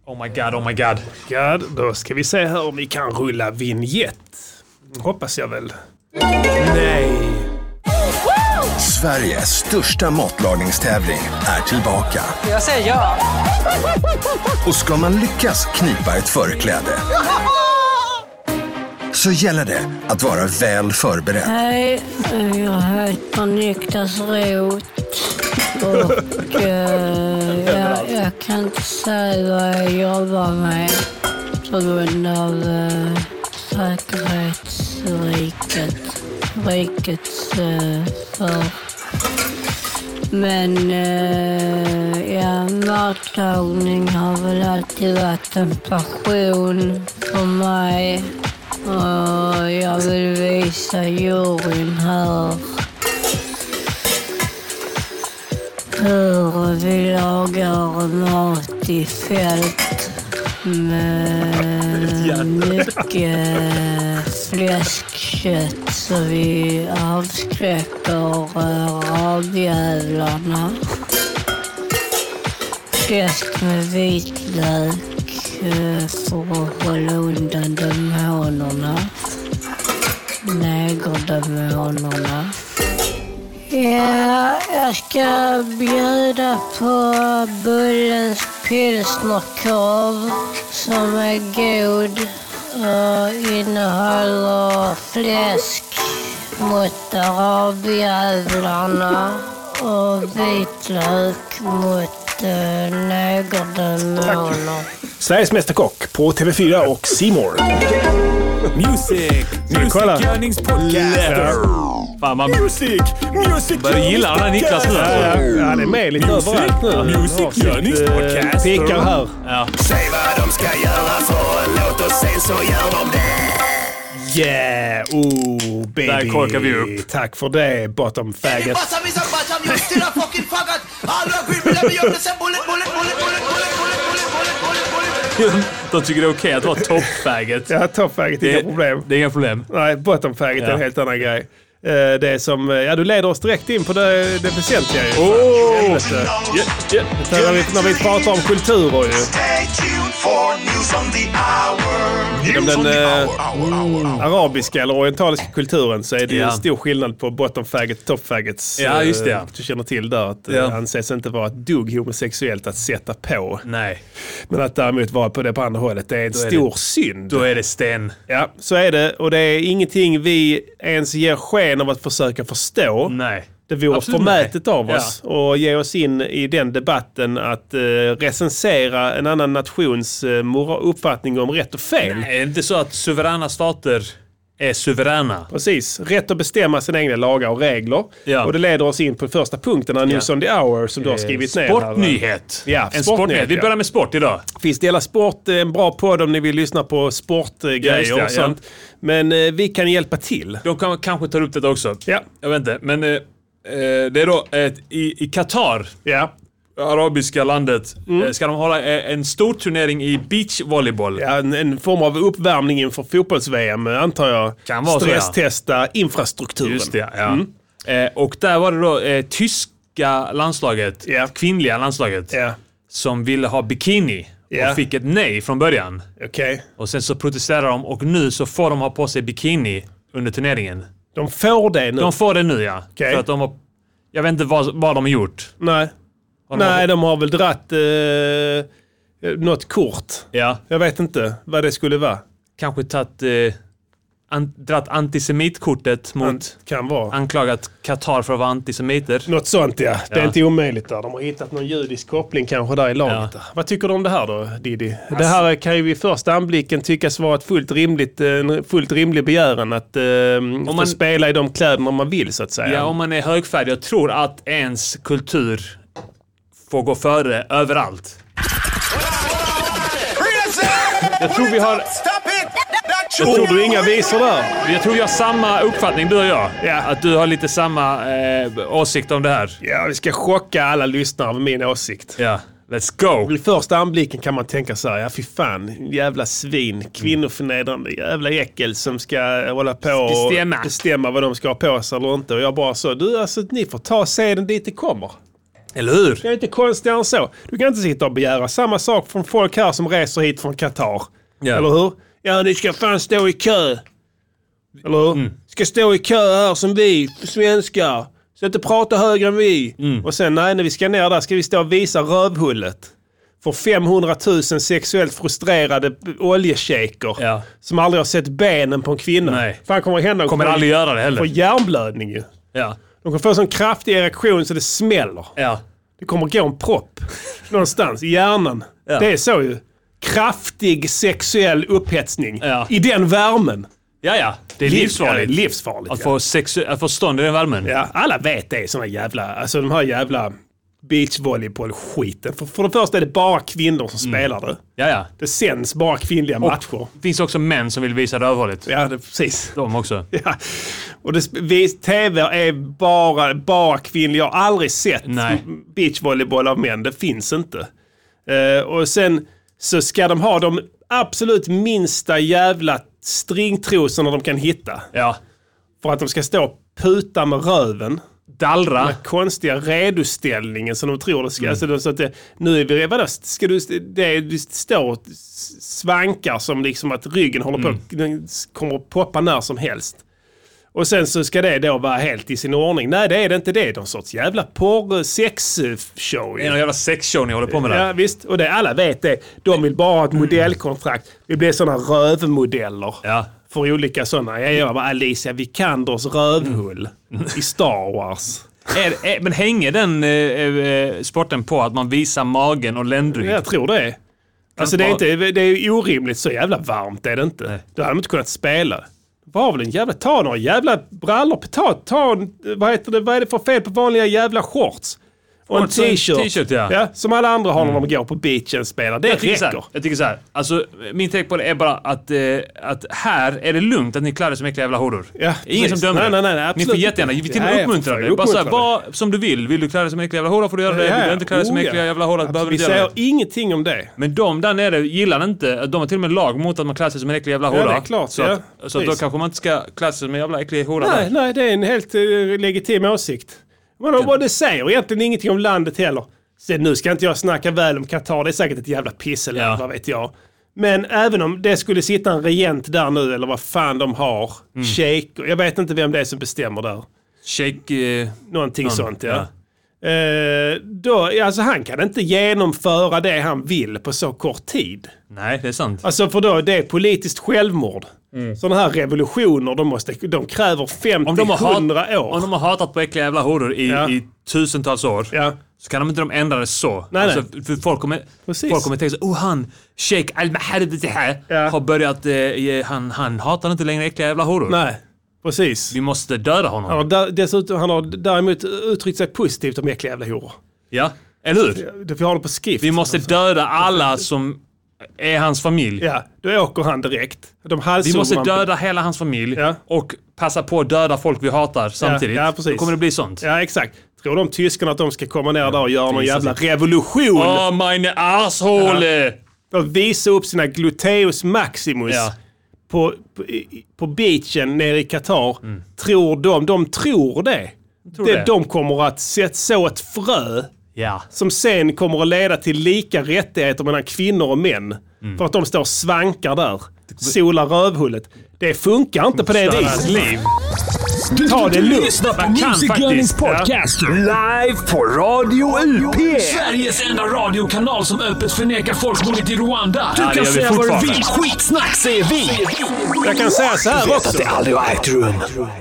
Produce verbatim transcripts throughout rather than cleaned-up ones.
Oh my god, oh my god. God, då ska vi se här om vi kan rulla vignett. Hoppas jag väl. Nej. Sveriges största matlagningstävling är tillbaka. Jag säger ja. Och ska man lyckas knipa ett förkläde så gäller det att vara väl förberedd. Hej, jag heter Niklas Roth och eh, jag, jag kan inte säga vad jag jobbar med på grund av eh, säkerhetsriket, rikets eh, för. Men eh, ja, matlagning har väl alltid varit en passion för mig. Och jag vill visa juryn här hur vi lagar mat i fält med mycket fläskkött så vi avskräcker rabjävlarna. Fläsk med vitlök för att hålla undan demonerna, negerdemonerna. Ja, jag ska bjuda på bullens pilsnerkorv som är god och innehåller fläsk mot arabjävlarna och vitlök mot äh, negerdemoner. Sveriges mästerkock på T V fyra och C More. Music, Music-görningspodcast. Fan, man Music, music. börjar gilla den här Niklas nu. Ja, ja, ja, det är med lite överallt nu. Music-görningspodcast. Pikar här. Ja. Säg vad de ska göra för en låt och sen så gör de det. Yeah, oh baby. Där korkar vi upp. Tack för det, bottom faggot. De tycker det är okej att vara toppfaggot. Ja, toppfaggot är inga problem. Det är inga problem. Nej, bottom faggot Ja. är en helt annan grej. Eh, Det är som, ja, du leder oss direkt in på det, det väsentliga ju. Oh! Helvete. Yeah, yeah. När vi, när vi pratar om kulturer ju. Inom den eh, arabiska eller orientaliska kulturen så är det Ja. en stor skillnad på bottom faggot, top faggots. Ja, just det. Eh, Du känner till där att det Ja. anses inte vara ett dugg homosexuellt att sätta på. Nej, Men att däremot vara på det på andra hållet, det är en Då är stor det- synd. då är det sten. Ja, så är det. Och det är ingenting vi ens ger sken av att försöka förstå. Nej. Det vore Absolut förmätet nej. av oss och ge oss in i den debatten att eh, recensera en annan nations eh, mora- uppfattning om rätt och fel. Nej, är det inte så att suveräna stater är suveräna? Precis. Rätt att bestämma sina egna lagar och regler. Ja. Och det leder oss in på första punkten, ja. News on the hour, som du har skrivit ner här. Sportnyhet. Ja, en sportnyhet, sportnyhet. Vi ja. börjar med sport idag. Finns det hela sport, eh, en bra podd om ni vill lyssna på sportgrejer Ja, just det, och ja. sånt. Men eh, vi kan hjälpa till. De kan, kanske tar upp det också. Ja. Jag vet inte. Men eh, eh, det är då ett, i, i Qatar, Ja. arabiska landet, eh, ska de hålla eh, en stor turnering i beachvolleyboll. Ja, en, en form av uppvärmning inför fotbolls-V M, antar jag. Kan vara så, ja. Stresstesta infrastrukturen. Just det, ja. Eh, och där var det då eh, tyska landslaget, Ja. kvinnliga landslaget, Ja, som ville ha bikini. Ja. Och fick ett nej från början. okej. Och sen så protesterar de och nu så får de ha på sig bikini under turneringen. De får det nu? De får det nu, ja. Okej. För att de har... Jag vet inte vad, vad de har gjort. Nej. Har de Nej, har... de har väl dratt eh, något kort. Ja. Jag vet inte vad det skulle vara. Kanske tagit... Eh, an, dratt antisemitkortet mot... Ant- kan vara. Anklagat Qatar för att vara antisemiter. Något sånt, ja. Det är Ja. inte omöjligt där. De har hittat någon judisk koppling kanske där i laget. Ja. Där. Vad tycker du om det här då, Didi? Det här kan ju vid första anblicken tyckas vara ett fullt rimligt, en fullt rimlig begäran att eh, få man- spela i de kläderna man vill, så att säga. Ja, om man är högfärdig och tror att ens kultur får gå före överallt. Jag tror vi har... Jag tror du inga visor där? Jag tror vi har samma uppfattning, du och jag. Ja. Att du har lite samma eh, åsikt om det här. Ja, vi ska chocka alla lyssnare med min åsikt. Ja, let's go! Vid första anblicken kan man tänka så här, ja fy fan, jävla svin, kvinnoförnedrande jävla äckel som ska hålla på och Bestämma. bestämma vad de ska ha på sig eller inte. Och jag bara så, du alltså ni får ta seden dit det kommer. Eller hur? Det är inte konstigare än så. Du kan inte sitta och begära samma sak från folk här som reser hit från Qatar. Ja. Eller hur? Ja, ni ska fan stå i kö. Eller hur? Mm. Ska stå i kö här som vi, svenskar. Så inte prata högre än vi. Mm. Och sen nej, när vi ska ner där ska vi stå och visa rövhullet. För femhundratusen sexuellt frustrerade oljeshejker. Ja. Som aldrig har sett benen på en kvinna. Nej. Fan kommer hända. Kommer aldrig göra det heller. Får hjärnblödning ju. Ja. De kommer få en sån kraftig erektion så det smäller. Ja. Det kommer gå en propp någonstans i hjärnan. Ja. Det är så ju. Kraftig sexuell upphetsning. Ja. I den värmen. Ja, ja. Det är livsfarligt. Ja, livsfarligt. Att få, sexu- att få stånd i den värmen. Ja, alla vet det. Såna jävla, alltså de här jävla beachvolleyboll-skiten. För, för det första är det bara kvinnor som mm. spelar det. Ja, ja. Det sänds bara kvinnliga och matcher. Det finns också män som vill visa rövhållet. Ja, det, precis. De också. Ja. Och det, vis, tv är bara, bara kvinnliga. Jag har aldrig sett Nej. beachvolleyboll av män. Det finns inte. Uh, och sen så ska de ha de absolut minsta jävla stringtrosorna de kan hitta. Ja. För att de ska stå och puta med röven. Dallra. Den konstiga redoställningen som de tror det ska. Mm. Alltså, så att det, nu är vi, vadå, ska du, det, du står svankar som liksom att ryggen håller på, mm. den kommer att poppa när som helst. Och sen så ska det då vara helt i sin ordning. Nej, det är det inte det. Det är någon sorts jävla porr-sex-show. Det är någon jävla sexshow ni håller på med där. Ja, visst. Och det, alla vet det. De vill bara ha ett modellkontrakt. Vi blir sådana rövmodeller. Ja. För olika sådana. Jag gör bara Alicia Vikanders rövhull mm. i Star Wars. är, är, men hänger den äh, sporten på att man visar magen och ländrygg? Jag tror det är. Alltså det är, inte, det är orimligt så jävla varmt är det inte. Nej. Då hade de inte kunnat spela. Vad väl en jävla, ta några jävla brallor, ta, ta, vad heter det, vad är det för fel på vanliga jävla shorts? Och en t-shirt, t-shirt ja. Ja, som alla andra har när de går på beachen och spelar. Det jag räcker. Så här, jag tycker så här, alltså min take på det är bara att, eh, att här är det lugnt att ni klarar som äckliga jävla horor. Ja, ingen som dömer nej, nej, nej, nej, ni får jättegärna, vi till och uppmuntra det. Bara så här, vad som du vill. Vill du klara dig som äckliga jävla horor får du göra det. Ja, vill du inte klara dig som äckliga jävla horor behöver du inte göra det. Vi säger ingenting om det. Men de där nere gillar inte, de har till och med lag mot att man klär sig som en äcklig jävla hora. Ja, det är klart. Så, ja, att, så att då kanske man inte ska klä sig som en jävla äcklig hora. Nej, nej, det är en helt uh, legitim åsikt. Men vad det säger egentligen ingenting om landet heller. Så nu ska inte jag snacka väl om Qatar, det är säkert ett jävla pisseland, ja. Vad vet jag. Men även om det skulle sitta en regent där nu, eller vad fan de har, mm. shejk, jag vet inte vem det är som bestämmer där. Shejk... Eh, Någonting någon, sånt, ja. ja. Eh, då, alltså han kan inte genomföra det han vill på så kort tid. Nej, det är sant. Alltså för då, det är politiskt självmord. Mm. Sådana här revolutioner, de, måste, de kräver femtio till hundra år. Om de har hatat på äckliga jävla horor i, ja. i tusentals år, ja. Så kan de inte de ändra det så. Nej, alltså, nej. För folk kommer, folk kommer tänka så, oh han, Sheikh Al-Mahdi ja. har börjat, eh, han, han hatar inte längre äckliga jävla horor. Nej, precis. Vi måste döda honom. Han har, dessutom, han har däremot uttryckt sig positivt om äckliga jävla horor. Ja, eller hur? Det, vi har det på skrift. Vi måste döda alla som är hans familj. Ja, då åker han direkt. De vi måste döda hela hans familj ja. Och passa på att döda folk vi hatar samtidigt. Ja, ja, precis. Då kommer det bli sånt. Ja, exakt. Tror de tyskarna att de ska komma ner där och göra någon jävla revolution? Åh, oh, meine Arshole! Ja. Och visa upp sina gluteus maximus ja. på, på, på beachen nere i Qatar. Mm. Tror de, de tror det. Tror det, det. De kommer att så ett frö ja. Som sen kommer att leda till lika rättigheter mellan kvinnor och män. Mm. För att de står och svankar där. Solar rövhullet. Det funkar inte på det viset. Liv. Du, Ta det lugnt. Man kan faktiskt podcast ja. Live på Radio U P. Sveriges enda radiokanal som öppet förnekar folkmordet i Rwanda. Du ja, kan säga vad du vill. Skitsnack säger vi. Jag kan säga så här också. Att det aldrig har ägt rum.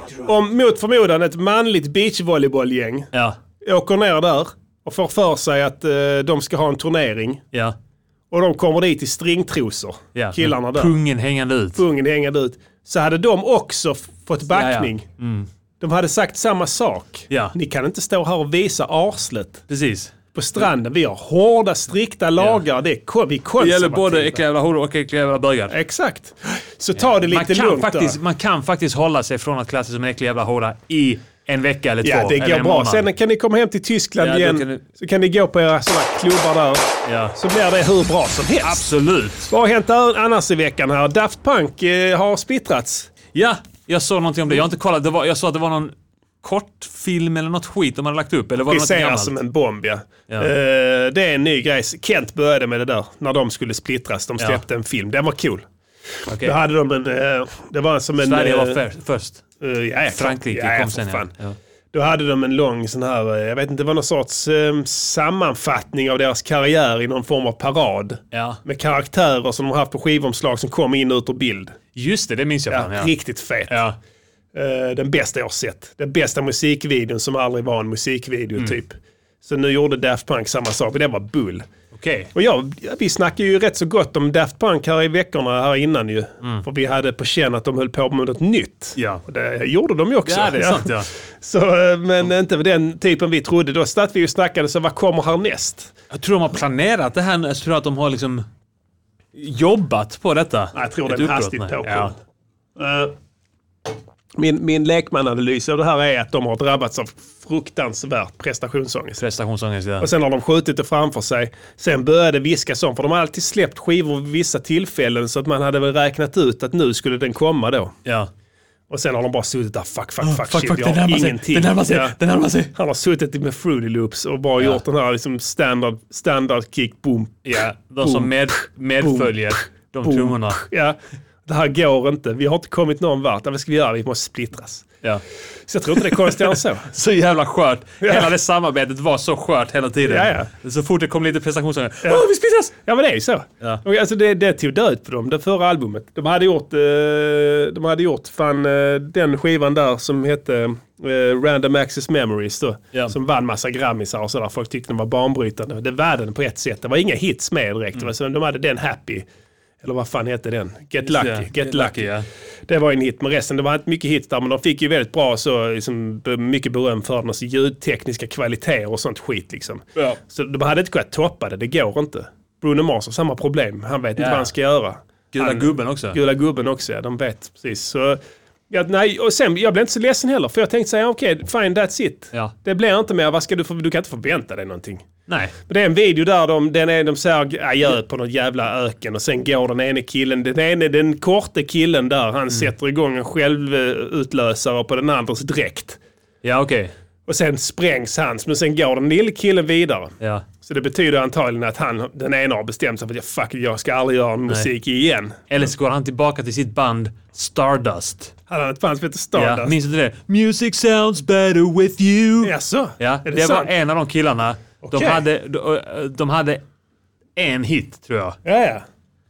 Om mot förmodan ett manligt beachvolleybollgäng ja. åker ner där och får för sig att uh, de ska ha en turnering. Ja. Och de kommer dit i stringtrosor. Ja, killarna där. Pungen hängande ut. Pungen hängande ut. Så hade de också fått backning. Ja, ja. Mm. De hade sagt samma sak. Ja. Ni kan inte stå här och visa arslet. Precis. På stranden. Vi har hårda, strikta lagar. Ja. Det är vi konservativa. Det gäller både äckliga jävla horor och äckliga jävla bögar. Exakt. Så ta det lite man lugnt faktiskt, då. Man kan faktiskt hålla sig från att klassa sig som en äcklig jävla hora i en vecka eller två. Ja, det går bra. Sen kan ni komma hem till Tyskland ja, igen. Kan du... Så kan ni gå på era sådana klubbar där. Ja. Så blir det hur bra som helst. Absolut. Vad har hänt annars i veckan här? Daft Punk eh, har splittrats. Ja, jag såg någonting om det. Jag har inte kollat. Det var, jag såg att det var någon kortfilm eller något skit de hade lagt upp? Eller var det något gammalt? som en bomb, ja. ja. Uh, det är en ny grej. Kent började med det där när de skulle splittras. De släppte ja. en film. Den var cool. Okay. Då hade de en... Uh, det var som en... Sverige var uh, för, först. Uh, ja, Frankrike ja, kom sen. Ja. Ja. Då hade de en lång sån här, jag vet inte, det var någon sorts um, sammanfattning av deras karriär i någon form av parad. Ja. Med karaktärer som de har haft på skivomslag som kom in ut ur bild. Just det, det minns jag. Ja, fan, ja. Riktigt fet. Ja. Uh, den bästa jag har sett. Den bästa musikvideon som aldrig var en musikvideo mm. typ. Så nu gjorde Daft Punk samma sak, och det var bull. Okay. Och ja, vi snackade ju rätt så gott om Daft Punk här i veckorna här innan ju. Mm. För vi hade på känn att de höll på med något nytt. Ja. Och det gjorde de ju också. Ja, det är ja. sant, ja. Så, men mm. inte den typen vi trodde. Då satt vi och snackade, så vad kommer härnäst? Jag tror de har planerat det här. Jag tror att de har liksom jobbat på detta. Nej, jag tror det är en hastigt påkommet. Ja. Uh, Min, min lekmananalys av det här är att de har drabbats av fruktansvärt prestationsångest. Prestationsångest, ja. Och sen har de skjutit det framför sig. Sen började viskas om, för de har alltid släppt skivor vid vissa tillfällen, så att man hade väl räknat ut att nu skulle den komma då. Ja. Och sen har de bara suttit där, fuck, fuck, oh, fuck, fuck, shit, fuck, jag har ingenting. Den närmar sig, ja. den närmar sig. Han har suttit med Fruity Loops och bara ja. gjort den här liksom standard, standard kick, boom. Ja, de boom, som med, medföljer boom, de trummorna. Ja. Det här går inte. Vi har inte kommit någon vart. Vad ska vi göra? Vi måste splittras. Ja. Så jag tror inte det är konstigt än så. Så jävla skört. Ja. Hela det samarbetet var så skört hela tiden. Ja, ja. Så fort det kom lite prestationsångest. Ja. Åh, vi splittras! Ja, men det är ju så. Ja. Och alltså det, det tog död på dem, det förra albumet. De hade gjort, eh, de hade gjort fan, eh, den skivan där som hette eh, Random Access Memories då. Ja. Som vann massa grammisar och sådär. Folk tyckte den var banbrytande. Det var den på ett sätt. Det var inga hits med direkt. Mm. Så de hade den Happy. Eller vad fan heter den? Get Lucky. Ja, Get, Get Lucky. Lucky ja. Det var en hit med resten. Det var inte mycket hits där, men de fick ju väldigt bra så, liksom, mycket beröm för den. Alltså, ljudtekniska kvaliteter och sånt skit. Liksom. Ja. Så de hade inte kunnat toppa det. Det går inte. Bruno Mars har samma problem. Han vet inte ja. vad han ska göra. Gula han, gubben också. Gula gubben också, ja. De vet precis. Så, ja, nej, och sen, jag blev inte så ledsen heller. För jag tänkte säga, okej, okay, fine, that's it. Ja. Det blir inte mer. Vad ska du, för, du kan inte förvänta dig någonting. Nej. Det är en video där de, den är, de säger adjö på någon jävla öken och sen går den ene killen, den ene, den korte killen där, han mm. sätter igång en självutlösare på den andras dräkt. Ja, okej. Okay. Och sen sprängs hans, men sen går den lille killen vidare. Ja. Så det betyder antagligen att han, den ena har bestämt sig för att fuck, jag ska aldrig göra musik Nej. igen. Eller så går han tillbaka till sitt band Stardust. Hade han ett band som heter Stardust? Ja, minns du det? Music sounds better with you. Jaså? Ja, det, det var en av de killarna. Okay. De, hade, de, de hade en hit, tror jag. Ja, ja.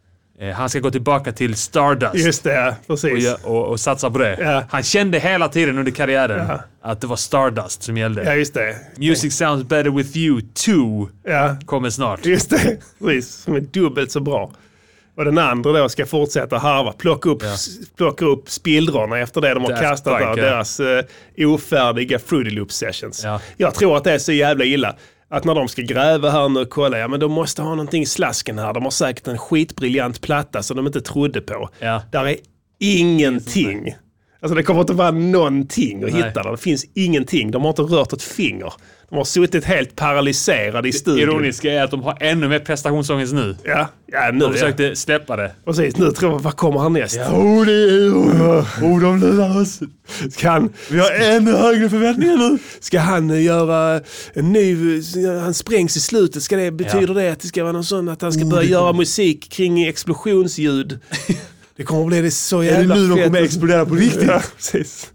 Han ska gå tillbaka till Stardust. Just det, ja. Precis. Och, och, och satsa på det. Ja. Han kände hela tiden under karriären ja. att det var Stardust som gällde. Ja, just det. Music sounds better with you too. Ja. Kommer snart. Just det, precis. Som är dubbelt så bra. Och den andra då ska fortsätta harva. Plocka upp, ja. plocka upp spillrorna efter det de har Daft kastat Punk, av ja. deras uh, ofärdiga Fruity Loop sessions. Ja. Jag tror att det är så jävla illa. Att när de ska gräva här nu och kolla, ja men de måste ha någonting i slasken här. De har säkert en skitbriljant platta som de inte trodde på. Ja. Där är ingenting. Alltså det kommer inte vara någonting att Nej. hitta där. Det finns ingenting. De har inte rört ett finger. De har suttit helt paralyserade i studion. Det ironiska är att de har ännu mer prestationsångest nu. Ja, ja nu. De försökte ja. släppa det. Precis, nu tror jag, vad kommer härnäst? Ja. Oh, det är... Oh, oh, de lurar oss. Ska han... Vi har ännu högre förväntningar nu. Ska han göra en ny... Han sprängs i slutet. Ska det, betyder ja. det att det ska vara någon sån att han ska börja oh, göra musik kring explosionsljud? Det kommer att bli det så jävla fett. Är det nu de kommer att explodera på riktigt? Ja, precis.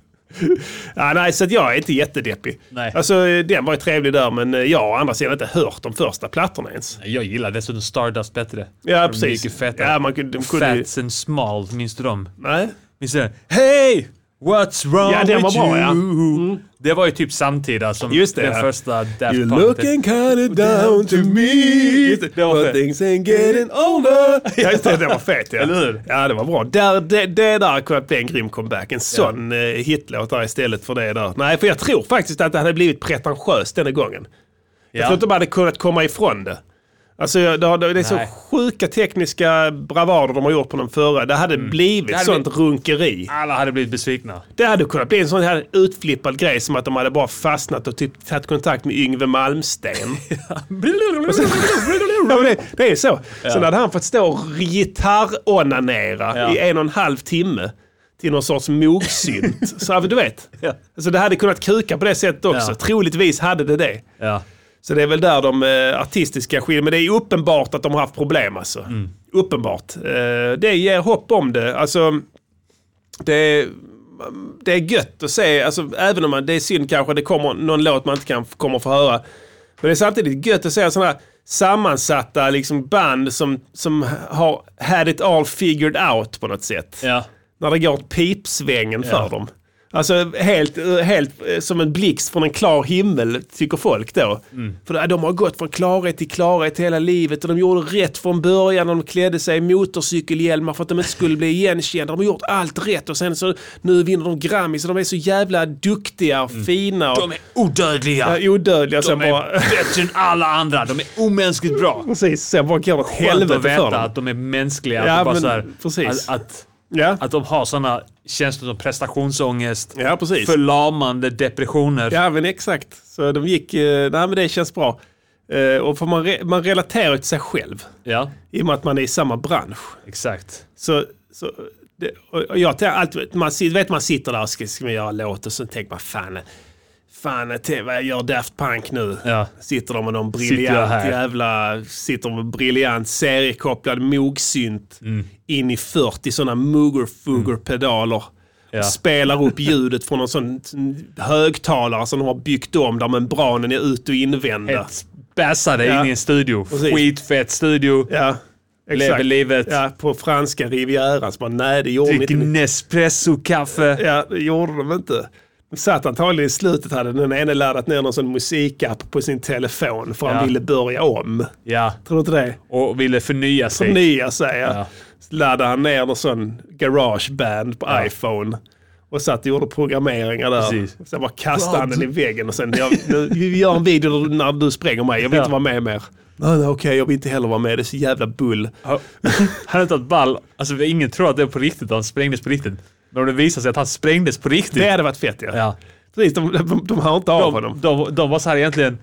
Ja, nej, så att jag är inte jättedeppig. Nej. Alltså, den var ju trevlig där, men jag har andra sidan inte hört de första plattorna ens. Jag gillar dessutom Stardust bättre. Ja, precis. Mycket fetare. Ja, man kunde, kunde... Fats and Small, minns du dem? Nej. Minns du det? Hey! What's wrong ja, den var with bra, you? Ja. Mm. Det var ju typ samtida som Just det, den ja. första Daft Punk. You're looking kinda down to me. Det var But things ain't getting older. Ja, just det, det var fett. Ja. Eller hur? Ja, det var bra. Där, det, det där kunde bli en grym comeback. En sån ja. eh, hitlåt där istället för det där. Nej, för jag tror faktiskt att det hade blivit pretentiöst denna gången. Jag ja. tror inte de hade kunnat komma ifrån det. Alltså det, det är så Nej. sjuka tekniska bravader de har gjort på den förra. Det hade mm. blivit det hade sånt blivit, runkeri. Alla hade blivit besvikna. Det hade kunnat bli en sån här utflippad grej som att de hade bara fastnat och typ tagit kontakt med Yngve Malmsten. sen, ja, det, det är så. Ja. Sen hade han fått stå och gitarronanera ja. i en och en halv timme till någon sorts mogsynt. Så du vet. Ja. Alltså det hade kunnat kuka på det sättet också. Ja. Troligtvis hade det det. Ja. Så det är väl där de eh, artistiska skillnaderna. Men det är uppenbart att de har haft problem alltså. Mm. Uppenbart. Eh, det ger hopp om det. Alltså det är, det är gött att se. Alltså, även om man, det är synd kanske det kommer någon låt man inte kan kommer få höra. Men det är samtidigt gött att se sådana här sammansatta liksom, band som, som har had it all figured out på något sätt. Ja. När det går åt pipsvängen ja. för dem. Alltså helt, helt som en blixt från en klar himmel tycker folk då. Mm. För de har gått från klarhet till klarhet hela livet och de gjorde rätt från början när de klädde sig i motorcykelhjälmar för att de inte skulle bli igenkända. De har gjort allt rätt och sen så nu vinner de Grammy så de är så jävla duktiga och mm. fina. Och, de är odödliga. Ja, odödliga. De är bara, bättre än alla andra. De är omänskligt bra. Precis, sen bara går det åt helvete att veta för dem. Att de är mänskliga. Ja, att, bara men, så här, precis. Att, att, ja. att de har såna känslor som prestationsångest, ja, precis. förlamande depressioner. Ja, men exakt. Så de gick, nej men det känns bra. Uh, och för man, re, man relaterar till sig själv. Ja. I och med att man är i samma bransch. Exakt. Så, så det, och jag alltid, man vet man sitter där och ska, ska man göra låt och så tänker man fan, fan vad gör Daft Punk nu? Ja. Sitter de med någon briljant jävla, sitter med briljant seriekopplad mogsynt mm. in i fyrtio sådana Mooger-Fooger-pedaler. Mm. Ja. Spelar upp ljudet från en sån högtalare som de har byggt om där membranen är ut- och invända. Ett bässade ja. in i en studio. Precis. Skitfett studio. Ja. Lever livet. Ja, på franska Rivieran. Så man, nej, det gjorde Drick Nespresso-kaffe. Ja, det gjorde de inte. De satt antagligen i slutet, hade den ene laddat ner någon sån musikapp på sin telefon för ja. han ville börja om. Ja. Tror du inte det? Och ville förnya sig. Förnya sig, ja. ja. Så laddade han ner någon sån GarageBand på ja. iPhone. Och satt och gjorde programmeringar där. Precis. Sen bara kastade han den i väggen och sen, jag, nu, vi gör en video när du spränger mig, jag vill ja. inte vara med mer. Nej, nej, okej, okay, jag vill inte heller vara med, det är så jävla bull. Han har inte ett ball, alltså ingen tror att det är på riktigt, han sprängdes på riktigt. Men om det visar sig att han sprängdes på riktigt. Det hade varit fett, ja. ja. Precis, de, de, de har inte av de, honom. De, de, de var så här egentligen,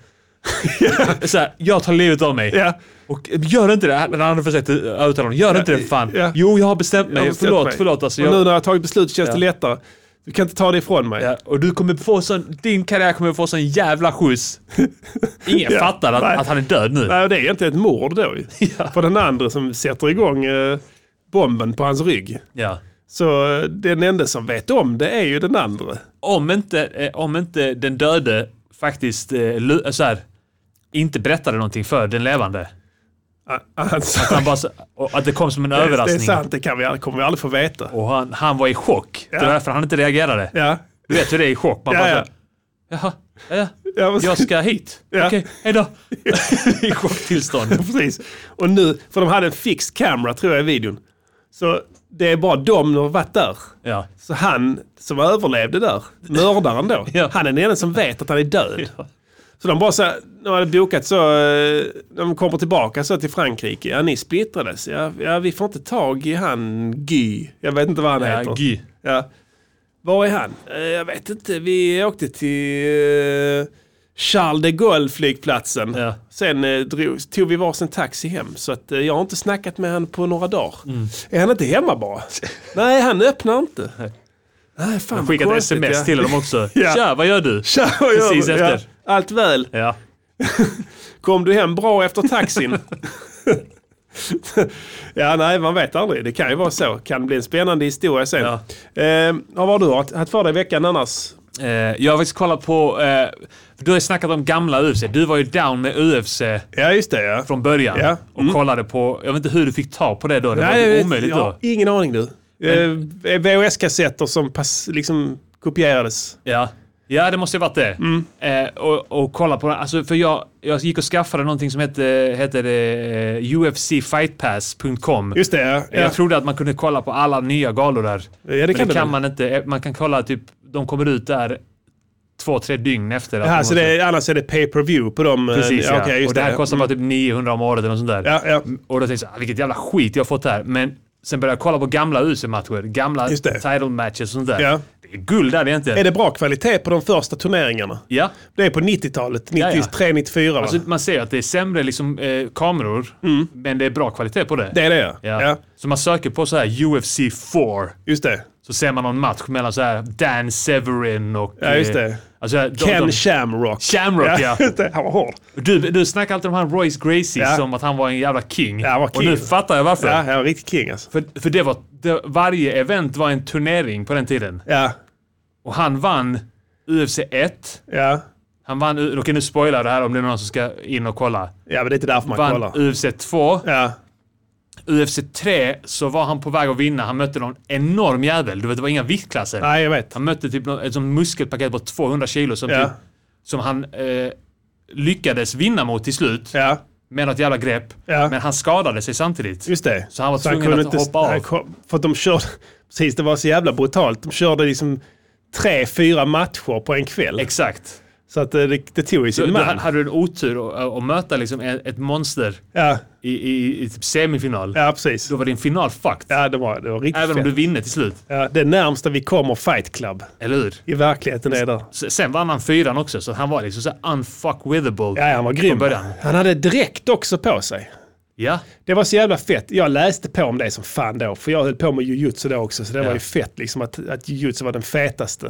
så här, jag tar livet av mig. Ja. Och gör inte det, men han hade försökt övertala honom, gör ja, inte det fan. Ja. Jo, jag har bestämt mig, har bestämt förlåt, mig. förlåt. Alltså, och jag... nu när jag har tagit beslut känns ja. det lättare. Du kan inte ta det ifrån mig. Ja, och du kommer få sån, din karriär kommer få sån jävla skjuts. Ingen ja, fattar att, att han är död nu. Nej, det är egentligen ett mord då. Ja. För den andra som sätter igång eh, bomben på hans rygg. Ja. Så den enda som vet om det är ju den andra. Om inte, eh, om inte den döde faktiskt eh, så här, inte berättade någonting för den levande. Alltså, att, han bara, att det kom som en det, överraskning. Det är sant, det kan vi, kommer vi aldrig få veta. Och han, han var i chock. Ja. Det är därför han inte reagerade. Ja. Du vet hur det är i chock. Man ja, bara ja. så, jaha, ja, ja. Jag ska hit. Ja. Okej, hejdå. I chocktillstånd. Precis. Och nu, för de hade en fixed camera tror jag i videon. Så det är bara de som har varit där. Ja. Så han som överlevde där, mördaren då, ja. han är den enda som vet att han är död. Ja. Så de bara så här, de hade bokat så, de kommer tillbaka så till Frankrike. Ja, ni splittrades. Ja, ja, vi får inte tag i han Guy. Jag vet inte vad han ja, heter. Guy. Ja. Var är han? Jag vet inte. Vi åkte till Charles de Gaulle flygplatsen. Ja. Sen drog, tog vi varsin taxi hem. Så att jag har inte snackat med han på några dagar. Mm. Är han inte hemma bara? Nej, han öppnar inte. Nej. Nej, fan, jag skickade ett sms ja. till dem också. Ja. Tja, vad gör du? Tja, vad gör Precis du? efter. Ja. Allt väl? Ja. Kom du hem bra efter taxin? Ja, nej, man vet aldrig. Det kan ju vara så. Kan bli en spännande historia sen. Ja. Eh, vad har du haft för dig i veckan annars? Eh, jag har faktiskt kollat på... Eh, du har ju snackat om gamla U F C. Du var ju down med U F C ja, just det, ja. från början. Ja. Mm. Och kollade på... Jag vet inte hur du fick ta på det då. Det nej, var omöjligt jag, då. Ingen aning du. Men, eh, V H S-kassetter som pass, liksom kopierades. Ja. Ja, det måste ju varit det. Mm. Eh, och, och kolla på det. Alltså, för jag, jag gick och skaffade någonting som hette, hette det, uh, U F C fight pass punkt com. Just det, ja. Jag trodde att man kunde kolla på alla nya galor där. Ja, det kan, Men det kan väl. man inte. Man kan kolla typ, de kommer ut där två, tre dygn efter. Ja, så det är, annars är det pay-per-view på dem. Precis, ja. Okay, just och det här det. kostar mm. bara typ niohundra om året eller något sånt där. Ja, ja. Och då tänkte jag, vilket jävla skit jag har fått här. Men sen började jag kolla på gamla U F C-matcher. Gamla title matches och sånt där. Ja. Det är guld där egentligen. Är det bra kvalitet på de första turneringarna? Ja. Det är på nittiotalet, nittiotre nittiofyra va? Alltså, man ser att det är sämre liksom, eh, kameror, mm. men det är bra kvalitet på det. Det är det, ja. ja. ja. Så man söker på så här U F C fyra. Just det. så ser man någon match mellan så här Dan Severin och... Ja, just det. Alltså, Ken de, de, Shamrock. Shamrock, ja. ja. Det, han var hård. Du, du snackar alltid om han Royce Gracie ja. som att han var en jävla king. Ja, han var king. Och nu fattar jag varför. Ja, han var riktigt king alltså. För, för det var, det, varje event var en turnering på den tiden. Ja. Och han vann U F C ett. Ja. Han vann, då kan du spoila det här om det är någon som ska in och kolla. Ja, men det är inte därför man vann kollar. U F C två. Ja. U F C tre så var han på väg att vinna. Han mötte någon enorm jävel. Du vet, det var inga viktklasser. Nej, jag vet. Han mötte typ någon, ett sånt muskelpaket på tvåhundra kilo som, ja. typ, som han eh, lyckades vinna mot till slut. Ja. Med något jävla grepp. Ja. Men han skadade sig samtidigt. Just det. Så han var så tvungen han att inte, hoppa av. Kom, för att de körde... Precis, det var så jävla brutalt. De körde liksom tre, fyra matcher på en kväll. Exakt. Så att det, det tog i sin man. Då hade du en otur att, att möta liksom ett monster ja. i, i, i typ semifinal. Ja, precis. Då var din final fucked. Ja, det var, det var riktigt Även fett. om du vinner till slut. Ja, det närmsta vi kommer Fight Club. Eller hur? I verkligheten är det. Sen vann han fyran också, så han var liksom så unfuckwithable. Ja, han var grym. Han hade direkt också på sig. Ja. Det var så jävla fett. Jag läste på om det som fan då. För jag höll på med jujutsu då också. Så det ja. var ju fett liksom att, att jujutsu var den fetaste.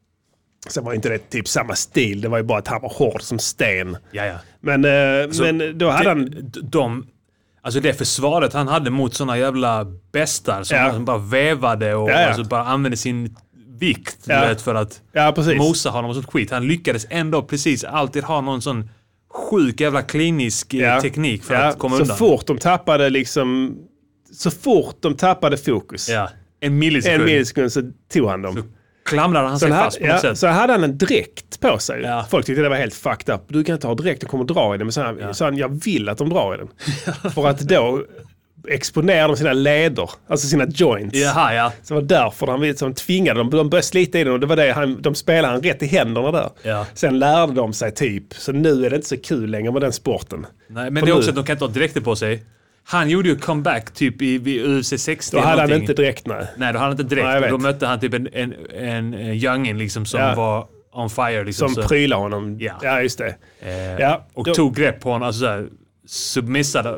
Sen var inte det typ samma stil. Det var ju bara att han var hård som sten. Ja, ja. Men, eh, alltså, men då hade det, han... De, alltså det försvaret han hade mot såna jävla bestar som, ja. som bara vävade och ja, ja. Alltså bara använde sin vikt ja. du vet, för att ja, mosa honom och sånt skit. Han lyckades ändå precis alltid ha någon sån sjuk jävla klinisk ja. teknik för ja. att komma så undan. Så fort de tappade liksom... Så fort de tappade fokus. Ja. En millisekund. En millisekund så tog han dem. Så klamrade han sig så fast på ja, något sätt. Så hade han en dräkt på sig. Ja. Folk tyckte det var helt fucked up. Du kan inte ha dräkt, du kommer dra i den. Men så han, ja. så han, jag vill att de drar i den. För att då exponerar de sina leder, alltså sina joints. Jaha, ja. Så det var därför de, de tvingade dem. De började slita i den och det var det han, de spelade han rätt i händerna där. Ja. Sen lärde de sig typ. Så nu är det inte så kul längre med den sporten. Nej, men För det är nu, också att de kan inte ha dräkter på sig. Han gjorde ju comeback typ i, i U F C sextio. Då hade någonting. han inte direkt, nej. Nej, då hade han inte direkt. Nej, då mötte han typ en, en, en, en youngin liksom som ja. var on fire. Liksom, som så. prylade honom. Ja, ja just det. Eh, ja, och då, tog grepp på honom, alltså såhär, submissade.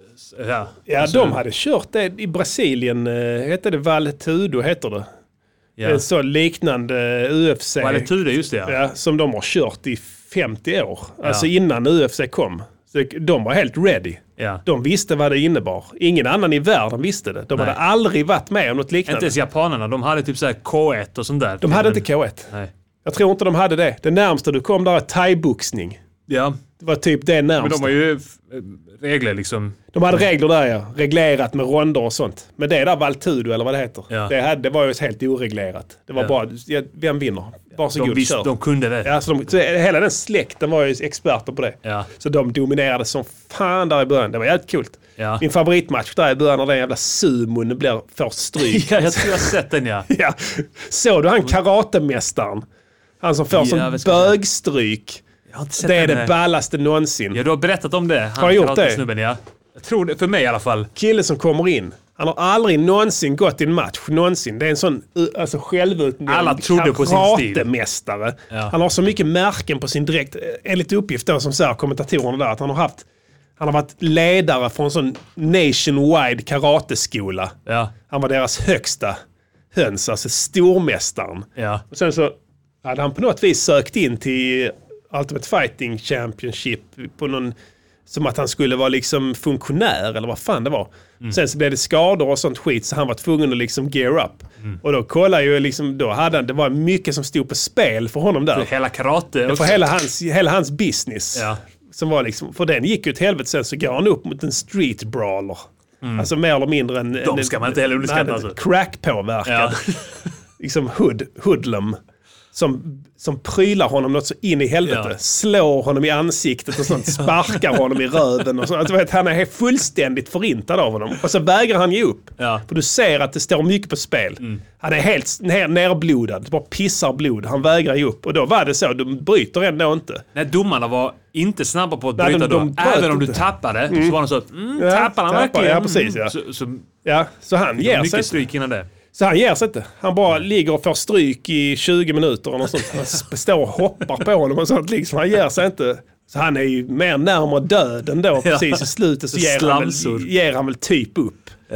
Ja, ja alltså, de hade kört det i Brasilien. Hette det Valetudo, heter det. Ja. En så liknande U F C. Valetudo, just det. Ja. Ja, som de har kört i femtio år. Alltså ja. innan U F C kom. Så de var helt ready. Ja. De visste vad det innebar. Ingen annan i världen visste det. De Nej. hade aldrig varit med om något liknande. Inte ens japanerna. De hade typ så här K ett och sånt där. De hade men... inte K ett. Nej. Jag tror inte de hade det. Det närmsta du kom där är thai-boxning. Ja. Det var typ det närmsta. Men de har ju regler liksom. De hade regler där, ja. Reglerat med ronder och sånt. Men det där Valtudo eller vad det heter. Ja. Det, hade, det var ju helt oreglerat. Det var ja. bara, ja, vem vinner? Varsågod, de visst, kör. De kunde det. Ja, så de, så hela den släkten var ju experter på det. Ja. Så de dominerade som fan där i början. Det var jävligt kul. Ja. Min favoritmatch där i början när den jävla sumon blir får stryk. Ja, jag tror jag har sett den, ja. ja. Såg du han karatemästaren? Han som får ja, som bögstryk. Det är det ballaste någonsin. Ja, du har berättat om det. Han har gjort det? Snubben, ja. Jag tror det, för mig i alla fall. Kille som kommer in. Han har aldrig någonsin gått i en match. Någonsin. Det är en sån alltså, självutnämnd alla trodde på sin stil. Karatemästare. Ja. Han har så mycket märken på sin direkt... Enligt uppgift då som säger kommentatorerna där att han har haft... Han har varit ledare för en sån nationwide karateskola. Ja. Han var deras högsta höns, alltså stormästaren. Ja. Och sen så hade han på något vis sökt in till Ultimate Fighting Championship på någon, som att han skulle vara liksom funktionär eller vad fan det var. Mm. Sen så blev det skador och sånt skit så han var tvungen att liksom gear up. Mm. Och då kollade ju liksom, då hade han, det var mycket som stod på spel för honom där. För hela karate också. För hela hans, hela hans business. Ja. Som var liksom, för den gick ju till helvete sen så går han upp mot en street brawler. Mm. Alltså mer eller mindre en... De ska en, man inte heller underskatta. Alltså. Crack-påverkad. Ja. liksom hood, hoodlum. Som, som prylar honom något så in i helvete. Ja. Slår honom i ansiktet och sånt. Sparkar honom i röven. Och så. Alltså, vet, han är fullständigt förintad av honom. Och så vägrar han ge upp. Ja. För du ser att det står mycket på spel. Mm. Han är helt ner, nerblodad. Det bara pissar blod. Han vägrar ge upp. Och då var det så. De bryter ändå inte. Nej, domarna var inte snabba på att bryta. Nej, de, de Även om inte. du tappade mm. så var de så mm, ja, tappar han verkligen? Ja, precis. Ja, så, så, ja, så han ger sig mycket stryk innan det. Så han ger sig inte. Han bara ligger och får stryk i tjugo minuter och något sånt. Han står och hoppar på honom och sånt. Liksom. Han ger sig inte. Så han är ju mer närmare döden då. Precis i slutet så ger han, väl, ger han väl typ upp. Ja.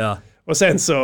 Och sen så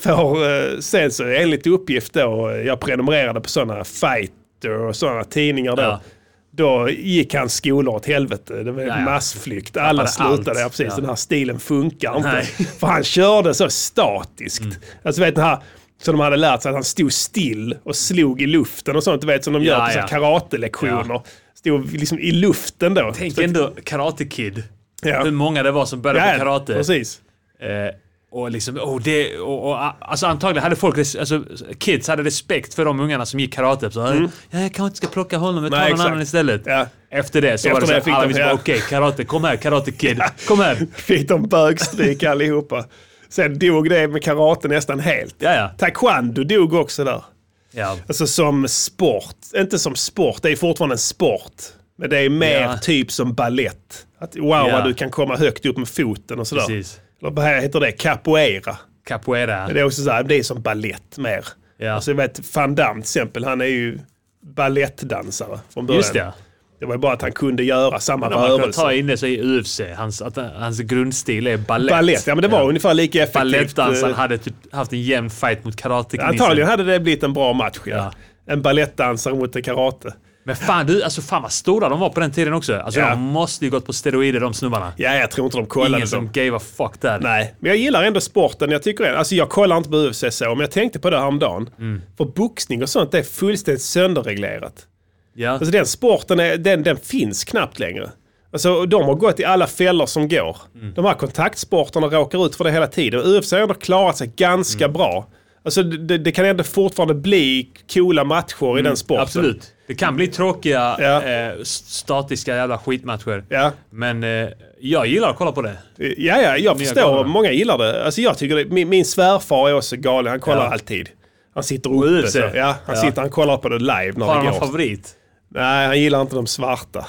får, sen så enligt uppgift då, jag prenumererade på sådana Fighter och sådana tidningar då. Ja. Då gick hans skolor åt helvete. Det var ja, ja. massflykt. Alla ja, slutade. Ja, precis. Ja. Den här stilen funkar inte. Nej. För han körde så statiskt. Mm. Alltså vet den här, så de hade lärt sig att han stod still och slog i luften och sånt. Du vet som de gör ja, på ja. karatelektioner. Ja. Stod liksom i luften då. Tänk så ändå Karate Kid. Ja. Hur många det var som började ja, på karate. Precis. Eh, och liksom, oh, det, och, och, alltså antagligen hade folk, alltså kids hade respekt för de ungarna som gick karate. Så, mm. ja, jag kanske inte ska plocka honom, jag tar någon exakt. annan istället. Ja. Efter det så Efter var det, det så alla visste, ja. okej, okay, karate, kom här, Karate Kid, kom här. Fick de bögstryk allihopa. Sen dog det med karate nästan helt. Ja, ja. Taekwondo dog också där. Ja. Alltså som sport, inte som sport, det är fortfarande en sport. Men det är mer ja. typ som ballett. Att wow, ja. du kan komma högt upp med foten och sådär. Precis. Eller vad heter det? Capoeira. Capoeira. Det är också så här, det är som ballett mer. Ja. Alltså jag vet, Van Damme till exempel, han är ju ballettdansare från början. Just det. Det var ju bara att han kunde göra samma rörelse. Man kan ta in det så i U F C. Hans, att, hans grundstil är ballett. Ballett, ja men det var ja. ungefär lika effektivt. Ballettdansaren hade typ haft en jämn fight mot karateknissen. Antagligen hade det blivit en bra match. Ja. Ja. En ballettdansare mot en karate. Men fan, du, alltså fan vad stora de var på den tiden också. Alltså ja. de måste ju gått på steroider, de snubbarna. Ja, jag tror inte de kollade. Ingen som gave a fuck där. Nej, men jag gillar ändå sporten. Jag tycker alltså jag kollar inte på U F C så, men jag tänkte på det häromdagen. Mm. För boxning och sånt är fullständigt sönderreglerat. Ja. Alltså den sporten, är, den, den finns knappt längre. Alltså de har gått i alla fällor som går. Mm. De här kontaktsporterna råkar ut för det hela tiden. U F C har ändå klarat sig ganska mm. bra. Alltså det, det kan ändå fortfarande bli coola matcher mm. i den sporten. Absolut. Det kan bli tråkiga, ja. eh, statiska jävla skitmatcher. Ja. Men eh, jag gillar att kolla på det. Ja, ja jag Nya förstår. Galna. Många gillar det. Alltså jag tycker det, min, min svärfar är också galen. Han kollar ja. alltid. Han sitter uppe. Så, ja, han, ja. sitter, han kollar på det live när Har det går. Har han favorit? Nej, han gillar inte de svarta.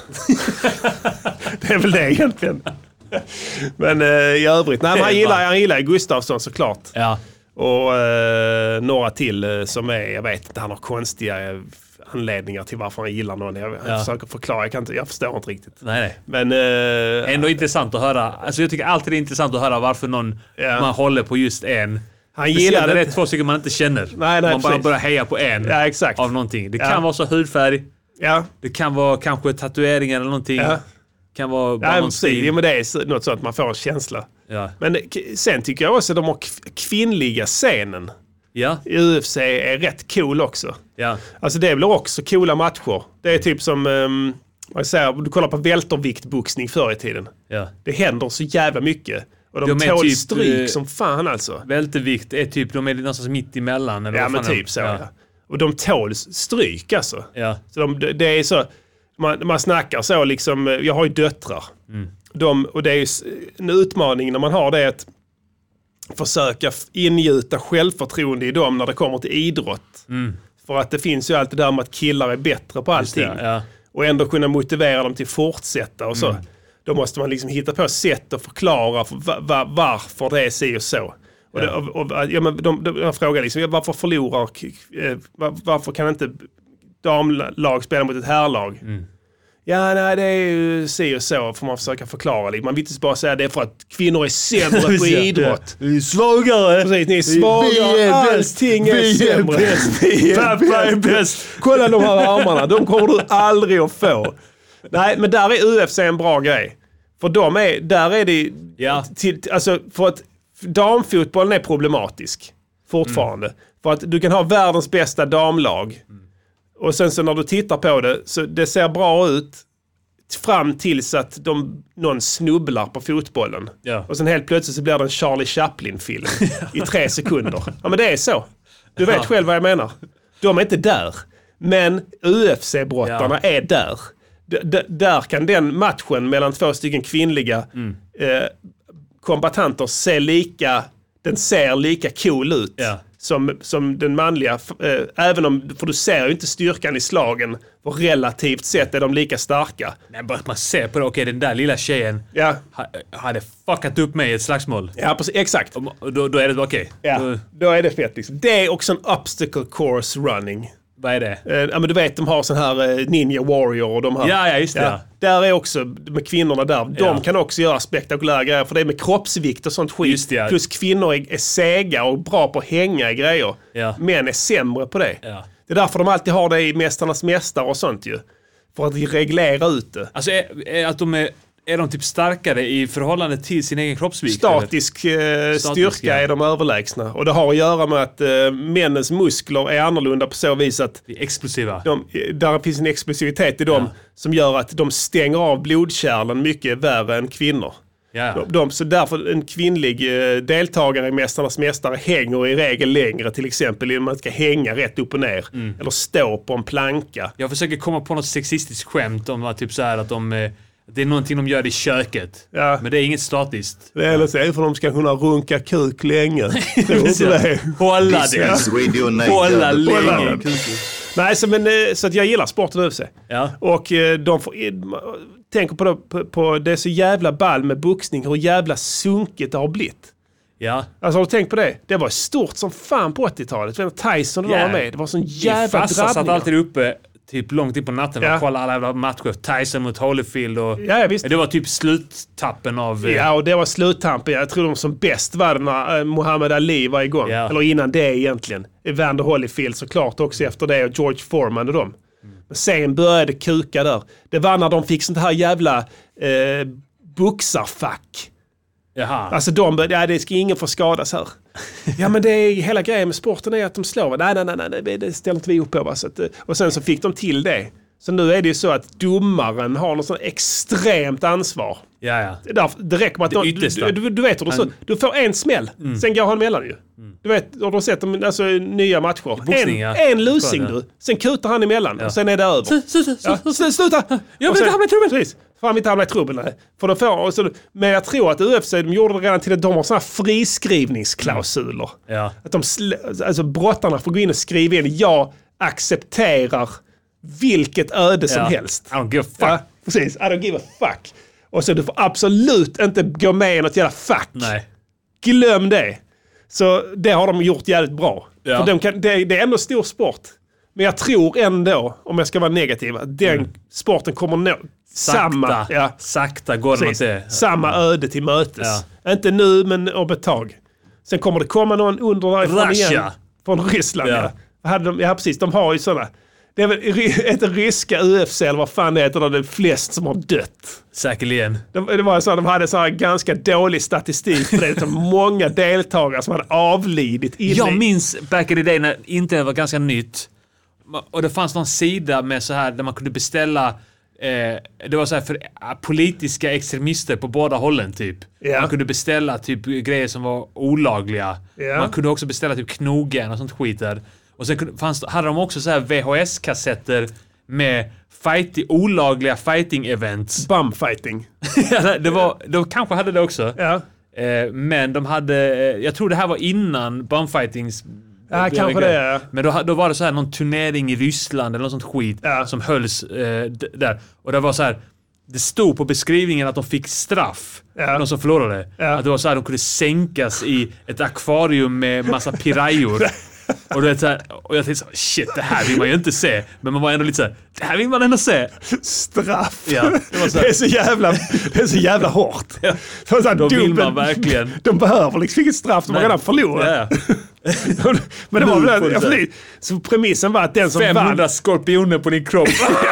Det är väl det egentligen. Men eh, i övrigt. Nej, han gillar, han gillar Gustafsson såklart. Ja. Och eh, några till eh, som är, jag vet inte, han har konstiga eh, anledningar till varför han gillar någon. Jag, jag ja. försöker förklara, jag, kan inte, jag förstår inte riktigt. Nej, nej. Men eh, ändå intressant att höra. Alltså jag tycker alltid det är intressant att höra varför någon ja. man håller på just en. Han gillar det är två stycken man inte känner. Nej, nej, man precis. bara börjar heja på en ja, exakt. av någonting. Det ja. kan vara så hudfärg. Ja. Det kan vara kanske tatueringar eller någonting. Ja. Kan vara bara ja, någon stil. Ja, men det är något sånt att man får en känsla. Ja. Men sen tycker jag också att de har kvinnliga scenen. Ja. I U F C är rätt cool också. Ja. Alltså det blir också coola matcher. Det är typ som, um, vad jag säger, du kollar på välterviktboxning förr i tiden. Ja. Det händer så jävla mycket. Och de, de tål typ, stryk som fan alltså. Vältervikt är typ, de är någonstans mitt emellan. Eller ja men typ är. så. Ja. Ja. Och de tål stryk alltså. Ja. Så de, det är så, man, man snackar så liksom, jag har ju döttrar. Mm. De, och det är ju en utmaning när man har det att försöka ingjuta självförtroende i dem när det kommer till idrott. Mm. För att det finns ju allt det där med att killar är bättre på allting. Det, ja. Och ändå kunna motivera dem till att fortsätta och så. Mm. Då måste man liksom hitta på sätt att förklara för, var, varför det är så och så. Och, ja. det, och, och ja, men de, de, de frågar liksom, varför förlorar, eh, var, varför kan inte damlag spela mot ett herrlag? Mm. Ja, nej, det är ju si och så får man försöka förklara. Man vill inte bara säga det för att kvinnor är sämre på idrott. Vi är svagare. Precis, ni är svagare. Allting är, är sämre. Är Pappa är bäst. Kolla de här armarna. De kommer du aldrig att få. Nej, men där är U F C en bra grej. För de är, där är det... Ja. Till, alltså, för att damfotbollen är problematisk. Fortfarande. Mm. För att du kan ha världens bästa damlag. Mm. Och sen så när du tittar på det så det ser bra ut fram tills att de, någon snubblar på fotbollen. Ja. Och sen helt plötsligt så blir det en Charlie Chaplin-film i tre sekunder. Ja men det är så. Du vet ja. själv vad jag menar. De är inte där. Men U F C-brottarna ja. är där. D- d- där kan den matchen mellan två stycken kvinnliga mm. eh, kombatanter se lika, den ser lika cool ut. Ja. Som, som den manliga, äh, även om, för du ser ju inte styrkan i slagen, för relativt sett är de lika starka. Nej, bara man ser på det, okej, okay, den där lilla tjejen ja. ha, hade fuckat upp mig i ett slagsmål. Ja, precis, exakt. Och, och då, då är det okej. Okay. Ja, då, då är det fett liksom. Det är också en obstacle course running. Vad är det? Eh, ja, men du vet, de har sån här eh, Ninja Warrior och de här. Ja, ja, just det. Ja. Där är också, med kvinnorna där, de ja. kan också göra spektakulära grejer, för det är med kroppsvikt och sånt skit. Just det, ja. Plus kvinnor är, är sega och bra på att hänga i grejer. Ja. Män är sämre på det. Ja. Det är därför de alltid har det i Mästarnas mästare och sånt ju. För att reglera ut det. Alltså, är, är att de är... Är de typ starkare i förhållande till sin egen kroppsvikt? Statisk eh, styrka är de överlägsna. Och det har att göra med att eh, männens muskler är annorlunda på så vis att... De är explosiva. De, där finns en explosivitet i dem ja. som gör att de stänger av blodkärlen mycket värre än kvinnor. Ja. De, de, så därför en kvinnlig eh, deltagare i Mästarnas mästare hänger i regel längre, till exempel om man ska hänga rätt upp och ner. Mm. Eller stå på en planka. Jag försöker komma på något sexistiskt skämt om att, typ så här, att de... Eh, det är någonting de gör i köket. Ja. Men det är inget statiskt. Det är så för de ska kunna runka kuk länge. Hålla det. Hålla länge. Nej, så, men, så att jag gillar sporten U F C. Ja. Och de får... Tänk på det, på, på det är så jävla ball med boxning. Hur jävla sunkigt det har blivit. Ja. Alltså har du tänkt på det? Det var stort som fan på åttiotalet. Tyson var yeah. med. Det var sån jävla drabbning. Satt alltid uppe typ långt in på natten och ja. kollade alla jävla matcher. Tyson mot Holyfield och ja, visst. Det var typ sluttappen av... Ja, och det var sluttappen. Jag tror de som bäst var det när Muhammad Ali var igång. Ja. Eller innan det egentligen. Evander Holyfield såklart också efter det och George Foreman och dem. Mm. Men sen började kuka där. Det var när de fick sånt här jävla eh, boxarfack. Jaha. Alltså de, ja, det ska ingen få skadas här. Ja, men det är hela grejen med sporten är att de slår. Nej, nej, nej, nej det ställer inte vi upp på. Va? Så att, och sen så fick de till det. Så nu är det ju så att domaren har något sånt extremt ansvar. Ja, ja. Där, det räcker med att de, du, du, du vet hur det så. Du får en smäll, mm. sen går han mellan ju. Mm. Du vet, har du sett de, alltså, nya matcher? Boxning, en, ja. en losing du. Sen kutar han emellan ja. och sen är det över. Ja, sluta! Jag vill inte hamna i trubbel! Precis. Fan, vi inte hamna i trubbel. Nej. För då får, så, men jag tror att U F C, de gjorde det redan till att de har såna här friskrivningsklausuler. Ja. Att de, alltså brottarna får gå in och skriva in, jag accepterar vilket öde som ja. helst. I don't give a fuck. Ja, precis, I don't give a fuck. Och så du får absolut inte gå med i något jävla fuck. Nej. Glöm det. Så det har de gjort jävligt bra. Ja. För de kan, det, det är ändå stor sport. Men jag tror ändå, om jag ska vara negativ, att den mm. sporten kommer nå sakta, samma, ja, sakta går det mot det. Samma öde till mötes. Ja. Inte nu, men om ett tag. Sen kommer det komma någon under därifrån Russia. igen. Från Ryssland, ja. Ja. Hade de, ja, precis. De har ju sådana. Det är väl ett ryska U F C eller vad fan det heter, där det är flest som har dött. Säkerligen. De, det var så, de hade så här ganska dålig statistik för det. Så många deltagare som hade avlidit. Jag minns back in the day när internet var ganska nytt. Och det fanns någon sida med så här där man kunde beställa eh, det var så här för äh, politiska extremister på båda hållen typ. Yeah. Man kunde beställa typ grejer som var olagliga. Yeah. Man kunde också beställa typ knogen och sånt skit där. Och sen fanns, hade de också så här V H S-kassetter med fighting, olagliga fighting-events. Bumfighting. Ja, det var, de kanske hade det också. Ja. Eh, men de hade, jag tror det här var innan bumfightings. Ja, kanske det, ja. Men då, då var det så här någon turnering i Ryssland eller något sånt skit ja. som hölls eh, d- där. Och det var så här, det stod på beskrivningen att de fick straff. Ja. De som förlorade. Ja. Att det var så här, de kunde sänkas i ett akvarium med massa pirajor. Och, det är så här, och jag tänkte så, shit, det här vill man ju inte se. Men man var ändå lite så här, det här vill man ändå se. Straff. Ja, det, var så här, det, är så jävla, det är så jävla hårt. Ja. Så här, då dubbel, vill man verkligen. De behöver liksom inget straff, de har redan förlorat. Ja. Men det var väl jag flyt. Så premissen var att den som femhundra vann... skorpioner på din kropp.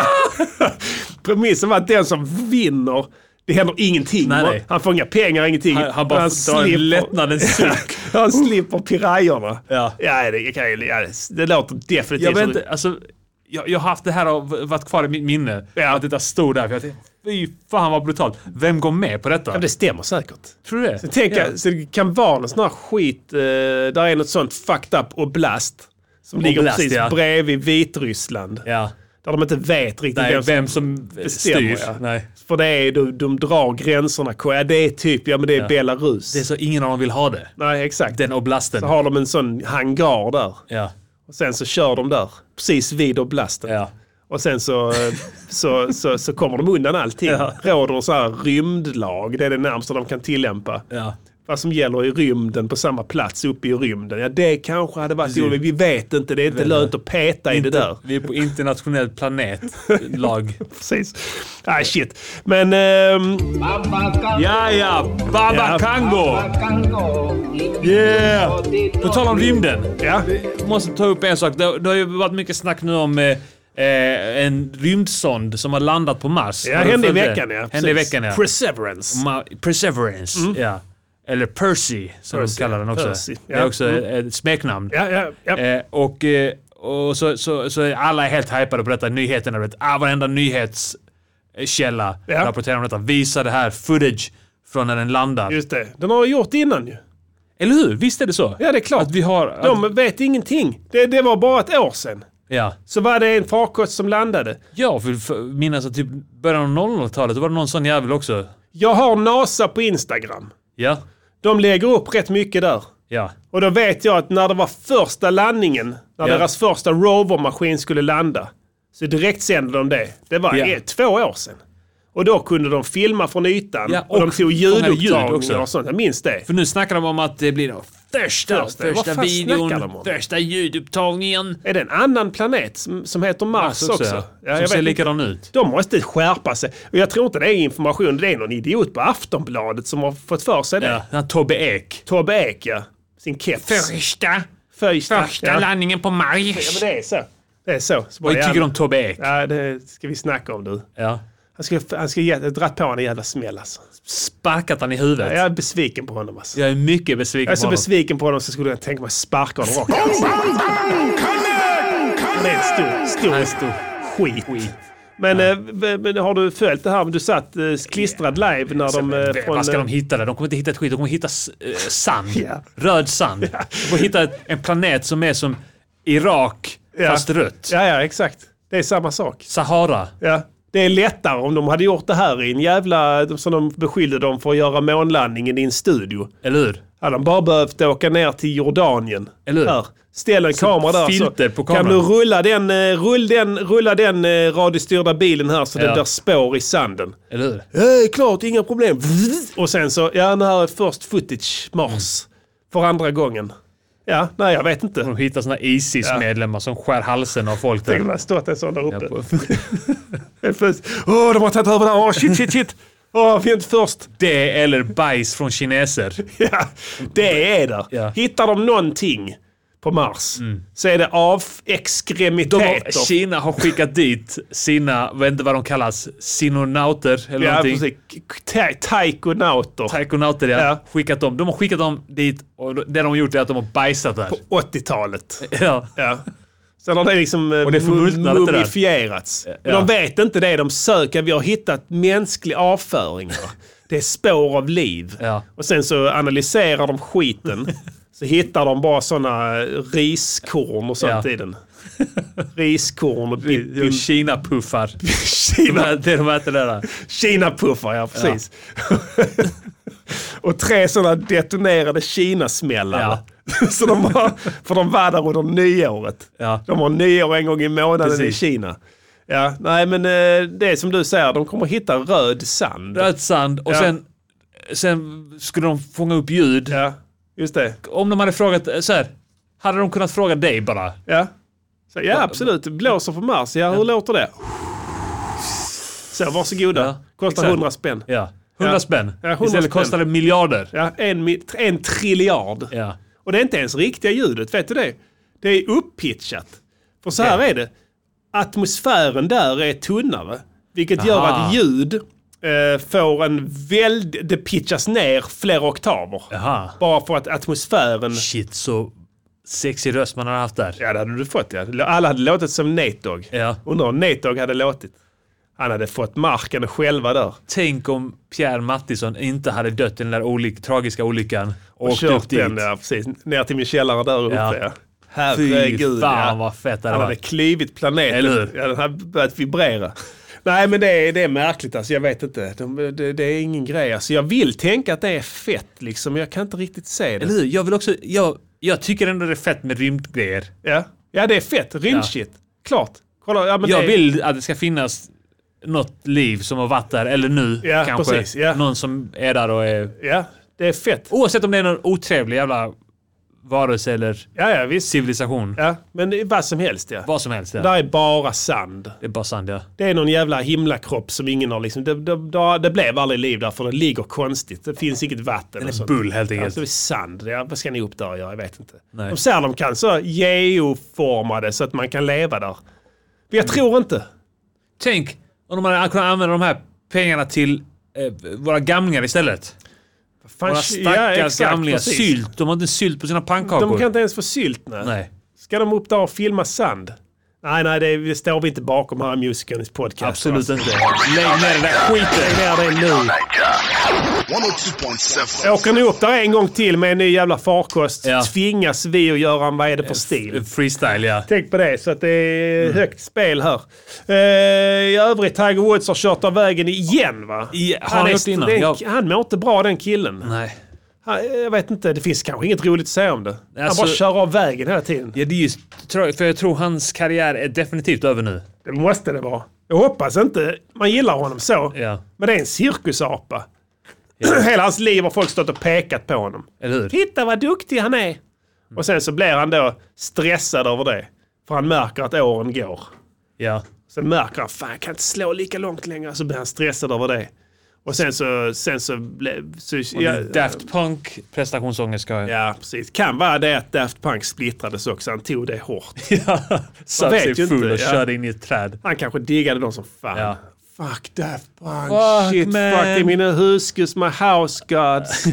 Premissen var att den som vinner, det händer ingenting. Nej, nej. Han får inga pengar, ingenting. Han, han bara han drar en lättnadens suck. Han slipper pirajorna. Ja. Ja, det, kan, ja, det låter definitivt. Jag vet inte, alltså, jag, jag har haft det här och varit kvar i mitt minne. Ja. Att det där stod där. För jag tänkte, fy fan vad brutalt. Vem går med på detta? Ja, det stämmer säkert. Tror du det? Så, tänk, ja. Så det kan vara någon sån här skit, eh, där är något sånt fucked up oblast. Som oblast, ligger precis ja. bredvid Vitryssland. Ja. Där de inte vet riktigt Nej, vem, som vem som bestämmer. styr. Ja. Nej. För det är, de, de drar gränserna. Ja, det är typ, ja men det är ja. Belarus. Det är så ingen av dem vill ha det. Nej, exakt. Den oblasten. Så har de en sån hangar där. Ja. Och sen så kör de där. Precis vid oblasten. Ja. Och sen så, så, så, så kommer de undan allting. Ja. Råder så här rymdlag. Det är det närmsta de kan tillämpa. Ja. vad som gäller i rymden på samma plats uppe i rymden. Ja, det kanske hade varit roligt. Vi vet inte, det är inte lönt att peta i inte, det där. Vi är på internationell planetlag. Precis. Ah, shit. Men... Um... Ja, ja. Baba ja. Kango. Yeah. På tal om rymden. Ja. Jag måste ta upp en sak. Det, det har ju varit mycket snack nu om... Eh, Eh, en rymdsond som har landat på Mars. Ja, hände i veckan, ja. Hände i veckan, ja. Perseverance. Ma- Perseverance, mm. ja. Eller Percy, som Percy. de kallar den också. Percy. Ja. Det är också mm. ett smeknamn. Ja, ja, ja. Eh, och och så, så, så alla är helt hypade på detta. Nyheterna, vet, ah, varenda nyhetskälla ja. rapporterar om detta. Visar det här footage från när den landar. Just det. Den har gjort innan ju. Eller hur? Visst är det så? Ja, det är klart. Att vi har, att... De vet ingenting. Det, det var bara ett år sedan. Ja. Så var det en farkost som landade. Ja, för, för minnas att typ början av noll noll-talet, då var det någon sån jävel också. Jag har NASA på Instagram. Ja. De lägger upp rätt mycket där. Ja. Och då vet jag att när det var första landningen, när ja. deras första rovermaskin skulle landa, så direkt sände de det. Det var ja. ett, två år sedan. Och då kunde de filma från ytan. Ja, och, och de tog ljudupptagningar och sånt. Jag minns det. För nu snackar de om att det blir första, första, första videon, första ljudupptagningen. Är det en annan planet som, som heter Mars, Mars också? också? Ja, som jag ser likadan ut. De måste skärpa sig. Och jag tror inte det är information. Det är någon idiot på Aftonbladet som har fått för sig det. Ja, Tobbe Ek. Tobbe Ek, ja. Sin keps. Första, första, första ja. landningen på Mars. Ja, men det är så. Det är så. så Vad tycker du om Tobbe Ek? Ja, det ska vi snacka om, du. Ja. Han ska, han ska ge, dratt på honom en jävla smäll alltså. Sparkat han i huvudet? Ja, jag är besviken på honom alltså. Jag är mycket besviken på honom. Jag är så besviken på honom så skulle jag tänka mig sparka honom rakt. Det är en stor, stor, en stor skit. skit. Men, ja. äh, men har du följt det här? Du satt äh, klistrad live när så, de... Äh, från, vad ska de hitta där? De kommer inte hitta ett skit. De kommer hitta äh, sand. Ja. Röd sand. Ja. De kommer hitta ett, en planet som är som Irak ja. fast rött. Ja, ja, exakt. Det är samma sak. Sahara. Ja. Det är lättare om de hade gjort det här i en jävla... Som de beskyllde dem för att göra månlandningen i en studio. Eller hur? Hade de bara behövt åka ner till Jordanien. Eller hur? Här. Ställ en så kamera där så på kan du rulla den, rull den, rulla den radiostyrda bilen här så ja. det blir spår i sanden. Eller hur? Ja, klart, inga problem. Och sen så, ja, den här är först footage Mars. Mm. För andra gången. Ja, nej jag vet inte. De hittar såna ISIS-medlemmar ja. som skär halsen av folk där. Tänk om det har stått en sån där uppe. Åh, oh, de har tagit över där. Åh, oh, shit, shit, shit. Åh, oh, vi är inte först. Det eller bajs från kineser. Ja, det är det. Ja. Hittar de någonting på Mars mm. så är det av exkremiteter. Kina har skickat dit sina, vet inte vad de kallas, sinonauter eller ja, någonting. Ta- taikonauter. Taikonauter, ja. ja. Skickat dem. De har skickat dem dit och det de har gjort är att de har bajsat där. På åttiotalet. Ja. ja. Sen har det liksom och det mumifierats. Ja. Men de vet inte det. De söker. Vi har hittat mänskliga avföringar. Det är spår av liv. Ja. Och sen så analyserar de skiten. Så hittar de bara såna riskorn och sånt ja. tiden. Riskorn och bi- bi- Kina-puffar. Kina. Det är de äter där. Kina-puffar, ja precis. Ja. Och tre sådana detonerade Kina-smällar. Ja. Så de har, för de var där under nyåret. Ja. De har nyår en gång i månaden precis. i Kina. Ja, nej men det är som du säger, de kommer hitta röd sand. Röd sand och ja. sen, sen skulle de fånga upp ljud. Ja. Just det. Om de hade frågat så här, hade de kunnat fråga dig bara? Ja. Så, ja, absolut. Det blåser på Mars. Ja, hur ja. låter det? Så, varsågoda. Ja, kostar hundra spänn. Ja, hundra ja. spänn. Ja, hundra istället spänn. kostar det miljarder. Ja, en, en triljard. Ja. Och det är inte ens riktiga ljudet, vet du det? Det är upppitchat. För så här okay. är det. Atmosfären där är tunnare. Vilket Aha. gör att ljud... Uh, får en väldigt... Det pitchas ner flera oktaver. Aha. Bara för att atmosfären... Shit, så sexig röst man har haft där. Ja, det hade du fått, ja. Alla hade låtit som Nate Dogg. Ja. Undrar om Nate Dogg hade låtit. Han hade fått marken själva där. Tänk om Pierre Mattisson inte hade dött i den där olyck- tragiska olyckan. Och, och kört den, ja, precis. Ner till min källare där uppe, ja. ja. Herregud, fan ja. vad fett det Han var. hade klivit planeten. Eller hur? Ja, den hade börjat vibrera. Nej, men det är, det är märkligt. Alltså, jag vet inte. Det, det, det är ingen grej. Alltså, jag vill tänka att det är fett, liksom. Men jag kan inte riktigt se det. Eller hur? Jag vill också... Jag, jag tycker ändå det är fett med rymdgrejer. Ja, ja det är fett. Rymdshit. Ja. Klart. Kolla, ja, men jag det... vill att det ska finnas något liv som har varit där. Eller nu, ja, kanske. Precis, ja. Någon som är där och är... Ja, Det är fett. Oavsett om det är någon otrevlig jävla varelse eller ja, ja, visst. civilisation. Ja, men det är vad som helst, ja. Vad som helst, ja. Där är bara sand. Det är bara sand, ja. Det är någon jävla himlakropp som ingen har liksom... Det, det, det blev aldrig liv där för det ligger konstigt. Det finns inget vatten. Det är sånt. bull helt enkelt. Ja, det är sand. Ja, vad ska ni upp där och göra? Jag vet inte. Nej. De säger de kan så geoformade så att man kan leva där. Men jag mm. tror inte. Tänk om de hade kunnat använda de här pengarna till eh, våra gamlingar istället. Fan, våra stackars ja, gamlingar. Sylt. De har inte sylt på sina pannkakor. De kan inte ens få sylt, nej. nej. Ska de upp där och filma sand? Nej, nej, det, det står vi inte bakom här i Musicals podcast. Absolut alltså. inte. Lägg ner den där skiten. Lägg ner det nu. Åker ni upp där en gång till med en ny jävla farkost, ja. tvingas vi att göra en vad är det för stil. Freestyle, ja. Tänk på det, så att det är mm. högt spel här. Uh, I övrigt, Tiger Woods har kört av vägen igen, va? I, har han gjort innan? Den, ja. Han mår inte bra, den killen. Nej. Jag vet inte, det finns kanske inget roligt att säga om det. Alltså, han bara kör av vägen hela tiden. Ja, det är just, för jag tror hans karriär är definitivt över nu. Det måste det vara. Jag hoppas inte. Man gillar honom så. Ja. Men det är en cirkusapa. Ja. Hela hans liv har folk stått och pekat på honom. Eller hur? Titta vad duktig han är. Mm. Och sen så blir han då stressad över det. För han märker att åren går. Ja. Sen märker han, fan jag kan inte slå lika långt längre. Så blir han stressad över det. Och sen så... Sen så, blev, så ja, Daft Punk prestationsångest. Ja, precis. Kan vara det att Daft Punk splittrades också. Han tog det hårt. ja, satt sig full inte. och ja. körde in i ett träd. Han kanske diggade dem som fan. Ja. Fuck Daft Punk. Fuck, Shit, man. fuck. Det är mina huskus, my house gods.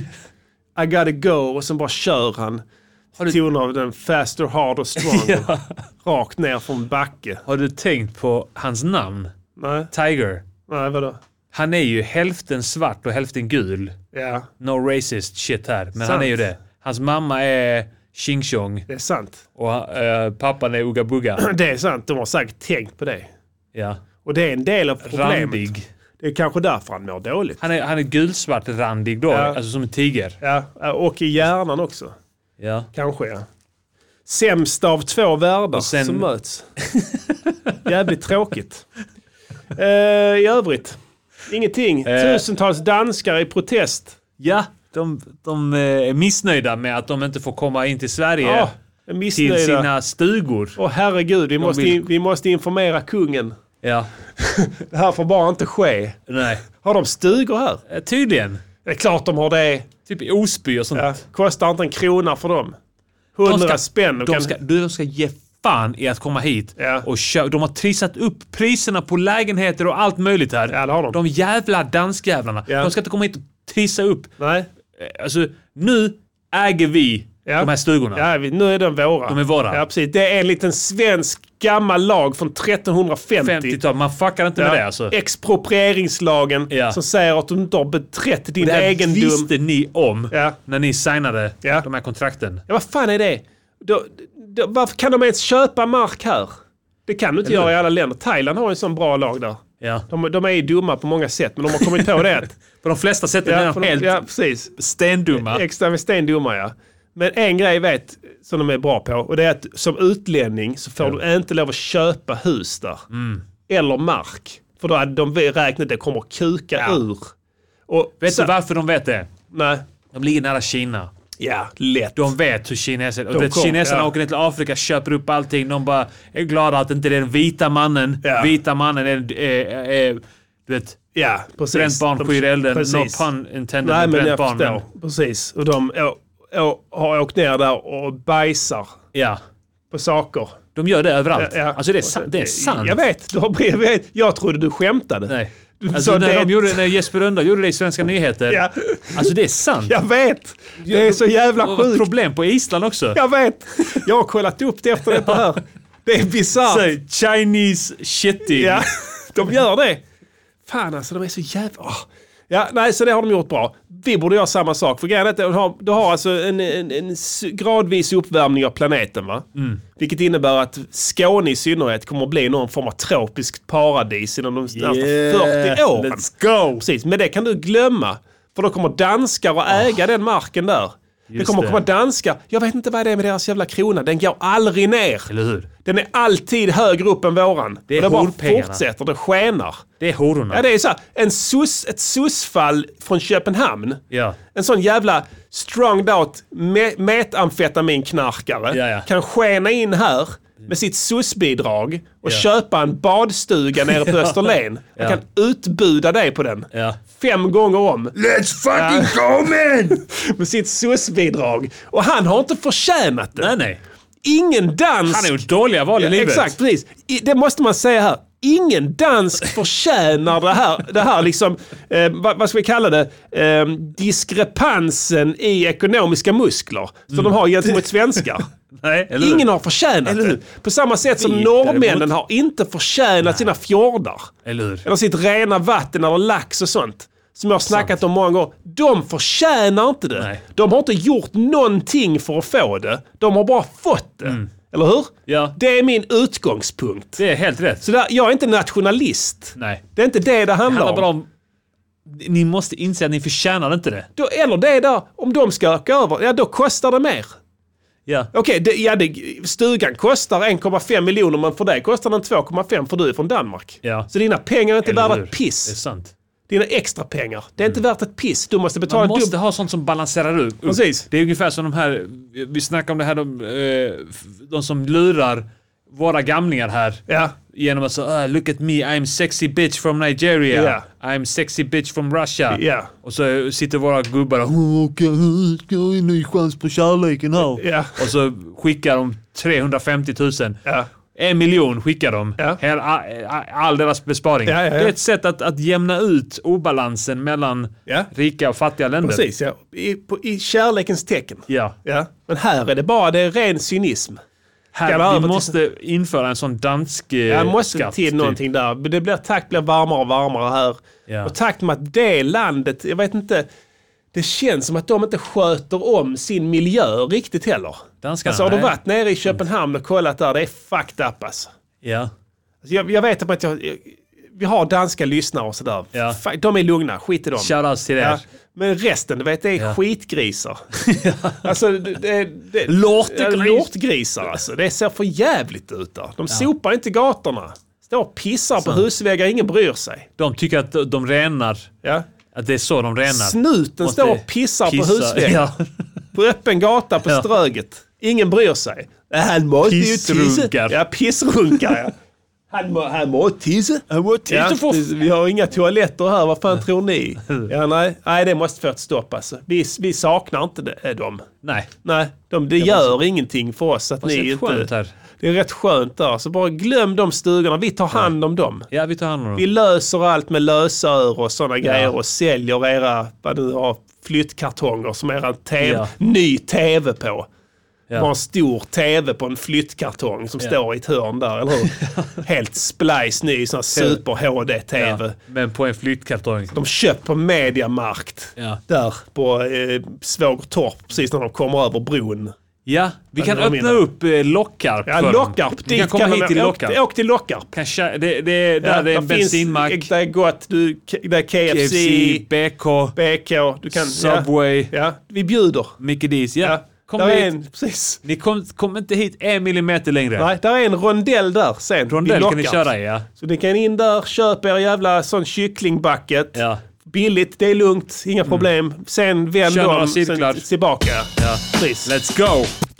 I gotta go. Och sen bara kör han. Har du... Tonen av den faster, harder, stronger. ja. Rakt ner från backe. Har du tänkt på hans namn? Nej. Tiger. Nej, vadå? Han är ju hälften svart och hälften gul. Ja. No racist shit här. Men sant. Han är ju det. Hans mamma är Ching Chong. Det är sant. Och äh, pappan är Uga Buga. Det är sant. De har säkert tänkt på det. Ja. Och det är en del av problemet. Randig. Det är kanske därför han mår dåligt. Han är, han är gulsvart randig då. Ja. Alltså som en tiger. Ja. Och i hjärnan också. Ja. Kanske, ja. Sämsta av två världar sen... som möts. Jävligt tråkigt. Uh, I övrigt. Ingenting. Eh. Tusentals danskar i protest. Ja, de, de är missnöjda med att de inte får komma in till Sverige. Ja, till sina stugor. Åh herregud, vi måste, vill... in, vi måste informera kungen. Ja. Det här får bara inte ske. Nej. Har de stugor här? Eh, tydligen. Det är klart de har det. Typ i Osby och sånt. Ja, kostar inte en krona för dem. Hundra spänn. De ska, kan... de ska ge fan i att komma hit ja. och köpa. De har trissat upp priserna på lägenheter och allt möjligt här. Ja, det har de. De jävla danskjävlarna. Ja. De ska inte komma hit och trissa upp. Nej. Alltså, nu äger vi ja. de här stugorna. Ja, nu är de våra. De är våra. Ja, precis. Det är en liten svensk gammal lag från trettonhundrafemtio. femtiotal. Man fuckar inte ja. med det alltså. Exproprieringslagen ja. som säger att du inte har beträtt din det egendom. Det visste ni om ja. när ni signade ja. de här kontrakten. Ja, vad fan är det? Då, då, varför kan de ens köpa mark här? Det kan du inte Eller? göra i alla länder. Thailand har en sån bra lag där. Ja. De, de är ju dumma på många sätt, men de har kommit på det. Att, på de flesta sätt är ja, de helt ja, precis. stendumma. Extra stendumma, ja. Men en grej vet som de är bra på, och det är att som utlänning så får ja. du inte lov att köpa hus där. Mm. Eller mark. För då hade de räknat att det kommer att kuka ja. ur. Och vet så, du varför de vet det? Nej. De ligger nära Kina. Ja, lätt. De vet hur kineser... Och vet, kineserna ja. åker ner till Afrika, köper upp allting. De bara är glada att inte det är den vita mannen. Ja. Vita mannen är... är, är, är du vet... Ja, precis. Bränt barn skyr elden. No pun intended. Nej, men jag barn, förstår. Men... Precis. Och de å, å, har åkt ner där och bajsar. Ja. På saker. De gör det överallt. Ja, ja. Alltså det är, sa- det är sant. Jag vet. Du har, jag vet. Jag trodde du skämtade. Nej. Alltså när, det... de gjorde, när Jesper Rönndahl gjorde det i Svenska nyheter. Ja. Alltså det är sant. Jag vet. Det är så jävla och, sjukt. Problem på Island också. Jag vet. Jag har kollat upp det efter det här. Det är bizarrt. Chinese shitting. Ja, de gör det. Fan alltså, de är så jävla... Oh. Ja, nej, så det har de gjort bra. Vi borde göra samma sak. För grejen är att du har, du har alltså en, en, en gradvis uppvärmning av planeten, va? Mm. Vilket innebär att Skåne i synnerhet kommer att bli någon form av tropiskt paradis inom de närmaste yeah. fyrtio åren. Let's go! Precis, men det kan du glömma. För då kommer danskar att äga oh. den marken där. Just det kommer det. komma danskar. Jag vet inte vad det är med deras jävla krona. Den går aldrig ner. Eller hur? Den är alltid högre upp än våran. Det är det bara fortsätter, det skenar. Det är hororna. Ja, det är så här, en sus, ett susfall från Köpenhamn. Ja. En sån jävla stronged out me- metamfetaminknarkare ja, ja. kan skena in här med sitt susbidrag och ja. köpa en badstuga nere på Österlen. Han ja. kan utbuda dig på den. Ja. Fem gånger om. Let's fucking ja. go man! med sitt susbidrag. Och han har inte förtjänat det. Nej, nej. Ingen dans... Han är ju dåliga val i ja, livet. Exakt, precis. I, det måste man säga här. Ingen dansk förtjänar det här, det här liksom, eh, vad, vad ska vi kalla det, eh, diskrepansen i ekonomiska muskler som mm. de har gentemot svenskar. Nej, eller Ingen har förtjänat det. På samma sätt som norrmännen har inte förtjänat Nej. sina fjordar. Eller, eller sitt rena vatten eller lax och sånt. Som jag har snackat Sant. om många gånger. De förtjänar inte det. Nej. De har inte gjort någonting för att få det. De har bara fått det. Mm. Eller hur? Ja. Det är min utgångspunkt. Det är helt rätt. Så där, jag är inte nationalist. Nej. Det är inte det det handlar, det handlar om. om. Ni måste inse att ni förtjänar inte det. Då, eller det där, om de ska öka över, ja då kostar det mer. Ja. Okej, okay, ja, stugan kostar en komma fem miljoner men för dig kostar den två komma fem för du är från Danmark. Ja. Så dina pengar är inte värda ett piss. Det är sant. Dina extra pengar. Det är inte mm. värt ett piss. Du måste betala. Man måste dub- ha sånt som balanserar ut. Precis. Det är ungefär som de här, vi snackar om det här, de, de som lurar våra gamlingar här. Ja. Genom att säga, oh, look at me, I'm sexy bitch from Nigeria. Yeah. I'm sexy bitch from Russia. Yeah. Och så sitter våra gubbar och okej, ska jag ha en ny chans på kärleken här. Yeah. Och så skickar de trehundrafemtio tusen. Yeah. En miljon skickar de. Ja. Här, all, all deras besparing. Ja, ja, ja. Det är ett sätt att, att jämna ut obalansen mellan ja. rika och fattiga länder. Precis, ja. I, på, i kärlekens tecken. Ja. Ja. Men här är det bara det är ren cynism. Här, vi måste till... införa en sån dansk ja, måste skatt. till typ. någonting där. Det blir, takt blir varmare och varmare här. Ja. Och takt med att det landet, jag vet inte... Det känns som att de inte sköter om sin miljö riktigt heller. Danskarna, alltså har du varit nere i Köpenhamn och kollat där, det är fucked up alltså. Ja. Alltså, jag, jag vet att jag, jag, vi har danska lyssnare och sådär. Ja. De är lugna, skit i dem. Shoutouts till er. Ja. Men resten, du vet, det är ja. skitgrisar. alltså, det, det, det, Lortgris. Lortgrisar alltså. Det ser för jävligt ut där. De ja. sopar inte gatorna. Står och pissar så. på husväggar, ingen bryr sig. De tycker att de renar. Ja. Att det är så de renar. Snuten står och pissar pissa. på husväggen. Ja. På öppen gata på ja. Ströget. Ingen bryr sig. Han måste ju tisse. Ja, pissrunkar. Ja. Han, må, han må tisse. Han må tisse ja, för... Vi har inga toaletter här. Vad fan tror ni? Ja, nej. nej, det måste få ett stopp alltså. Vi, vi saknar inte det, dem. Nej. Nej, de, det, det gör så... ingenting för oss att ni inte... Här. Det är rätt skönt där. Så bara glöm de stugorna. Vi tar hand om dem. Ja, vi tar hand om dem. Vi löser allt med lösör och sådana ja. grejer och säljer era, vad du har, flyttkartonger som är en T V, ja. ny tv på. Ja. Man har en stor tv på en flyttkartong som ja. står i ett hörn där, eller hur? Helt splice ny, sån super-H D-tv. Ja. Men på en flyttkartong. De köpt på Mediamarkt. Ja. Där på eh, Svågertorp, precis när de kommer över bron. Ja, vi kan öppna mina. upp eh, Lockarp. Ja, Lockarp. Vi kan komma kan hit till Lockarp. Åk, åk till Lockarp. Kanske, det, det, där ja, det är en bensinmack. Det är gott. Du, det är K F C. K F C, B K. B K. Du kan, Subway. Ja, ja, vi bjuder. Mickey D's, ja. ja. Kom där hit. är en, precis. Ni kom, kom inte hit en millimeter längre. Nej, där är en rondell där sen. Rondell kan ni köra i, ja. Så ni kan in där, köpa er jävla sån kycklingbucket. Ja. Billigt, det är lugnt, inga problem. Mm. Sen vänd dem sen tillbaka. Ja. Precis. Let's go!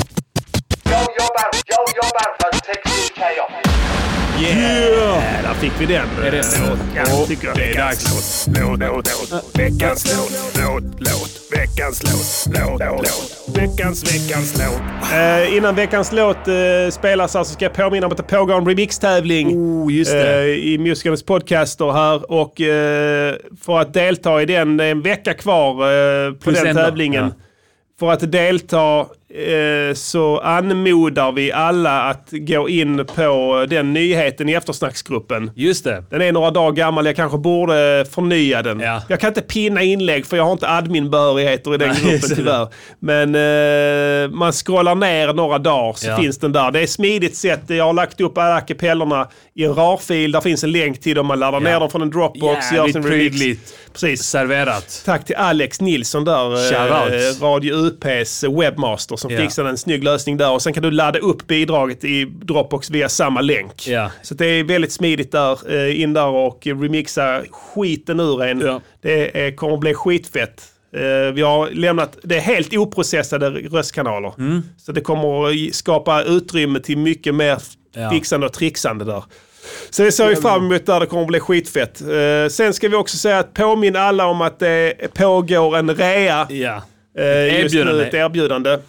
Jag jobbar, jag jobbar för textiltjejer. Yeah! yeah! Där fick vi den. Är det låt? Ja, oh, tycker jag. Det är dags. Låt, låt, låt. Veckans låt, låt, låt. Veckans låt, låt, låt. Veckans, veckans låt. Uh, innan veckans låt uh, spelas här så ska jag påminna om att det pågår en remix-tävling oh, just det. Uh, i Musikernas podcaster här. Och uh, för att delta i den, det är en vecka kvar uh, på Plus den tävlingen. Ja. För att delta eh, så anmodar vi alla att gå in på den nyheten i eftersnacksgruppen. Just det. Den är några dagar gammal, jag kanske borde förnya den. Ja. Jag kan inte pinna inlägg för jag har inte adminbehörigheter i den Nej, gruppen tyvärr. Men eh, man scrollar ner några dagar så ja. finns den där. Det är ett smidigt sätt. Jag har lagt upp alla kapellerna i en rar-fil. Där finns en länk till dem. Man laddar ja. ner dem från en Dropbox. Jävligt prydligt. Precis. Serverat. Tack till Alex Nilsson där, eh, Radio U P:s webbmaster som yeah. fixade en snygg lösning där. Och sen kan du ladda upp bidraget i Dropbox via samma länk. Yeah. Så det är väldigt smidigt där, eh, in där och remixa skiten ur en. Yeah. Det är, kommer att bli skitfett. Eh, vi har lämnat, det är helt oprocessade röstkanaler. Mm. Så det kommer att skapa utrymme till mycket mer yeah. fixande och trixande där. Så det ser vi fram emot där, det kommer att bli skitfett. Uh, sen ska vi också säga att påminna alla om att det pågår en rea. Ja. Uh, just nu ett erbjudande. Uh,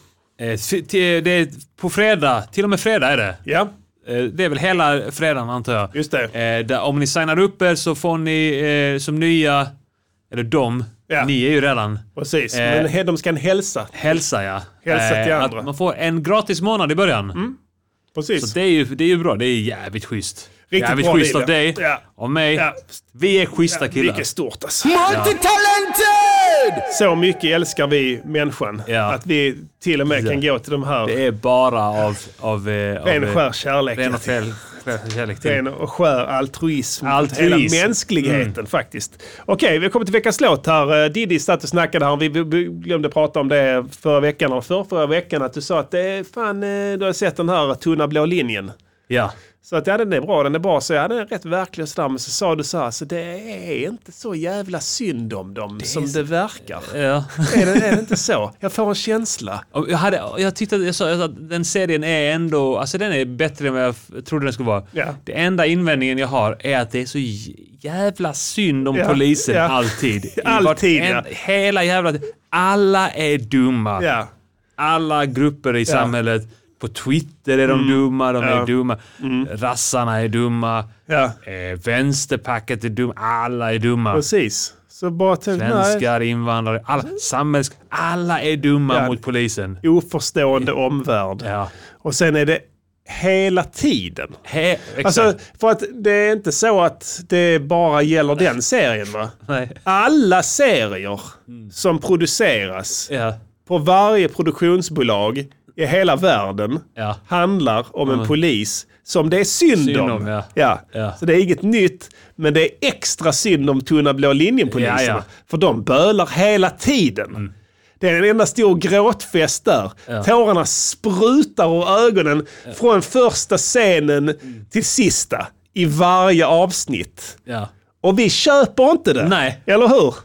det är på fredag, till och med fredag är det. Ja. Uh, det är väl hela fredagen antar jag. Just det. Uh, där, om ni signar upp er så får ni uh, som nya, eller de, ja. Ni är ju redan. Precis, uh, men de ska en hälsa. Hälsa, ja. Hälsa till uh, andra. Att man får en gratis månad i början. Mm. Precis. Så det är ju, det är ju bra, det är jävligt schysst. Riktigt jävligt bra schysst av dig, ja. av mig. Ja. Vi är schyssta ja, killar. Mycket stort alltså. Multitalented! Så mycket älskar vi människan. Ja. Att vi till och med ja. kan gå till de här. Det är bara av... av ren och skär kärlek. Ren och skär kärlek till. Ren och skär altruism. altruism. Hela mänskligheten mm. faktiskt. Okej, okay, vi kommer till veckans låt här. Diddy satt och snackade här. Vi glömde prata om det förra veckan och för förra veckan. Att du sa att det är fan, du har sett den här tunna blå linjen. Ja. Så att ja, den är bra, den är bra. Så ja, den är rätt verklig och sådär. Men så sa du så här, så det är inte så jävla synd om dem det som så... det verkar. Ja. Är, det, är det inte så? Jag får en känsla. Och jag, hade, jag tyckte jag sa att den serien är ändå, alltså den är bättre än vad jag trodde den skulle vara. Ja. Det enda invändningen jag har är att det är så jävla synd om ja. polisen ja. alltid. alltid, en, ja. Hela jävla... Alla är dumma. Ja. Alla grupper i ja. samhället. På Twitter är de mm. dumma, de ja. är dumma. Mm. Rassarna är dumma. Ja. Eh, vänsterpacket är dumma. Alla är dumma. Precis. Så bara till, svenskar, nej. invandrare, alla, samhälls, alla är dumma ja. mot polisen. Oförstående omvärld. Ja. Och sen är det hela tiden. He, alltså, för att det är inte så att det bara gäller den serien, va? Nej. Alla serier mm. som produceras ja. på varje produktionsbolag i hela världen ja. handlar om en mm. polis som det är synd, synd om. om ja. Ja. Ja. Så det är inget nytt, men det är extra synd om tunna blå linjen-poliserna. Ja, ja. För de bölar hela tiden. Mm. Det är en enda stor gråtfest där. Ja. Tårarna sprutar ur ögonen ja. från första scenen mm. till sista i varje avsnitt. Ja. Och vi köper inte det. Nej. Eller hur?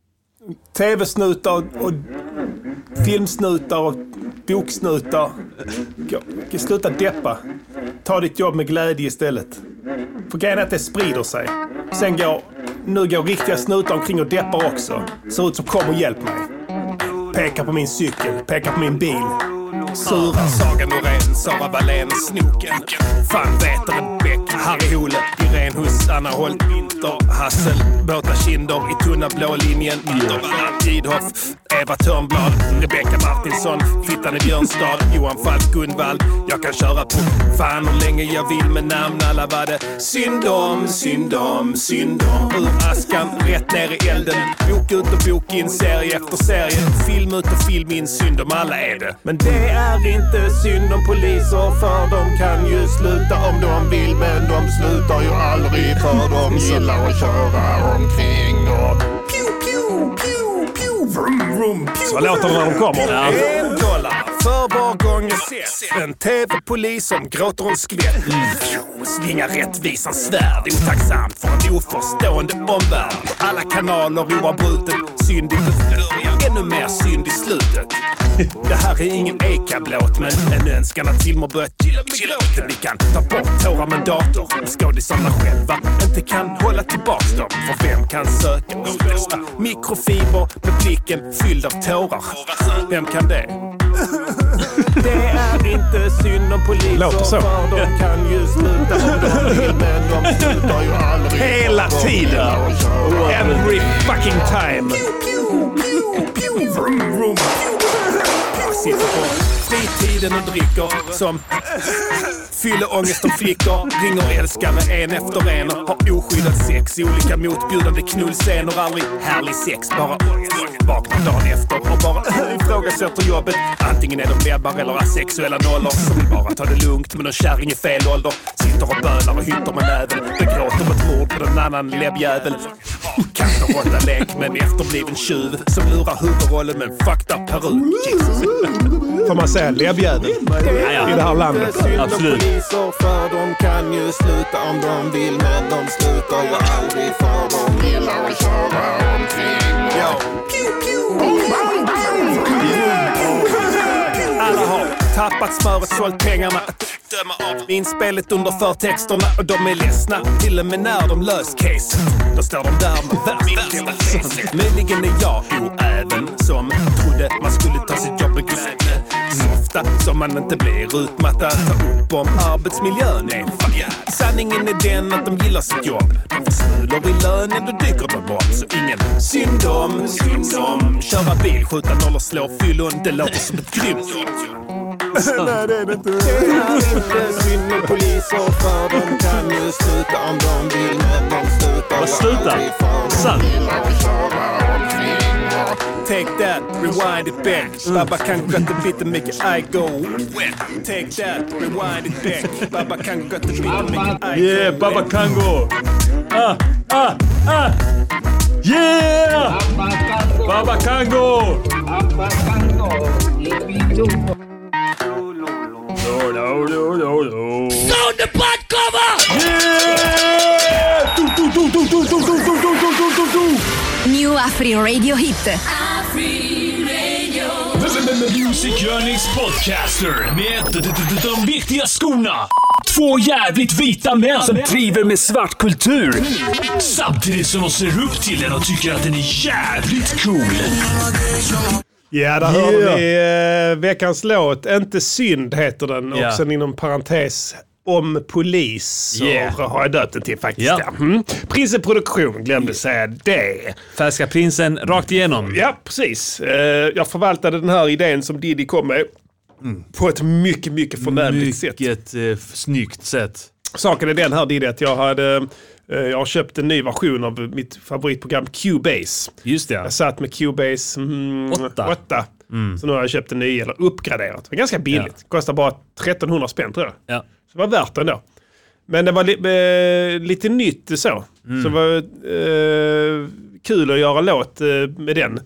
Tv-snutar och filmsnutar och boksnutar. Sluta deppa. Ta ditt jobb med glädje istället. För grejen är att det sprider sig. Sen går, nu går riktiga snutar omkring och deppar också. Ser ut som kom och hjälp mig. Pekar på min cykel, pekar på min bil. Sura, Saga Norén, Sara Wallén, Snoken. Fan Väteren, Bäck, Harry Hole, Irene Huss, Anna Holt, Winter, Hassel, Båta Kinder i tunna blå linjen. Anna Tidhoff, Eva Törnblad, Rebecca Martinsson, Fittan i Björnstad, Johan Falk, Gunvald. Jag kan köra på fan hur länge jag vill med namn alla var det. Synd om, synd om, synd om. Ur askan, rätt ner i elden. Bok ut och bok in, serie efter serie. Film ut och film in, synd om alla är det. Men det är inte synd om poliser, för de kan ju sluta om de vill, men de slutar ju aldrig, för de gillar att köra omkring och pew, pew, pew, pew, vroom, vroom, pew. Så låter det när de kommer. Ja. En dollar för var gång jag ses en tv-polis som gråter om skvätt. Mm. Svingar rättvisans svärd, otacksamt för en oförstående omvärld. Alla kanaler oavbrutet, synd i början, ännu mer synd i slutet. Det här är ingen ekablåt, men en önskan att filmer börjar chilla med gråten. Vi kan ta bort tårar med dator, skådisarna själva inte kan hålla tillbaks dem. För vem kan söka de bästa mikrofiber med blicken fylld av tårar? Vem kan det? Det är inte synd om poliser, för de kan ju sluta om de vill, men de slutar ju aldrig. Hela tiden! Every fucking time! Sitter på fritiden och dricker. Som fyller ångest om flickor. Ringer älskare en efter en. Och har oskyddad sex i olika motbjudande knullscener. Aldrig härlig sex, bara ångest. Vaknar dagen efter och bara ifrågasätter jobbet. Antingen är de webbar eller asexuella nollor som vill bara ta det lugnt med någon kärring i fel ålder. Sitter och bölar och hytter med näven. Begråter på ett mord på en annan läbbjävel. Katt och råtta lek med en efterbliven tjuv som lurar huvudrollen med en fucked up peruk. Får man säga läbbjävel i det här landet? Absolut. För de kan ju sluta om de vill, men de slutar ju aldrig för de gillar att köra omkring. Alla har tappat smöret, sålt pengarna att döma av inspelet under förtexterna. Och de är ledsna, till och med när de lös case. Då står de där med värsta facet. Möjligen är jag oäven som trodde man skulle ta sitt jobb med glädje. Softa som man inte blir utmattad. Ta upp om arbetsmiljön är fan. Sanningen är den att de gillar sitt jobb. De får smulor i lönen, då dyker de bort. Så ingen synd om, synd om. Köra bil, skjuta noll och slå fyllon. Det låter som ett grymt jobb. Nej, det är det inte. Det är inte synd med poliser, för de kan ju sluta om de vill, men de slutar. Vad slutar? Sant. Take that, rewind it back. Baba can got the bit and make it I go wet. Take that, rewind it back. Baba can got the bit and make it I go yeah, wet. Baba Kango. Ah, ah, ah. Yeah! Baba Kango. Baba Kango. No, no, no, no, no. Sound the butt cover! Yeah! Du, du, du, du, du, du, du, du, du, du, du, du. New Afri Radio Hit. Afri Radio. Music Yearnings podcaster med de viktiga skorna. Två jävligt vita män som driver med svart kultur. Samtidigt som de ser upp till den och tycker att den är jävligt cool. Ja, där yeah. hörde vi eh, veckans låt. Inte synd heter den. Yeah. Och sen inom parentes om polis. Yeah. Så har jag döpt den till faktiskt. Yeah. Mm. Prinsen Produktion, glömde säga det. Färska prinsen rakt igenom. Ja, precis. Eh, jag förvaltade den här idén som Diddy kom med. Mm. På ett mycket, mycket förnämligt sätt. Mycket eh, snyggt sätt. Saken är den här, Diddy, att jag hade... Jag har köpt en ny version av mitt favoritprogram Cubase. Just det. Jag satt med Cubase mm, åtta. åtta. Mm. Så nu har jag köpt en ny eller uppgraderat. Det var ganska billigt. Ja. Kostar bara trettonhundra spänn tror jag. Ja. Så det var värt det ändå. Men det var li- eh, lite nytt så. Mm. Så det var eh, kul att göra låt eh, med den.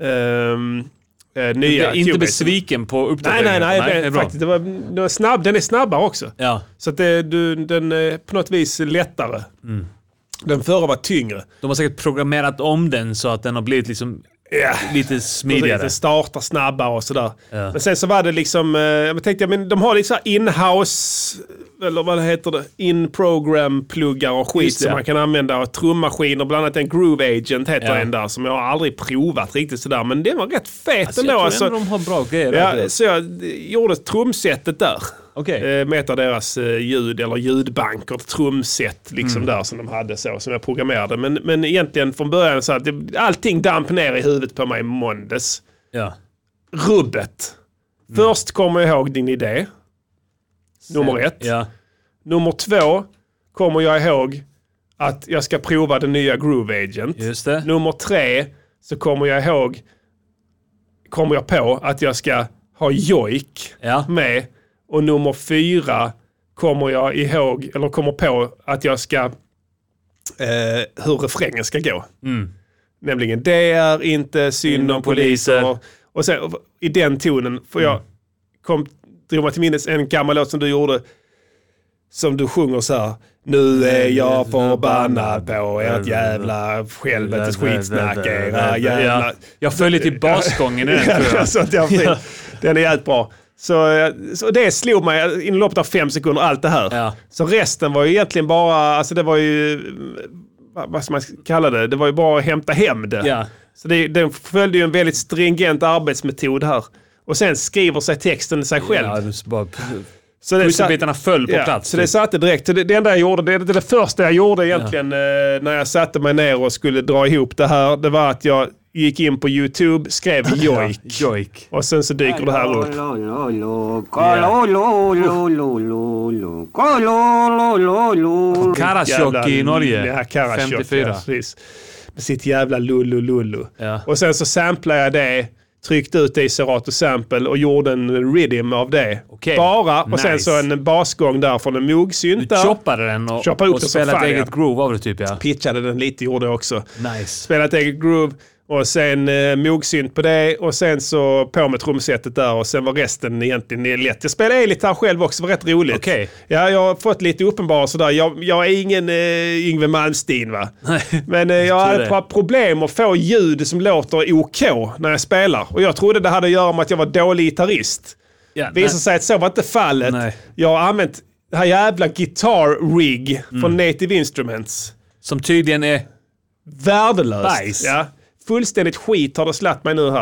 Eh, eh, nya inte Cubase. Besviken på uppdateringen. Nej, nej, nej. nej det, faktiskt, det var, det var snabb, den är snabbare också. Ja. Så att det, du, den är på något vis lättare. Mm. Den förra var tyngre. De har säkert programmerat om den så att den har blivit liksom ja. lite smidigare. Den startar snabbare och sådär. Ja. Men sen så var det liksom, jag tänkte, men de har lite så här in-house, eller vad heter det, in-program-pluggar och skit som man kan använda. Och trummaskiner, bland annat en Groove Agent heter ja. en där som jag aldrig provat riktigt sådär. Men det var rätt fet alltså, ändå. Jag tror alltså, ändå de har bra grejer. Ja, så jag gjorde trumsetet där. Okay. Med ett av deras ljud eller ljudbanker, trumset liksom mm. där som de hade så, som jag programmerade. Men, men egentligen från början så att det, allting damp ner i huvudet på mig i måndags. Ja. Rubbet. Mm. Först kommer jag ihåg din idé. Sen, nummer ett. Ja. Nummer två kommer jag ihåg att jag ska prova den nya Groove Agent. Just det. Nummer tre så kommer jag ihåg kommer jag på att jag ska ha Joik ja. med. Och nummer fyra kommer jag ihåg, eller kommer på att jag ska, eh, hur refrängen ska gå. Mm. Nämligen, det är inte synd om poliser. Och, och sen, och, i den tonen, för jag kom, drog mig till minnes en gammal låt som du gjorde, som du sjunger så här. Nu är jag förbannad på ert jävla helvetes skitsnack, era jävla... Jag följer till basgången i den, tror jag. Så att jag ja. Den är jävligt bra. Så, så det slog mig inom loppet av fem sekunder, allt det här. Ja. Så resten var ju egentligen bara, alltså det var ju, vad ska man kalla det, det var ju bara att hämta hem det. Ja. Så det, den följde ju en väldigt stringent arbetsmetod här. Och sen skriver sig texten sig själv. Ja, det bara... Så pusselbitarna föll på ja, plats. Så det satte direkt. Det, det enda jag gjorde, det, det, det första jag gjorde egentligen ja. eh, när jag satte mig ner och skulle dra ihop det här, det var att jag gick in på YouTube, skrev Joik. Joik. Och sen så dyker det här upp. Karasjok i Norge. Ja, Karasjok, femtiofyra. Ja, precis. Med sitt jävla lullu lullu. Ja. Och sen så samplade jag det, tryckte ut det i Serato Sample och gjorde en rhythm av det. Okay. Bara. Och nice. sen så en basgång där från en Moog-synt. Du choppade den och, choppade och spelade ett eget groove av det typ, ja. Pitchade den lite, gjorde jag också. Nice. Spelade ett eget groove. Och sen eh, Moog-synt på det. Och sen så på med trumsetet där. Och sen var resten egentligen lätt. Jag spelade elgitarr själv också. Det var rätt roligt. Okay. Ja, jag har fått lite uppenbarelse där. Jag, jag är ingen eh, Yngwie Malmsteen, va? Men eh, jag hade ett par problem att få ljud som låter OK när jag spelar. Och jag trodde det hade att göra med att jag var dålig gitarrist. Ja, visade sig att så var inte fallet. Nej. Jag har använt det här jävla guitar rig mm. från Native Instruments. Som tydligen är värdelöst. Bajs. Ja. Fullständigt skit har det slatt mig nu här.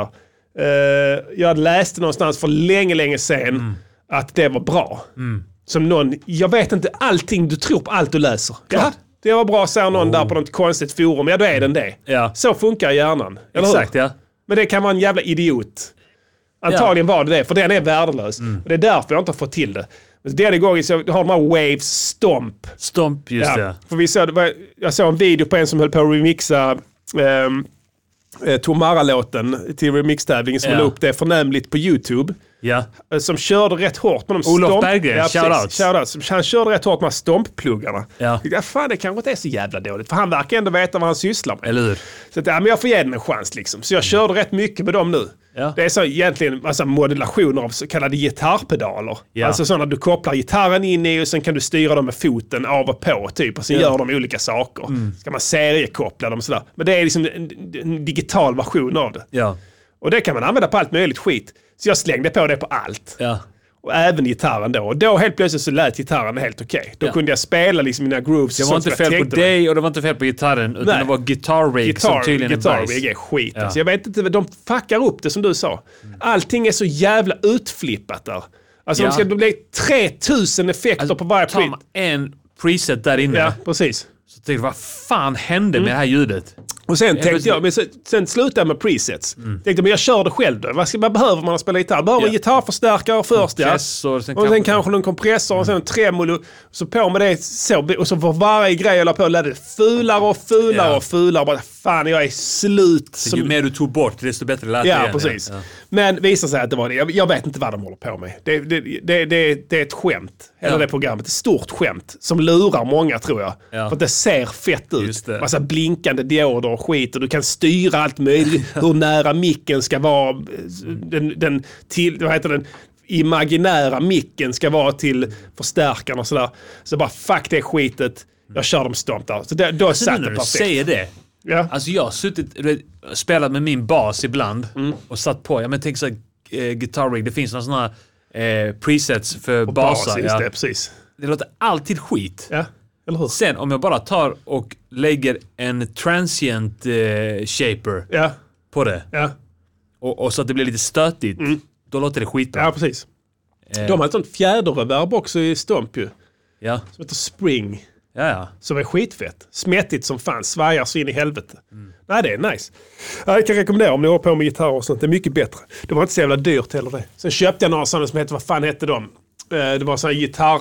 Uh, jag läste någonstans för länge, länge sedan mm. att det var bra. Mm. Som någon, jag vet inte allting, du tror på allt du läser. Ja, det var bra, säger någon oh. där på något konstigt forum. Ja, då är den det. Ja. Så funkar hjärnan. Eller exakt, hur? Ja. Men det kan vara en jävla idiot. Antagligen ja. var det det, för den är värdelös. Mm. Och det är därför jag inte har fått till det. Den gången så har de här Waves Stomp. Stomp, just ja. det. För vi såg, jag såg en video på en som höll på att remixa um, Tomara-låten till remixtävlingen som ja. la upp det förnämligt på YouTube. Ja. Som körde rätt hårt med de Olof stomp... Berggren, ja, shoutout. Shoutout. Han körde rätt hårt med stomppluggarna. Ja. Ja, fan, det kanske inte är så jävla dåligt. För han verkar ändå veta vad han sysslar med. Eller hur? Så att, ja, men jag får ge den en chans liksom. Så jag körde rätt mycket med dem nu. Ja. Det är så egentligen massa modulationer av så kallade gitarrpedaler. Ja. Alltså sådana du kopplar gitarren in i och sen kan du styra dem med foten av och på typ. Och sen ja. gör de olika saker. Mm. Ska man seriekoppla dem sådär. Men det är liksom en, en digital version av det. Ja. Och det kan man använda på allt möjligt skit. Så jag slängde på det på allt. Ja. Och även gitarren då. Och då helt plötsligt så lät gitarren helt okej. Okay. Då ja. kunde jag spela liksom mina grooves. Det var inte fel på dig mig. Och det var inte fel på gitarren. Utan Nej. det var guitar rig Guitar, som tydligen guitar är bajs. Rig är skit. Ja. Alltså jag vet inte, de fuckar upp det som du sa. Mm. Allting är så jävla utflippat där. Alltså ja. de ska, det blir tre tusen effekter alltså, på varje preset. En preset där inne. Ja, precis. Så tänkte jag, vad fan hände mm. med det här ljudet? Och sen tänkte jag, men sen, sen slutade jag med presets. Mm. Tänkte men jag kör det själv då. Vad, ska, vad behöver man att spela gitarr? Behöver man ja. gitarrförstärkare först, ja. Sen och sen kanske, kanske någon kompressor mm. och sen en tremolo. Så på med det så, och så var varje grej jag la på lät det fulare och fulare ja. och fulare. Bara, fan, jag är slut. Så som... Ju mer du tog bort, desto bättre lät ja, det igen. Precis. Ja, precis. Men visar sig att det var det. Jag, jag vet inte vad de håller på med. Det, det, det, det, det är ett skämt. Hela ja. det programmet. Ett stort skämt. Som lurar många, tror jag. Ja. För att det ser fett ut. Massa blinkande dioder och skit. Och du kan styra allt möjligt. Hur nära micken ska vara. Den, den, till, vad heter den? Imaginära micken ska vara till förstärkaren och sådär. Så bara, fuck det skitet. Jag kör dem stomp där. Så det, då alltså, satt det perfekt. Du säger det. Ja. Alltså jag har suttit, spelat med min bas ibland mm. och satt på, ja men tänk så äh, guitar rig, det finns några sådana äh, presets för basar. Bas, ja. det, precis. Det låter alltid skit. Ja, eller hur? Sen om jag bara tar och lägger en transient äh, shaper ja. på det ja. och, och så att det blir lite stötigt, mm. då låter det skitbra. Ja, precis. Äh. De har ett sånt fjäderreverb också i Stomp ju. Ja. Som heter Spring. Ja, ja. Som är skitfett. Smättigt som fan. Svajar så in i helvete. Mm. Nej, det är nice. Jag kan rekommendera om ni har på med gitarr och sånt. Det är mycket bättre. Det var inte så jävla dyrt heller det. Sen köpte jag några sådana som hette, vad fan hette de? Det var sådana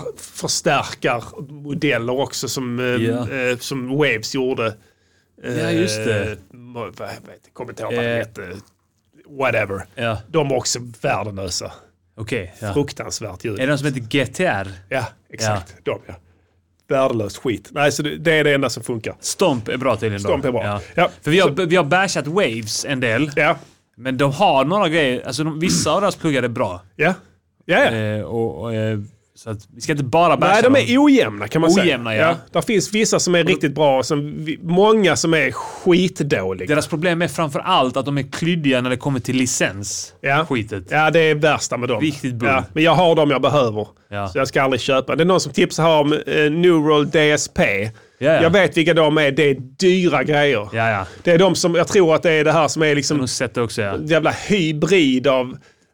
gitarrförstärkarmodeller också som, yeah. eh, som Waves gjorde. Ja, just det. Jag vet, kommer inte ihåg vad det hette. Whatever. Yeah. De var också värdelösa. Okej. Okay, ja. Fruktansvärt ljud. Är det de som heter G T R? Ja, exakt. Ja. De, ja. Värdelöst skit. Nej, så det, det är det enda som funkar. Stomp är bra tydligen då. Stomp är bra. Ja. Ja. För vi har, vi har bashat Waves en del. Ja. Men de har några grejer, alltså de, vissa av deras pluggar är bra. Ja. Ja, ja. Eh, och, och, eh, så att vi ska inte bara basha. Nej, de är dem. ojämna kan man ojämna, säga. Ja. Ja. Där finns vissa som är riktigt bra och som, många som är skitdåliga. Deras problem är framför allt att de är klyddiga när det kommer till licens. Ja. Skitet. Ja, det är värsta med dem. Riktigt bull. Ja. Men jag har dem jag behöver. Ja. Så jag ska aldrig köpa. Det är någon som tipsar om uh, Neural D S P. Ja, ja. Jag vet vilka de är. Det är dyra grejer. Ja, ja. Det är de som, jag tror att det är det här som är liksom sett också, ja. en jävla hybrid av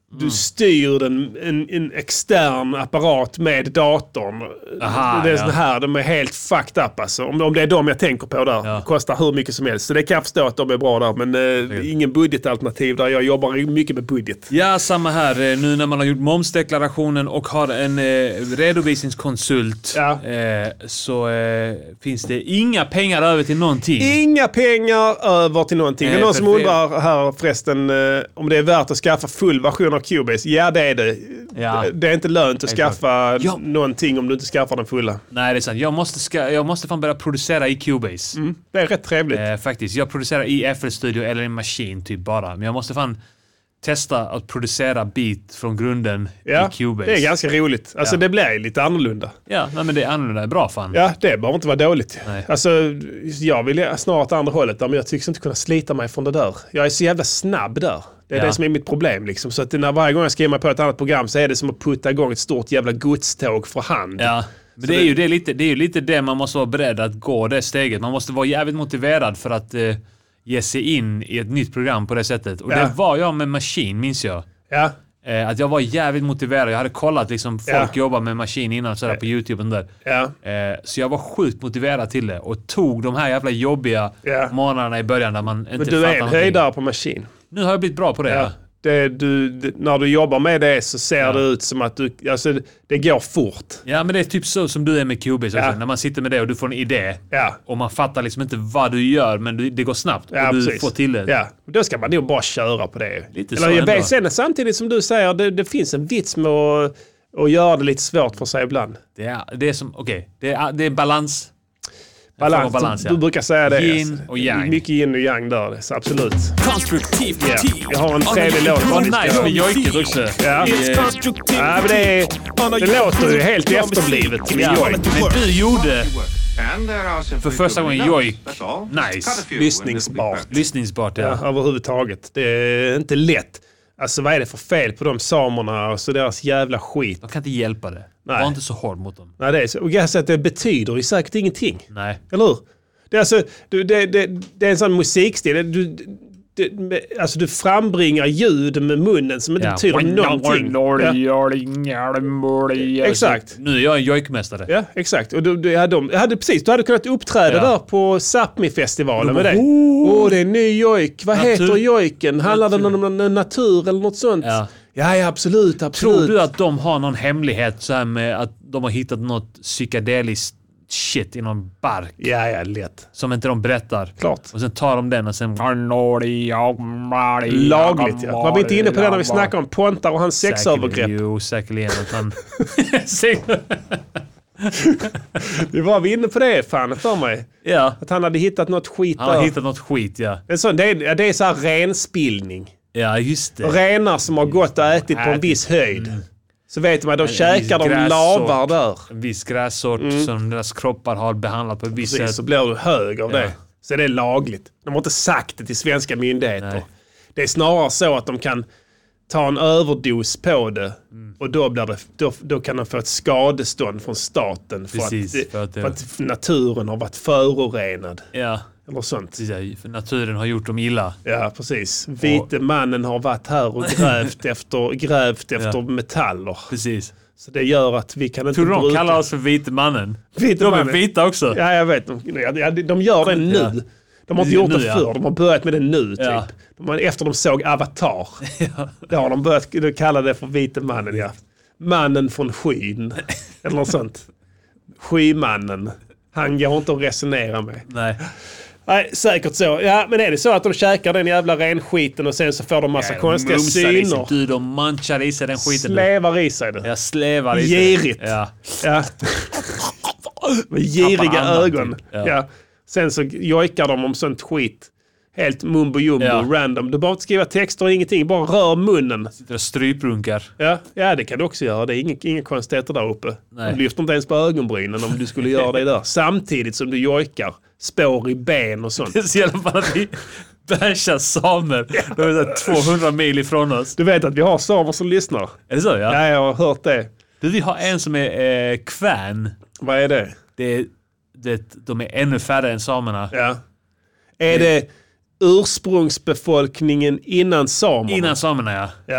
Du mm. styr den, en, en extern apparat med datorn. Aha, det är ja. sån här, de är helt fucked up alltså. Om, om det är de jag tänker på där. Ja. Det kostar hur mycket som helst. Så det kan jag förstå att de är bra där. Men eh, ingen budgetalternativ där. Jag jobbar mycket med budget. Ja, samma här. Nu när man har gjort momsdeklarationen och har en eh, redovisningskonsult ja. eh, så eh, finns det inga pengar över till någonting. Inga pengar över till någonting. Eh, det är någon som undrar här förresten eh, om det är värt att skaffa full version av Cubase. Ja, det är det. Ja. Det är inte lönt att skaffa ja. någonting om du inte skaffar den fulla. Nej, det är sant. Jag måste, ska, jag måste fan börja producera i Cubase. Mm. Det är rätt trevligt. Eh, faktiskt. Jag producerar i F L Studio eller en maskin typ bara. Men jag måste fan testa att producera beat från grunden ja, i Cubase. Det är ganska roligt. Alltså ja. det blir lite annorlunda. Ja, nej, men det är annorlunda. Det är bra fan. Ja, det behöver inte vara dåligt. Nej. Alltså, jag vill snarare andra hållet där, men jag tycks inte kunna slita mig från det där. Jag är så jävla snabb där. Det är ja. det som är mitt problem liksom. Så att när varje gång jag skriver mig på ett annat program så är det som att putta igång ett stort jävla godståg för hand. Ja. Men det är, det... Ju, det, är lite, det är ju lite det man måste vara beredd att gå det steget. Man måste vara jävligt motiverad för att eh, ge sig in i ett nytt program på det sättet. Och ja. det var jag med Machine, minns jag. Ja. Eh, att jag var jävligt motiverad. Jag hade kollat liksom folk ja. jobba med Machine innan sådär ja. på YouTube och där. Ja. Eh, så jag var sjukt motiverad till det. Och tog de här jävla jobbiga ja. månaderna i början där man inte fattar någonting. Men du är en höjdare på Machine. Nu har jag blivit bra på det. Ja. Det, du, det, när du jobbar med det så ser ja. det ut som att du, alltså, det, det går fort. Ja, men det är typ så som du är med Cubase ja. också. När man sitter med det och du får en idé ja. och man fattar liksom inte vad du gör, men du, det går snabbt ja, och du precis. får till det. Ja, då ska man nog bara köra på det. Lite Eller, så jag vet, sen, samtidigt som du säger, det, det finns en vits med att, att göra det lite svårt för sig ibland. Det är, det är som, okej, okay, det, är, det är balans. Balans, balans ja. Du brukar säga det. Yin alltså. och yang. Mycket yin och yang där, så absolut. Konstruktiv kritik. Yeah. Jag har en trevlig låt. Vad nice med jojket också. Ja, ja men det, det låter ju helt efterblivet med ja. jojk. Men du gjorde för första gången jojk nice. Lyssningsbart. Lyssningsbart, ja. ja. Överhuvudtaget. Det är inte lätt. Alltså vad är det för fel på de samerna och så deras jävla skit? De kan inte hjälpa det. Nej. Var inte så hård mot dem. Nej, det är så. Och jag säger att det betyder ju säkert ingenting. Nej. Eller hur? Det är, alltså, det, det, det, det är en sån musikstil. Du, det, alltså du frambringar ljud med munnen som inte ja. betyder någonting. Ja. Exakt. Nu är jag en jojkmästare. Ja, exakt. Och du, du, ja, de, hade, precis, du hade kunnat uppträda ja. där på Sápmi-festivalen med det. Åh, oh, det är en ny jojk. Vad Natur. heter jojken? Handlar det om någon natur eller något sånt? Ja. Ja, ja, absolut, absolut. Tror du att de har någon hemlighet så här med att de har hittat något psykedeliskt shit i någon bark? Ja, ja, lätt. Som inte de berättar. Klart. Och sen tar de den och sen... Lagligt, ja. Var vi inte inne på det när vi snackade om Pontar och hans sexövergrepp? Jo, säkerligen. Att han... Vi var vi inne på det, fan, för mig. Ja. Att han hade hittat något skit Han hade hittat något skit, ja. Det är så, det är, det är så här renspillning. Ja, just det. Renar som har gått och ätit på en viss höjd. Mm. Så vet man att de en käkar de lavar där. En viss grässort mm. som deras kroppar har behandlat på ett visst sätt. Så blir du hög av ja. det. Så det är lagligt. De har inte sagt det till svenska myndigheter. Nej. Det är snarare så att de kan ta en överdos på det mm. och då, blir det, då, då kan de få ett skadestånd från staten för, Precis, att, för, att, för att naturen har varit förorenad. Ja. Eller sånt. Precis, för naturen har gjort dem illa. Ja, precis. Vite och... mannen har varit här och grävt efter, grävt efter ja. metaller. Precis. Så det gör att vi kan inte Tror bruka... de kallar oss för vite mannen? Vite de mannen. är vita också. Ja, jag vet. De, de gör det nu. Ja. De har inte gjort nu, det förr. Ja. De har börjat med det nu, typ. Ja. De har, efter de såg Avatar. Ja. Då har de börjat de kalla det för vite mannen, ja. Mannen från skyn. Eller något sånt. Skymannen. Han går inte att resonera med. Nej. Nej, säkert så. Ja, men är det så att de käkar den jävla renskiten och sen så får de massa ja, konstiga syner? Du, de manchar i sig den skiten. Slevar i sig det. Ja, slevar i sig. Girigt. Ja. Ja. Med giriga ögon. Typ. Ja. Ja. Sen så jojkar de om sånt skit. Helt mumbo jumbo, ja. random. Du bara inte skriva texter och ingenting. Bara rör munnen. Sitter och stryprunkar. Ja, ja, det kan du också göra. Det är inga, inga konstigheter där uppe. Nej. Du lyfter inte ens på ögonbrynen om du skulle göra det där. Samtidigt som du jojkar. Spår i ben och sånt. Det är så jävla bara att vi bärsar samer. De är tvåhundra mil ifrån oss. Du vet att vi har samer som lyssnar. Är det så? Ja, ja jag har hört det. Du, vi har en som är eh, kvän. Vad är det? Det är, det, de är ännu färre än samerna. Ja. Är det... ursprungsbefolkningen innan samerna? Innan samerna, ja. Ja.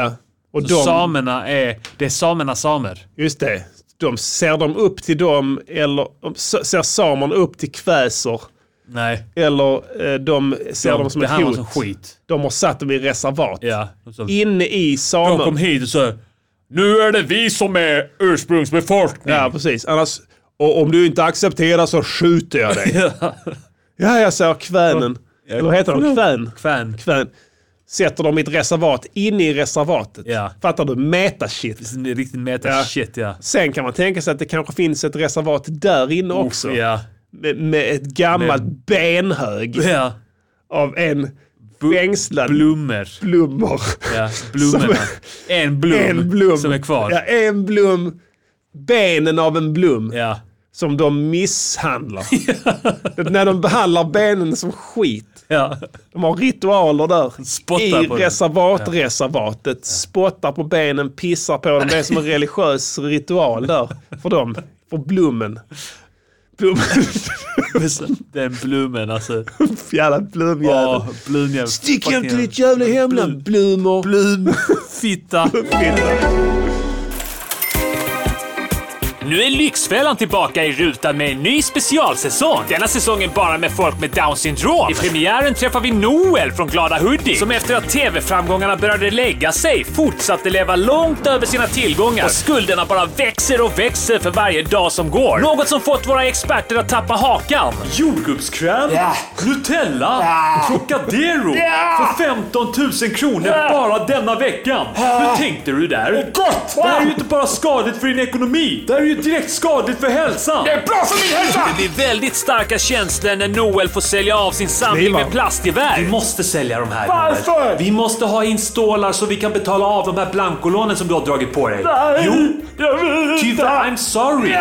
Och så de, samerna är, det är samernas samer. Just det. De ser de upp till dem, eller ser samerna upp till kväser? Nej. Eller eh, de ser de, dem som ett ett hot. Som skit. De har satt dem i reservat. Ja. Så, inne i samer. De kom hit och sa, nu är det vi som är ursprungsbefolkning. Ja, precis. Annars, och om du inte accepterar så skjuter jag dig. Ja, jag säger kvänen. Ja. Eller vad heter de? Kvän. Kvän. Kvän. Sätter dem i ett reservat, inne i reservatet. Ja. Fattar du? Meta-shit. Det är riktigt meta-shit, ja. ja. Sen kan man tänka sig att det kanske finns ett reservat där inne Uff, också. Ja. Med, med ett gammalt med... benhög. Ja. Av en fängslad... Blommor. Blommor. Ja, blommorna. Är, en, blom en blom som är kvar. Ja, en blom. Benen av en blom. Ja. Som de misshandlar. När de behandlar benen som skit. Ja. De har ritualer där. Spottar I på reservatreservatet. Ja. Spottar på benen, pissar på dem. Det är som en religiös ritual där. För dem. För blommen. Blommen. Den blommen alltså. Jävla blomjävel. Oh, blomjävel. Stick hem till ditt jävla hemland. Blommor. Blom. Fitta. Fitta. Nu är Lyxfällan tillbaka i rutan med en ny specialsäsong. Denna säsongen bara med folk med Down syndrom. I premiären träffar vi Noel från Glada Hoodie, som efter att tv-framgångarna började lägga sig fortsatte leva långt över sina tillgångar. Och skulderna bara växer och växer för varje dag som går. Något som fått våra experter att tappa hakan. Jordgubbskräm, yeah. Nutella, yeah. Trocadero yeah. för femton tusen kronor yeah. bara denna veckan. Yeah. Hur tänkte du där? Oh, gott! Det här är ju inte bara skadligt för din ekonomi. Det här är ju direkt skadligt för hälsan. Det är bra för min hälsa! Det blir väldigt starka känslor när Noel får sälja av sin samling med plastgevär. Vi måste sälja de här. Varför? Noel. Vi måste ha in stålar så vi kan betala av de här blankolånen som du har dragit på dig. Nej, jo, jag vill inte. Tyvärr, I'm sorry.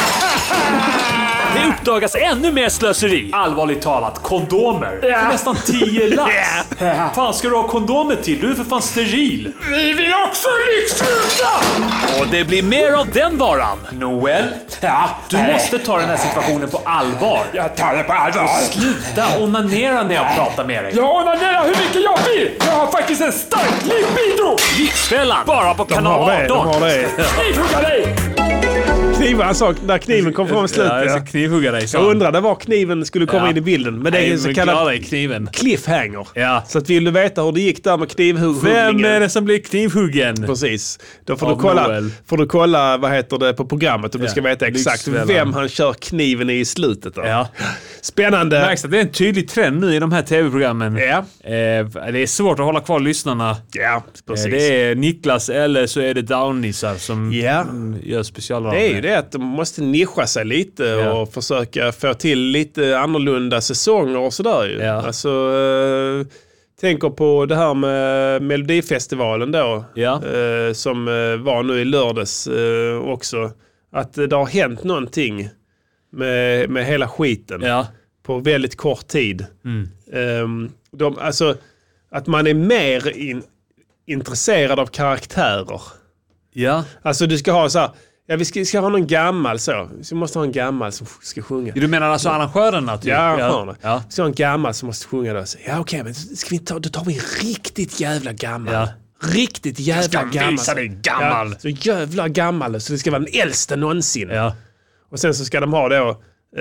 Det uppdagas ännu mer slöseri. Allvarligt talat, kondomer. Yeah. För nästan tio lax. Yeah. Fan ska du ha kondomer till? Du är för fan steril. Vi vill också lyxsjuka! Och det blir mer av den varan. Noel, ja, du nej. måste ta den här situationen på allvar. Jag tar det på allvar. Sluta onanera när jag pratar med dig. Jag onanerar hur mycket jag vill. Jag har faktiskt en stark libido. Lyxfällan, bara på kanal arton. De har det, de har det. Knivhugga dig! Kniven, han sa när kniven kom fram i slutet. Ja, jag ska knivhugga dig. Jag undrade var kniven skulle komma ja. in i bilden. Men det är en så kallad kniven. cliffhanger. Ja. Så att vill du veta hur det gick där med knivhuggningen. Vem är det som blir knivhuggen? Precis. Då får du, kolla, får du kolla vad heter det på programmet om ja. du ska veta exakt vem han kör kniven i i slutet. Då. Ja. Spännande. Det märks att det är en tydlig trend nu i de här tv-programmen. Ja. Eh, det är svårt att hålla kvar lyssnarna. Ja, precis. Eh, det är Niklas eller så är det Downisar som ja. gör specialare. Det är ju det att de måste nischa sig lite ja. och försöka få till lite annorlunda säsonger och sådär ju. Ja. Alltså, äh, tänker på det här med Melodifestivalen då. Ja. Äh, som äh, var nu i lördags äh, också. Att äh, det har hänt någonting med, med hela skiten ja. på väldigt kort tid. Mm. Ähm, de, alltså, att man är mer in, intresserad av karaktärer. Ja. Alltså du ska ha så här. Ja, vi ska, ska ha någon gammal så. Vi måste ha en gammal som ska sjunga. Du menar alltså arrangörerna? Typ? Ja, arrangörerna. Ja. Vi ska ha en gammal som måste sjunga då. Ja, okej, okay, men ska vi ta, då tar vi en riktigt jävla gammal. Ja. Riktigt jävla gammal. Jag ska visa dig gammal. Ja, så jävla gammal. Så det ska vara den äldsta någonsin. Ja. Och sen så ska de ha då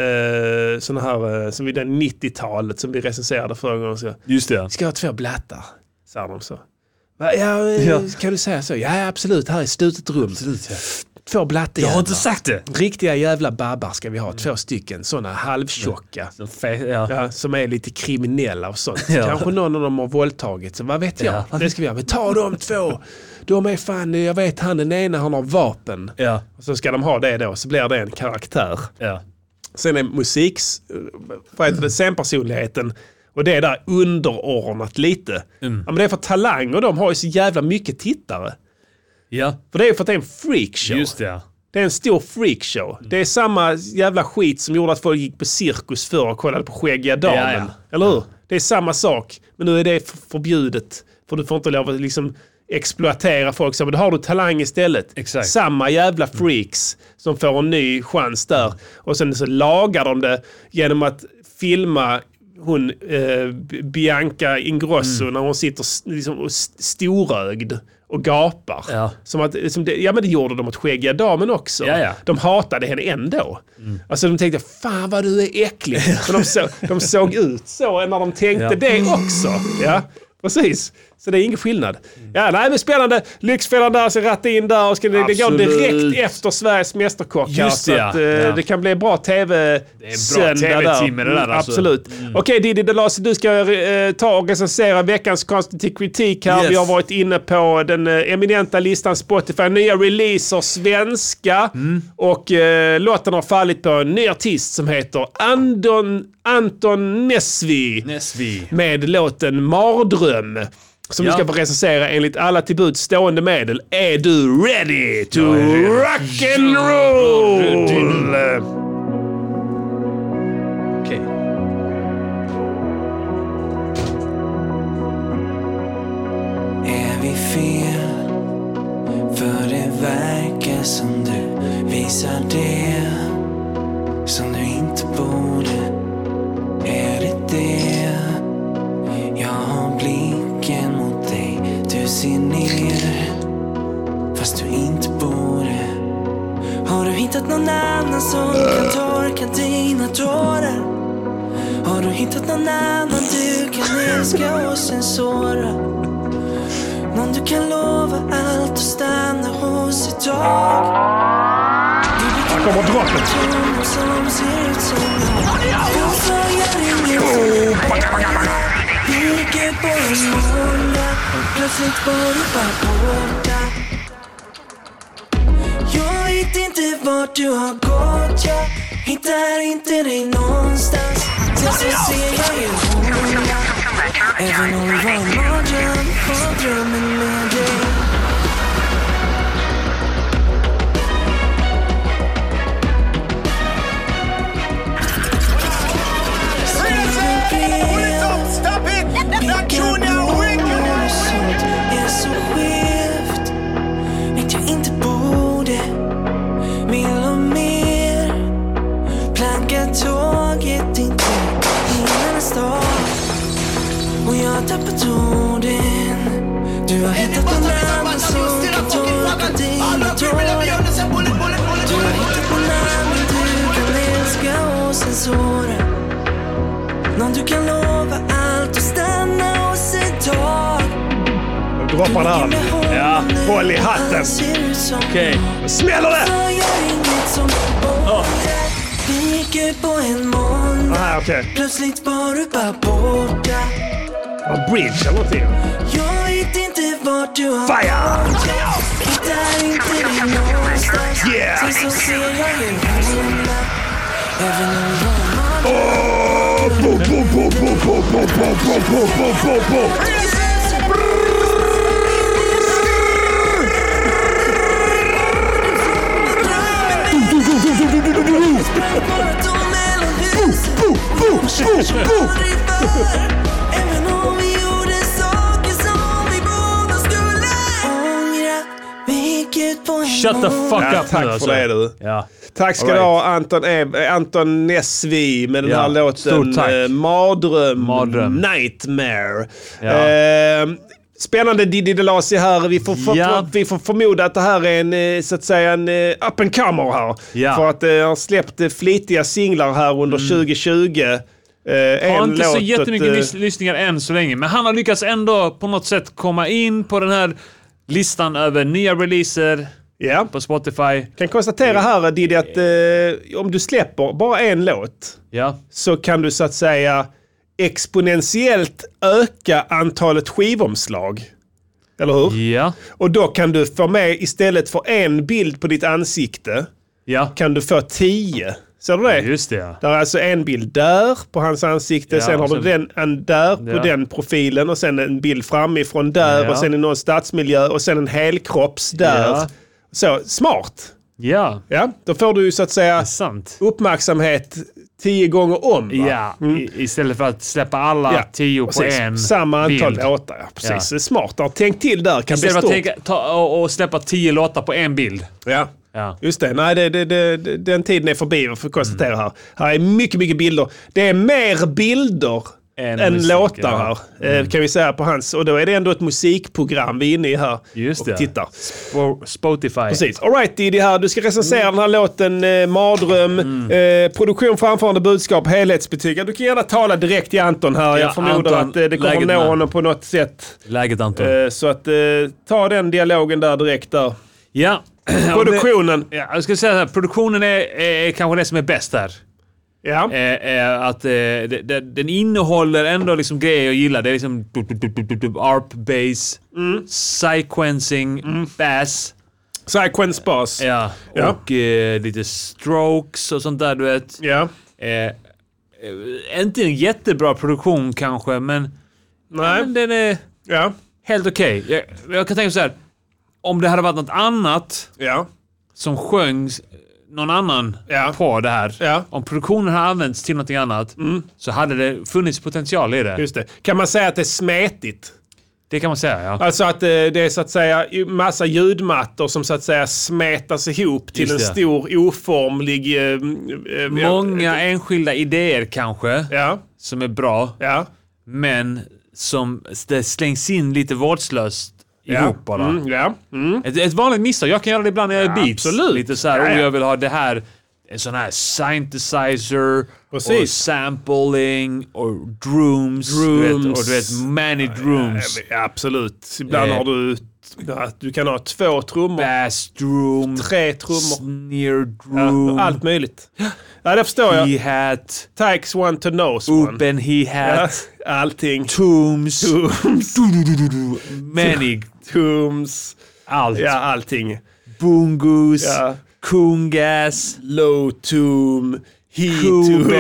eh, såna här, eh, som vid det nittiotalet som vi recenserade förra gången. Så. Just det. Vi ska ha två blattar, sa de så. Ja, ja, kan du säga så? Ja, absolut. Här är slutet rum. Absolut, ja. Två blatte. Jag har inte sagt det. Riktiga jävla babbar ska vi ha. Två stycken. Sådana halvtjocka. Ja. Fe- ja. Ja, som är lite kriminella och sånt. Ja. Kanske någon av dem har våldtagit. Så vad vet jag? Ja. Det ska vi ha. Men ta de två. De är fan, jag vet han den ena han har vapen. Ja. Och så ska de ha det då. Så blir det en karaktär. Ja. Sen är musiks, vad heter det, scenpersonligheten. Och det är där underordnat lite. Mm. Ja, men det är för Talang och de har ju så jävla mycket tittare. Ja. För det är för att det är en freakshow. Just det. Det är en stor freakshow. Mm. Det är samma jävla skit som gjorde att folk gick på cirkus förr och kollade på Skäggiga damen. Ja, ja. Eller hur? Det är samma sak. Men nu är det förbjudet. För du får inte lov att liksom exploatera folk. Så, men då har du Talang istället. Exakt. Samma jävla freaks mm. som får en ny chans där. Och sen så lagar de det genom att filma hon eh, Bianca Ingrosso mm. när hon sitter liksom, och storögd och gapar. Ja. Som att, liksom det, ja men det gjorde de åt skäggiga damen också. Ja, ja. De hatade henne ändå. Mm. Alltså de tänkte, fan vad du är äcklig. Men de, så, de såg ut så när de tänkte ja. det också. Ja, precis. Så det är ingen skillnad. Ja, nej men spännande. Lyxfällan där, så ratta in där och ska det, det går direkt efter Sveriges Mästerkockar. Just det, så att, ja. uh, det kan bli bra tv-söndag där. Det där alltså. Absolut. Mm. Okej, okay, Diddy DeLasse, du ska uh, ta och recensera veckans konstruktiv kritik här. Yes. Vi har varit inne på den uh, eminenta listan Spotify. Nya releaser, svenska. Mm. Och uh, låten har fallit på en ny artist som heter Andon, Anton Nesvi. Nesvi. Med låten Mardröm. Som ja. du ska få recensera enligt alla till buds stående medel. Är du ready to rock and roll? Okej. Okay. Är vi fel? För det verkar som du visar det som du inte borde. Är det det? Jag har blicken mot dig. Du ser ner fast du inte borde. Har du hittat någon annan som kan torka dina tårar? Har du hittat någon annan du kan älska och sen såra? Någon du kan lova allt och stanna hos ett tag? Här kommer droppet. Som ser ut som jag följer ingen ligger på en måndag och plötsligt var du bara borta. Jag vet inte vart du har gått, jag hittar inte dig någonstans. Sen så ser jag ju hona, även om vi var en mardröm, var drömmen med dig. Tappat orden. Du har hittat någon annan som kan torka dina tårar. Du har hittat någon annan du kan älska och sen såra. Någon du kan lova allt och stanna hos ett tag. Droppar där. Ja, håll i hatten. Okej, okay. Smäller det! Oh. Vi gick ut på en måndag. Ah, okay. Plötsligt var du bara borta. En bridge eller någonting. Jag vet inte vart du har Fire! hittar inte dig någonstans. Yeah! Sen så ser jag ju hona, även om jag har bo, bo, bo, bo, bo, bo, bo, bo, bo, bo, bo. även om vi gjorde saker som vi båda skulle ångra. Vi gick ut på en Shut the fuck ja, up. Tack nu, för det du. Ja. Tack ska du ha Anton, eh, Anton Nesvi med den ja. här låten eh, Mardröm, Mardröm, Nightmare. Ja. Eh, Spännande Diddy DeLasse här. Vi får, för, ja. vi får förmoda att det här är en, så att säga, en up and comer här. Ja. För att jag uh, har släppt flitiga singlar här under mm. tjugo tjugo. Uh, har inte så jättemycket uh, lyssningar än så länge. Men han har lyckats ändå på något sätt komma in på den här listan över nya releaser ja. på Spotify. Kan konstatera här Diddy att uh, om du släpper bara en låt ja. så kan du så att säga exponentiellt öka antalet skivomslag. Eller hur? Ja. Och då kan du få med istället för en bild på ditt ansikte ja. kan du få tio. Ser du det? Just det. Ja. Där är alltså en bild där på hans ansikte. Ja, sen har sen, du den en där ja. på den profilen. Och sen en bild framifrån där. Ja. Och sen i någon stadsmiljö. Och sen en helkropps där. Ja. Så, smart. Ja. Ja. Då får du ju så att säga uppmärksamhet tio gånger om. Va? Ja, mm. I, istället för att släppa alla ja. tio på precis. en samma antal bild. låtar. Ja, precis. Ja. Smart. Tänk till där. Kan istället för att tänka, ta, och, och släppa tio låtar på en bild. Ja. Ja. Just det, nej det, det, det, den tiden är förbi, vi får konstatera här. Här är mycket, mycket bilder. Det är mer bilder än, än musik, låtar här, ja. mm. kan vi säga på hans. Och då är det ändå ett musikprogram vi är inne i här. Just det. Och tittar. Sp- Spotify. Precis. All right, Diddy här. Du ska recensera mm. den här låten eh, Mardröm. Mm. Eh, produktion, framförande budskap, helhetsbetyg. Du kan gärna tala direkt till Anton här. Ja, jag förmodar Anton, att eh, det kommer nå honom på något sätt. Läget Anton. Eh, så att eh, ta den dialogen där direkt där. Ja. Produktionen. Ja, jag ska säga att produktionen är, är kanske det som är bäst här. Ja. Eh, eh, att eh, det, det, den innehåller ändå liksom grejer jag gillar. Det är liksom arp, bass, mm. sequencing, mm. bass. Sequence bass. Ja, ja. och eh, lite strokes och sånt där, du vet. Ja. Eh, eh, inte en jättebra produktion kanske, men, Nej. Ja, men den är ja. helt okej. Okay. Jag, jag kan tänka så här. Om det hade varit något annat ja. som sjöngs någon annan ja. på det här. Ja. Om produktionen har använts till något annat mm. så hade det funnits potential i det. Just det. Kan man säga att det är smetigt? Det kan man säga, ja. Alltså att det är så att säga massa ljudmattor som så att säga smetas ihop till en stor oformlig... Eh, eh, Många eh, enskilda idéer kanske ja. som är bra. Ja. Men som det slängs in lite vårdslöst ihop ja. bara. Mm, ja. Mm. Ett, ett vanligt misstag. Jag kan göra det ibland när jag är ja, beats. Absolut. Lite så här, ja, ja. oh, jag vill ha det här, en sån här synthesizer Precis. och sampling och drums, drums. Du vet, och du vet many drums. Ja, absolut. Ibland eh. har du du kan ha två trummor. Bass drum, tre trummor, snare drum, ja, allt möjligt. Ja, det förstår jag. Hi-hat, takes one to know open hi-hat, ja, allting. Tombs, Tombs. many tombs. Allt. Ja, allting. Bungus, ja. kungas, low tomb, he tomb,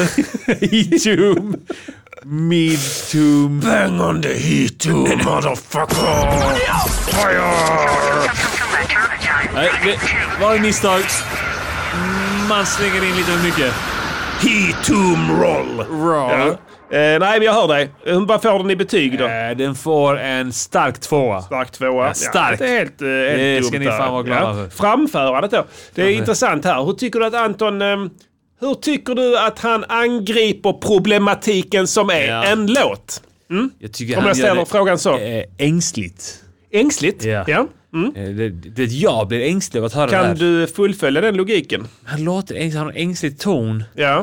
he tomb, mid tomb, bang on the he tomb, motherfucker. Fire! Nej, det var ett misstag. Man slänger in lite för mycket. He tomb roll. Roll. Ja. Eh, nej, jag hör dig. Vad får den i betyg då? Eh, den får en stark tvåa. Stark tvåa. Ja, stark. Ja, det är helt, eh, helt det ska ni fan vara glada för. Ja. Framförandet då. Det är mm. intressant här. Hur tycker du att Anton... Eh, hur tycker du att han angriper problematiken som är ja. en låt? Mm? Jag tycker Om han jag ställer gör det, frågan så. Eh, ängsligt. Ängsligt? Ja. ja. Mm. Eh, det, det, jag blir ängslig av att höra kan det här. Kan du fullfölja den logiken? Han låter ängsligt. Han har en ängslig ton. Ja.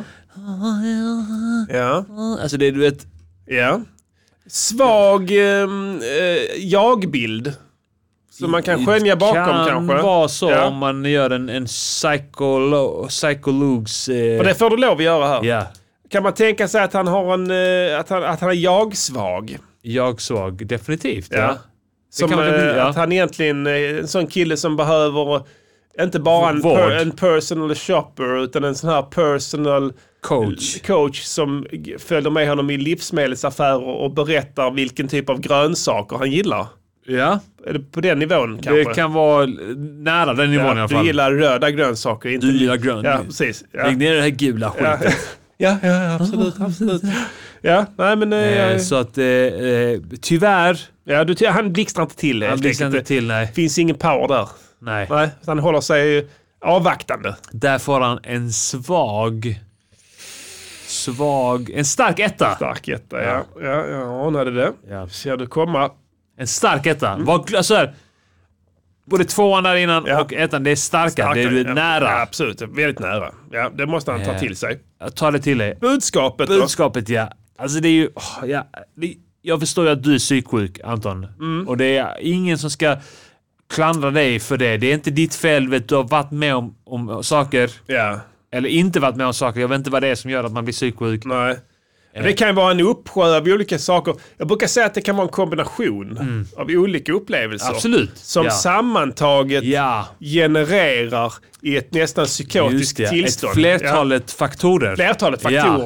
Ja. Alltså det, du vet... Ja. Svag eh, jagbild. Som man kan skönja bakom kan kanske. Kan vara så ja. om man gör en, en psycholo, psychologs... Eh... För det får du lov att göra här. Ja. Kan man tänka sig att han har en... Eh, att, han, att han är jag-svag? Jag-svag, definitivt. Ja. ja. Som kan man, eh, ja. att han egentligen är en sån kille som behöver... Inte bara en, per, en personal shopper utan en sån här personal... Coach. Coach som följer med honom i livsmedelsaffärer och berättar vilken typ av grönsaker han gillar. Ja. Är det på den nivån kanske? Det kan vara nära den nivån ja, i alla fall. Du gillar röda grönsaker. Inte du gillar grön. Ja, precis. Ja. Lägg ner det här gula skiten. Ja, ja, ja absolut. absolut. Ja, nej men... Eh, så att eh, tyvärr... Ja, du, han blixtrar inte till. Han blixtrar inte till, nej. Finns ingen power där. Nej. Nej, han håller sig avvaktande. Där får han en svag... Svag... En stark etta. Stark etta, ja. Ja, ja jag anade det. Ja. Ser du komma. En stark etta. Mm. Var, alltså här, både tvåan där innan ja. och ettan, det är starka. starka det är du ja. nära. Ja, absolut. Väldigt nära. Ja, det måste han ta till sig. Ta det till dig. Budskapet Budskapet, då? ja. Alltså det är ju... Oh, ja, det, jag förstår ju att du är psyksjuk, Anton. Mm. Och det är ingen som ska klandra dig för det. Det är inte ditt fel, vet du har varit med om, om saker. Ja. Eller inte varit med om saker. Jag vet inte vad det är som gör att man blir psyksjuk. Nej. Det kan ju vara en uppsjö av olika saker. Jag brukar säga att det kan vara en kombination mm. av olika upplevelser. Absolut. Som ja. sammantaget ja. genererar i ett nästan psykotiskt det, tillstånd. Ett flertalet ja. faktorer. Flertalet faktorer.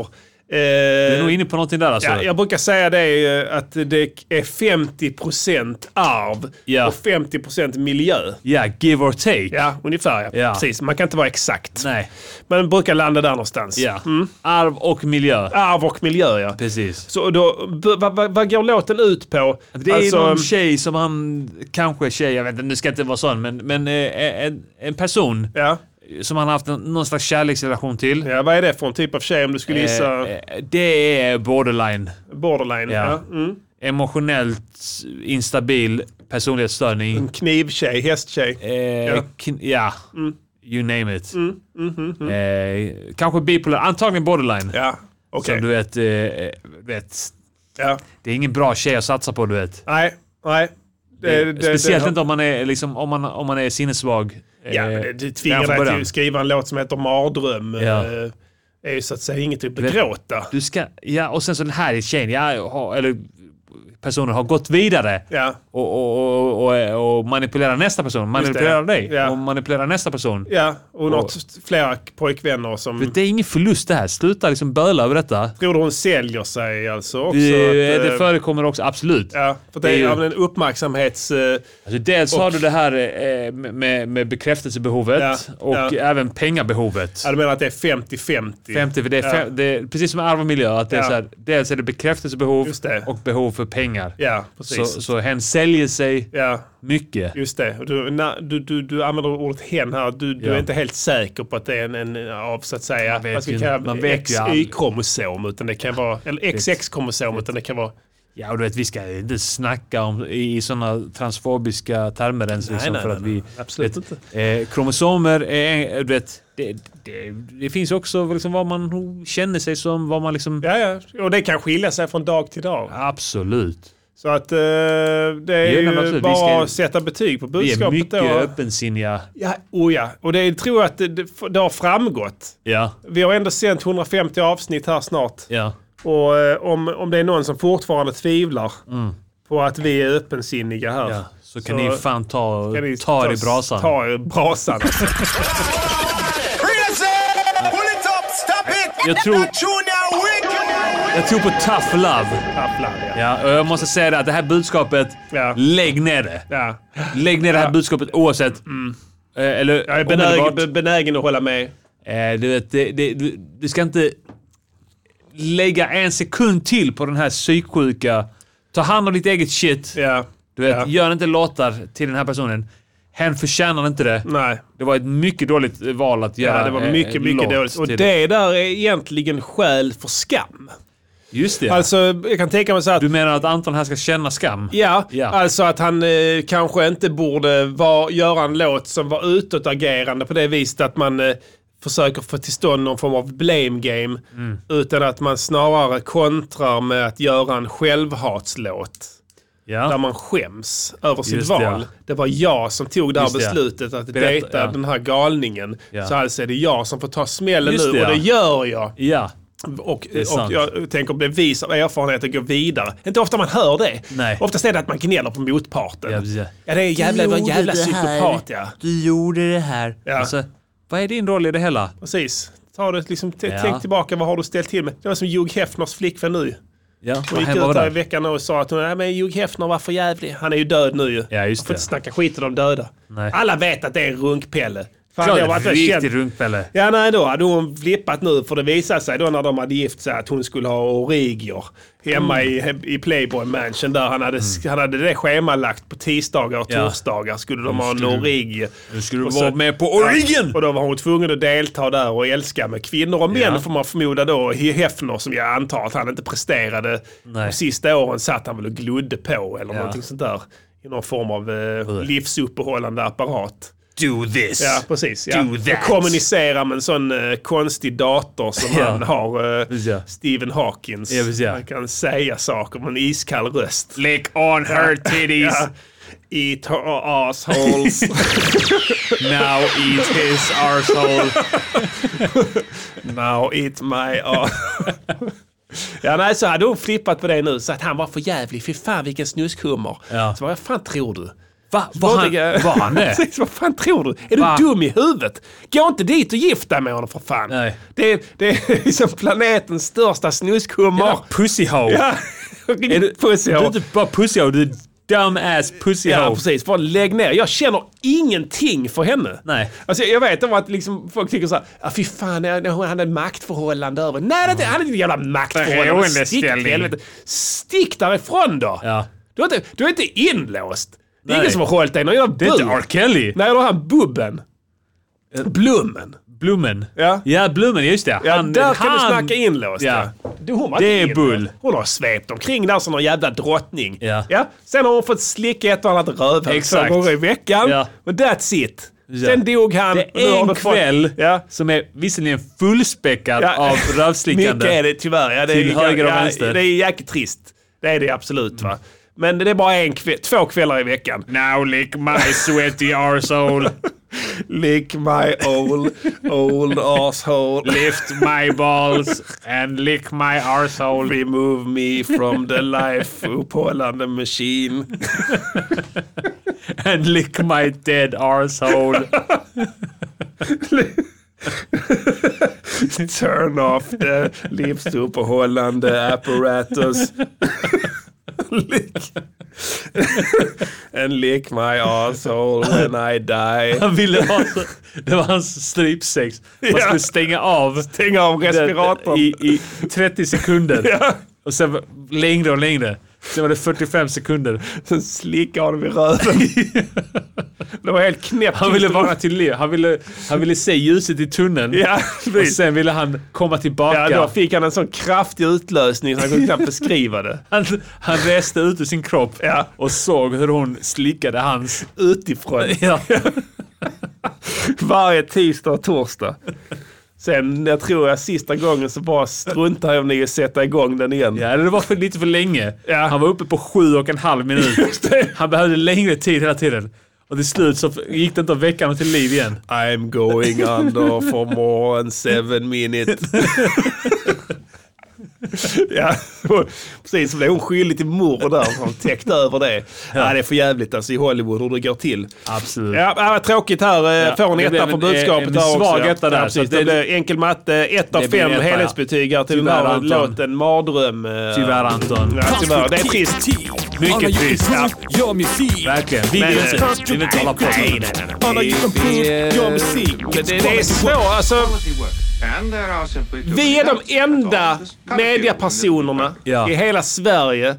Du är nog inne på någonting där alltså. Ja, jag brukar säga det att det är femtio procent arv ja. och femtio procent miljö. Ja, give or take. Ja, ungefär. Ja. Ja. Precis, man kan inte vara exakt. Nej. Man brukar landa där någonstans. Ja. Mm. Arv och miljö. Arv och miljö, ja. Precis. Så då, vad, vad, vad går låten ut på? Det är alltså, någon tjej som han, kanske tjej, jag vet inte, nu ska inte vara sån, men, men eh, en, en person. Ja. Som han har haft en, någon slags kärleksrelation till. Ja, vad är det för en typ av tjej om du skulle gissa? Eh, det är borderline. Borderline, ja. ja. Mm. Emotionellt instabil personlighetsstörning. En knivtjej, hästtjej. Eh, ja. Kn- ja. Mm. You name it. Mm. Mm, mm, mm. Eh, kanske bipolar, antagligen borderline. Ja, okej. Okay. Som du vet, eh, vet ja. det är ingen bra tjej att satsa på, du vet. Nej, nej. Det, det, Speciellt det, inte om man är, liksom, om man, om man är sinnessvag. Ja, men det, det tvingar dig till att skriva en låt som heter Mardröm. Ja. Eh, är ju så att säga inget att begråta. Du ska, ja, och sen så den här tjejen, ja, eller personen har gått vidare ja. och, och, och, och manipulerar nästa person. Manipulerar dig ja. och manipulerar nästa person. Ja, och något och, flera pojkvänner som... Det är ingen förlust det här. Sluta liksom böla över detta. Tror du hon säljer sig alltså också? Det, att, det förekommer också, absolut. Ja, för det, det är ju av en uppmärksamhets... Alltså dels och, har du det här eh, med, med bekräftelsebehovet ja, och ja. även pengabehovet. Ja, du menar att det är femtio femtio? femtio, för det är, ja. fem, det är precis som arv och miljö. Att det är ja. så här, dels är det bekräftelsebehov det. och behov för pengar. Ja, precis. Så, så hen säljer sig ja. mycket. Just det. Du, na, du, du, du använder ordet hen här. Du, du ja. är inte helt säker på att det är en, en av så att säga man vet ju, man vet X Y-kromosom utan det kan vara eller X X-kromosom utan det kan vara. Ja, och du vet, vi ska inte snacka om i sådana transfobiska termer ens. Nej, liksom, nej, för nej, att vi, absolut vet, inte. Eh, kromosomer är, du vet, det, det, det finns också liksom vad man känner sig som, vad man liksom... Ja, ja, och det kan skilja sig från dag till dag. Absolut. Så att eh, det är ju absolut. bara ska, att sätta betyg på budskapet. Vi är mycket då. öppensinniga. Ja, oh ja, och det tror jag att det, det, det har framgått. Ja. Vi har ändå sänt hundrafemtio avsnitt här snart. Ja. Och eh, om, om det är någon som fortfarande tvivlar mm. på att vi är öppensinniga här. Ja, så kan så ni fan ta, kan ni ta er ta, i brasan. Ta er i brasan. Jag tror... Jag tror på tough love. Tough love, ja. Ja, och jag måste säga det att det här budskapet, ja. lägg ner det. Ja. Lägg ner det här ja. budskapet oavsett. Mm. Eller, jag är benägen, benägen att hålla med. Eh, du, vet, det, det, du, du ska inte lägga en sekund till på den här psyksjuka. Ta hand om ditt eget shit. Ja. Du vet, ja. gör inte låtar till den här personen. Hen förtjänar inte det. Nej. Det var ett mycket dåligt val att göra. Ja, det var mycket, eh, mycket dåligt. Och det, det där är egentligen skäl för skam. Just det. Alltså, jag kan tänka mig så att... Du menar att Anton här ska känna skam? Ja, ja. Alltså att han eh, kanske inte borde var, göra en låt som var utåtagerande på det viset att man eh, försöker få till stånd någon form av blame game. Mm. Utan att man snarare kontrar med att göra en självhatslåt. Ja. Där man skäms över sitt Just val. Det, ja. det var jag som tog det här Just beslutet att Berätta, dejta ja. den här galningen. Ja. Så alltså är det jag som får ta smällen Just nu. det, och det ja. gör jag. Ja. Och, och jag tänker om det vis av erfarenhet att gå vidare. Inte ofta man hör det. Nej. Oftast är det att man gnäller på motparten. Ja, ja. ja det är jävla, det var en jävla psykopat. Ja. Du gjorde det här. Ja. Alltså, vad är din roll i det hela? Precis. Ta det, liksom, t- ja. Tänk tillbaka, vad har du ställt till med? Det var som Hugh Hefners flickvän nu. Ja, hon gick ut här i veckan och sa att hon, nej, men Hugh Hefner var för jävlig. Han är ju död nu ju. Ja, just man får det. inte snacka skit om de döda. Nej. Alla vet att det är en runkpelle. Fan, det var riktigt runkpelle. Ja, nej, då hade hon flippat nu för det visade sig då när de hade gift sig att hon skulle ha origier hemma mm. i, i Playboy Mansion där han hade, mm. han hade det schemalagt på tisdagar och ja. torsdagar skulle de ha en origie. Nu skulle du vara med på origien! Och då var hon tvungen att delta där och älska med kvinnor och män ja. får man förmoda då. Hefner som jag antar att han inte presterade. De sista åren satt han väl och glodde på eller ja. någonting sånt där. I någon form av eh, livsuppehållande apparat. Do this. Ja, precis. Ja. Do that. Kommunicera med en sån uh, konstig dator som ja. han har. Uh, ja. Stephen Hawkins. Ja, ja. Han kan säga saker med en iskall röst. Lick on her titties. Ja. Eat her assholes. Now eat his arsehole. Now eat my ass. Ja, nej, så hade hon flippat på det nu. Så att han var för jävlig. Fy fan vilken snuskhummer. Ja. Så vad fan tror du? Va? Var han, var han det? Vad fan tror du? Är Va? du dum i huvudet? Gå inte dit och gift dig med honom för fan. Nej. Det, är, det är liksom planetens största snuskummer. Ja, pussyhole. Ja, är du, pussyhole. Du är inte bara pussyhole, du är dumb ass pussyhole. Ja, precis. Bara lägg ner. Jag känner ingenting för henne. Nej. Alltså, jag vet om att liksom, folk tycker så här, ja fy fan, han hade maktförhållande över. Nej, det, han hade inte jävla maktförhållande. Stick, Stick därifrån då. Ja. Du är inte, du är inte inlåst. Det är ingen som har hållit dig. Det är inte R. Kelly. Nej, då har han Bubben. Blummen. Blummen. Ja. Ja, Blummen, just det. Ja, han, där han, kan du snacka inlåst. Ja. Ja. Du, hon var det är in. bull. Hon har svept omkring där som någon jävla drottning. Ja. Ja. Sen har hon fått slicka ett och annat rövhål Exakt. två gånger i veckan. Ja. Men that's it. Ja. Sen dog han. Det är en kväll fått, ja. som är visserligen fullspäckad Ja. av rövslickande. Mycket är det tyvärr. Ja, det till är, höger och ja, vänster. Det är jäkligt trist. Det är det absolut va. Men det är bara en kväll, två kvällar i veckan. Now lick my sweaty arsehole. Lick my old, old asshole. Lift my balls and lick my arsehole. Remove me from the life upphållande machine. And lick my dead arsehole. Turn off the livsuppehållande apparatus. lick. And lick my asshole when I die. Han ville ha så, det var hans strypsex. Man Ja. skulle stänga av, Stänga av respiratorn. i, i trettio sekunder. Ja. Och sen längre och längre. Sen var det fyrtiofem sekunder. Sen slickade honom i röven. Det var helt knäppt. Han ville vara till liv. Han ville, han ville se ljuset i tunneln. Ja, och sen ville han komma tillbaka. Ja, då fick han en sån kraftig utlösning så han kunde knappt beskriva det. Han, han reste ut ur sin kropp Ja. och såg hur hon slickade hans... Utifrån. Ja. Varje tisdag och torsdag. Sen, jag tror jag sista gången så bara struntar jag i att sätta igång den igen. Ja, det var för, lite för länge. Ja. Han var uppe på sju och en halv minut. Just det. Han behövde längre tid hela tiden. Och till slut så gick det inte att väcka honom till liv igen. I'm going under for more than seven minutes. Ja, precis. Så blev hon skyldig till mord där som täckte över det. Ja. Ja, det är för jävligt alltså i Hollywood hur det går till. Absolut. Ja, det var tråkigt här. Ja. Får en etta för budskapet en, där också. svag etta där. Ja, precis. Det, det blir enkel matte. Ett av fem etta, helhetsbetyg här till tyvärr, den här Anton. låten Mardröm. Tyvärr, Anton. Ja, tyvärr. Det är trist. Mycket trist. Ja. Gör musik. Verkligen. Vi Men, vill eh, inte, vi vill inte hålla på så. Nej, nej, nej. Vi, gör musik. Det, det är svårt. Alltså, vi är de enda mediapersonerna Ja. i hela Sverige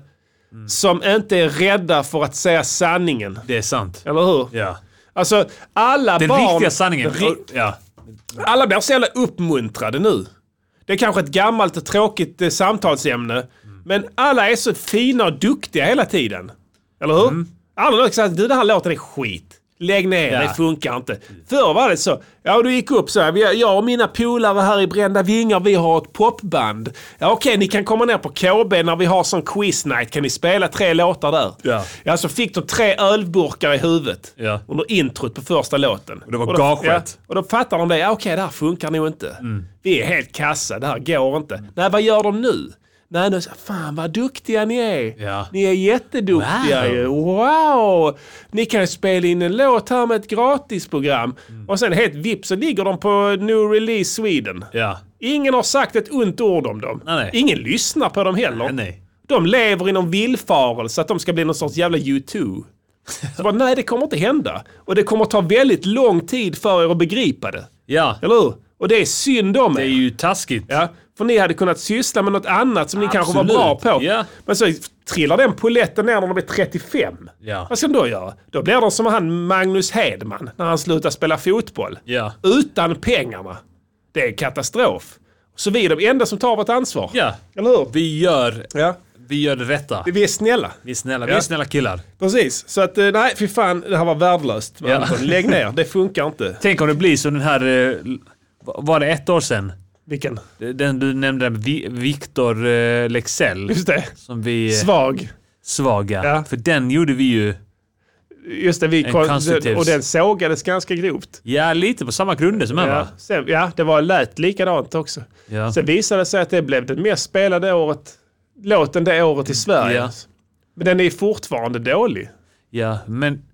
som inte är rädda för att säga sanningen. Det är sant. Eller hur? Ja. Alltså, alla Den barn... riktiga sanningen. Ri- Ja. Alla blir så jävla uppmuntrade nu. Det är kanske ett gammalt och tråkigt eh, samtalsämne. Men alla är så fina och duktiga hela tiden. Eller hur? Mm. Alla har sagt, du den här låten är skit. Lägg ner, Ja. det funkar inte. Förr var det så. Ja, du gick upp så här. Vi- Jag och mina polare här i Brända Vingar, vi har ett popband. Ja, okej, ni kan komma ner på K B när vi har sån quiz night. Kan ni spela tre låtar där? Ja. Ja, så fick de tre ölburkar i huvudet. Ja. Under introt på första låten. Och det var då, gaget. ja, och då fattar de det. Ja, okej, det här funkar nog inte. Mm. Vi är helt kassa, det här går inte. Nej, vad gör de nu? Nej, nu säger fan vad duktiga ni är. Ja. Ni är jätteduktiga Wow. ju. Wow! Ni kan spela in en låt här med ett gratisprogram. Mm. Och sen helt vips så ligger de på New Release Sweden. Ja. Ingen har sagt ett ont ord om dem. Nej, nej. Ingen lyssnar på dem heller. Nej, nej. De lever inom villfarelse att de ska bli någon sorts jävla U två. Så bara, nej, det kommer inte hända. Och det kommer ta väldigt lång tid för er att begripa det. Ja. Eller hur? Och det är synd om Det är er. ju taskigt. Ja, för ni hade kunnat syssla med något annat som ni kanske var Absolut. bra på. Ja. Men så trillar den poletten ner när de är trettiofem. Ja. Vad ska de då göra? Då blir de som han Magnus Hedman när han slutar spela fotboll. Ja. Utan pengarna. Det är katastrof. Så vi är de enda som tar vårt ansvar. Ja. Eller hur? Vi gör, Ja. vi gör det rätta. Vi är snälla. Vi är snälla. Vi Ja. är snälla killar. Precis. Så att, eh, nej, fy fan, det här var värdelöst. Ja. Anton. Lägg ner, det funkar inte. Tänk om det blir som den här... eh, Var det ett år sedan? Vilken? Den du nämnde, Vi- Victor eh, Lexell. Just det. Som vi... eh, Svag. Svaga. Ja. För den gjorde vi ju... Just det, vi En kon- konstruktiv- och den sågades ganska grovt. Ja, lite på samma grunder som här Ja, va? sen, ja, det var lät likadant också. Ja. Sen visade det sig att det blev den mest spelade året, låten det året i Sverige. Ja. Men den är fortfarande dålig. Ja, men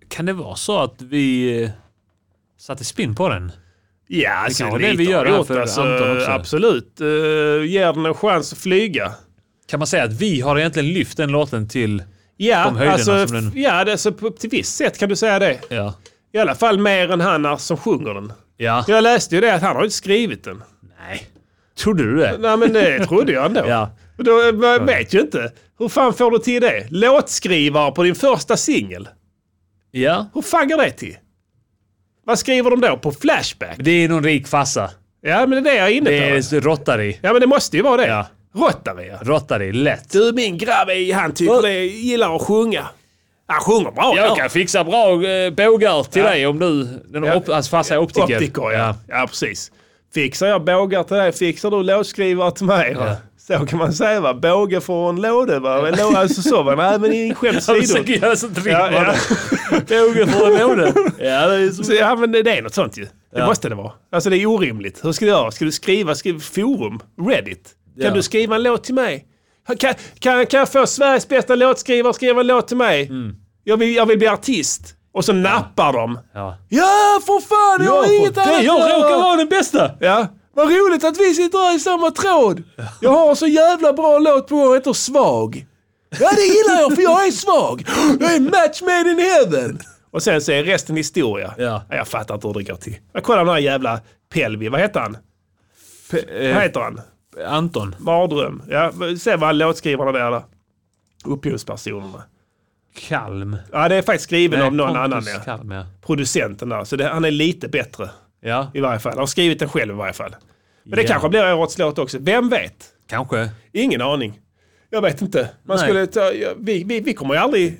kan det vara så att vi eh, satte spinn på den? Ja, alltså, det kan det vi gör här för alltså, Anton också. Absolut. Uh, ger den en chans att flyga. Kan man säga att vi har egentligen lyft den låten till ja, de höjderna alltså, som den... Ja, det, alltså, till visst sätt kan du säga det. Ja. I alla fall mer än han som sjunger den. Ja. Jag läste ju det att han har inte skrivit den. Nej. Trodde du det? Nej, men det trodde jag ändå. Ja. Då jag vet ju inte. Hur fan får du till det? Låtskrivare på din första singel. Ja. Hur fan går det till? Vad skriver de då på Flashback? Det är någon rik fassa. Ja, men det är det jag är inne på. Det är Rotary. Ja, men det måste ju vara det. Ja. Rotary, ja. Rotary, lätt. Du, min grabb, han tycker det gillar att sjunga. Han sjunger bra. Jag ja. kan fixa bra eh, bågar till ja. dig om du... Den ja. op- hans farsa är optiker. Optiker, ja. ja. Ja, precis. Fixar jag bågar till dig, fixar du låtskrivare till mig. Ja. Så kan man säga, va? Båge från låde, va? Alltså så, va? Nej, men i skämtsidor. Jag försöker göra så trick, ja, ja. Båge från låde. Ja, det är så... så, ja, men det är något sånt ju. Det ja. måste det vara. Alltså det är orimligt. Hur ska du göra? Ska du skriva, skriva forum? Reddit? Kan ja. du skriva en låt till mig? Kan, kan, kan jag få Sveriges bästa låtskrivare skriva en låt till mig? Mm. Jag, vill, jag vill bli artist. Och så nappar ja. de. Ja, ja för fan, jag har ja, inget annat. Jag råkar vara den bästa. Ja. Vad roligt att vi sitter här i samma tråd. Jag har så jävla bra låt på och heter Svag. Ja, det gillar jag för jag är svag. Jag är match made in heaven. Och sen så är resten historia. Ja. Jag fattar inte hur det går till. Jag kollar den här jävla Pelvi. Vad heter han? Pe- vad heter han? Anton. Mardröm. Ja, se vad låtskrivarna där då. Upphovspersonerna. Kalm. Ja, det är faktiskt skriven Nej, av någon Pontus annan. Ja. Kalm, ja. Producenten där. Så det, han är lite bättre. Ja. I varje fall. Han har skrivit den själv i varje fall. Men det ja. kanske blir årets låt också. Vem vet? Kanske. Ingen aning. Jag vet inte. Man skulle ta, vi, vi, vi kommer ju aldrig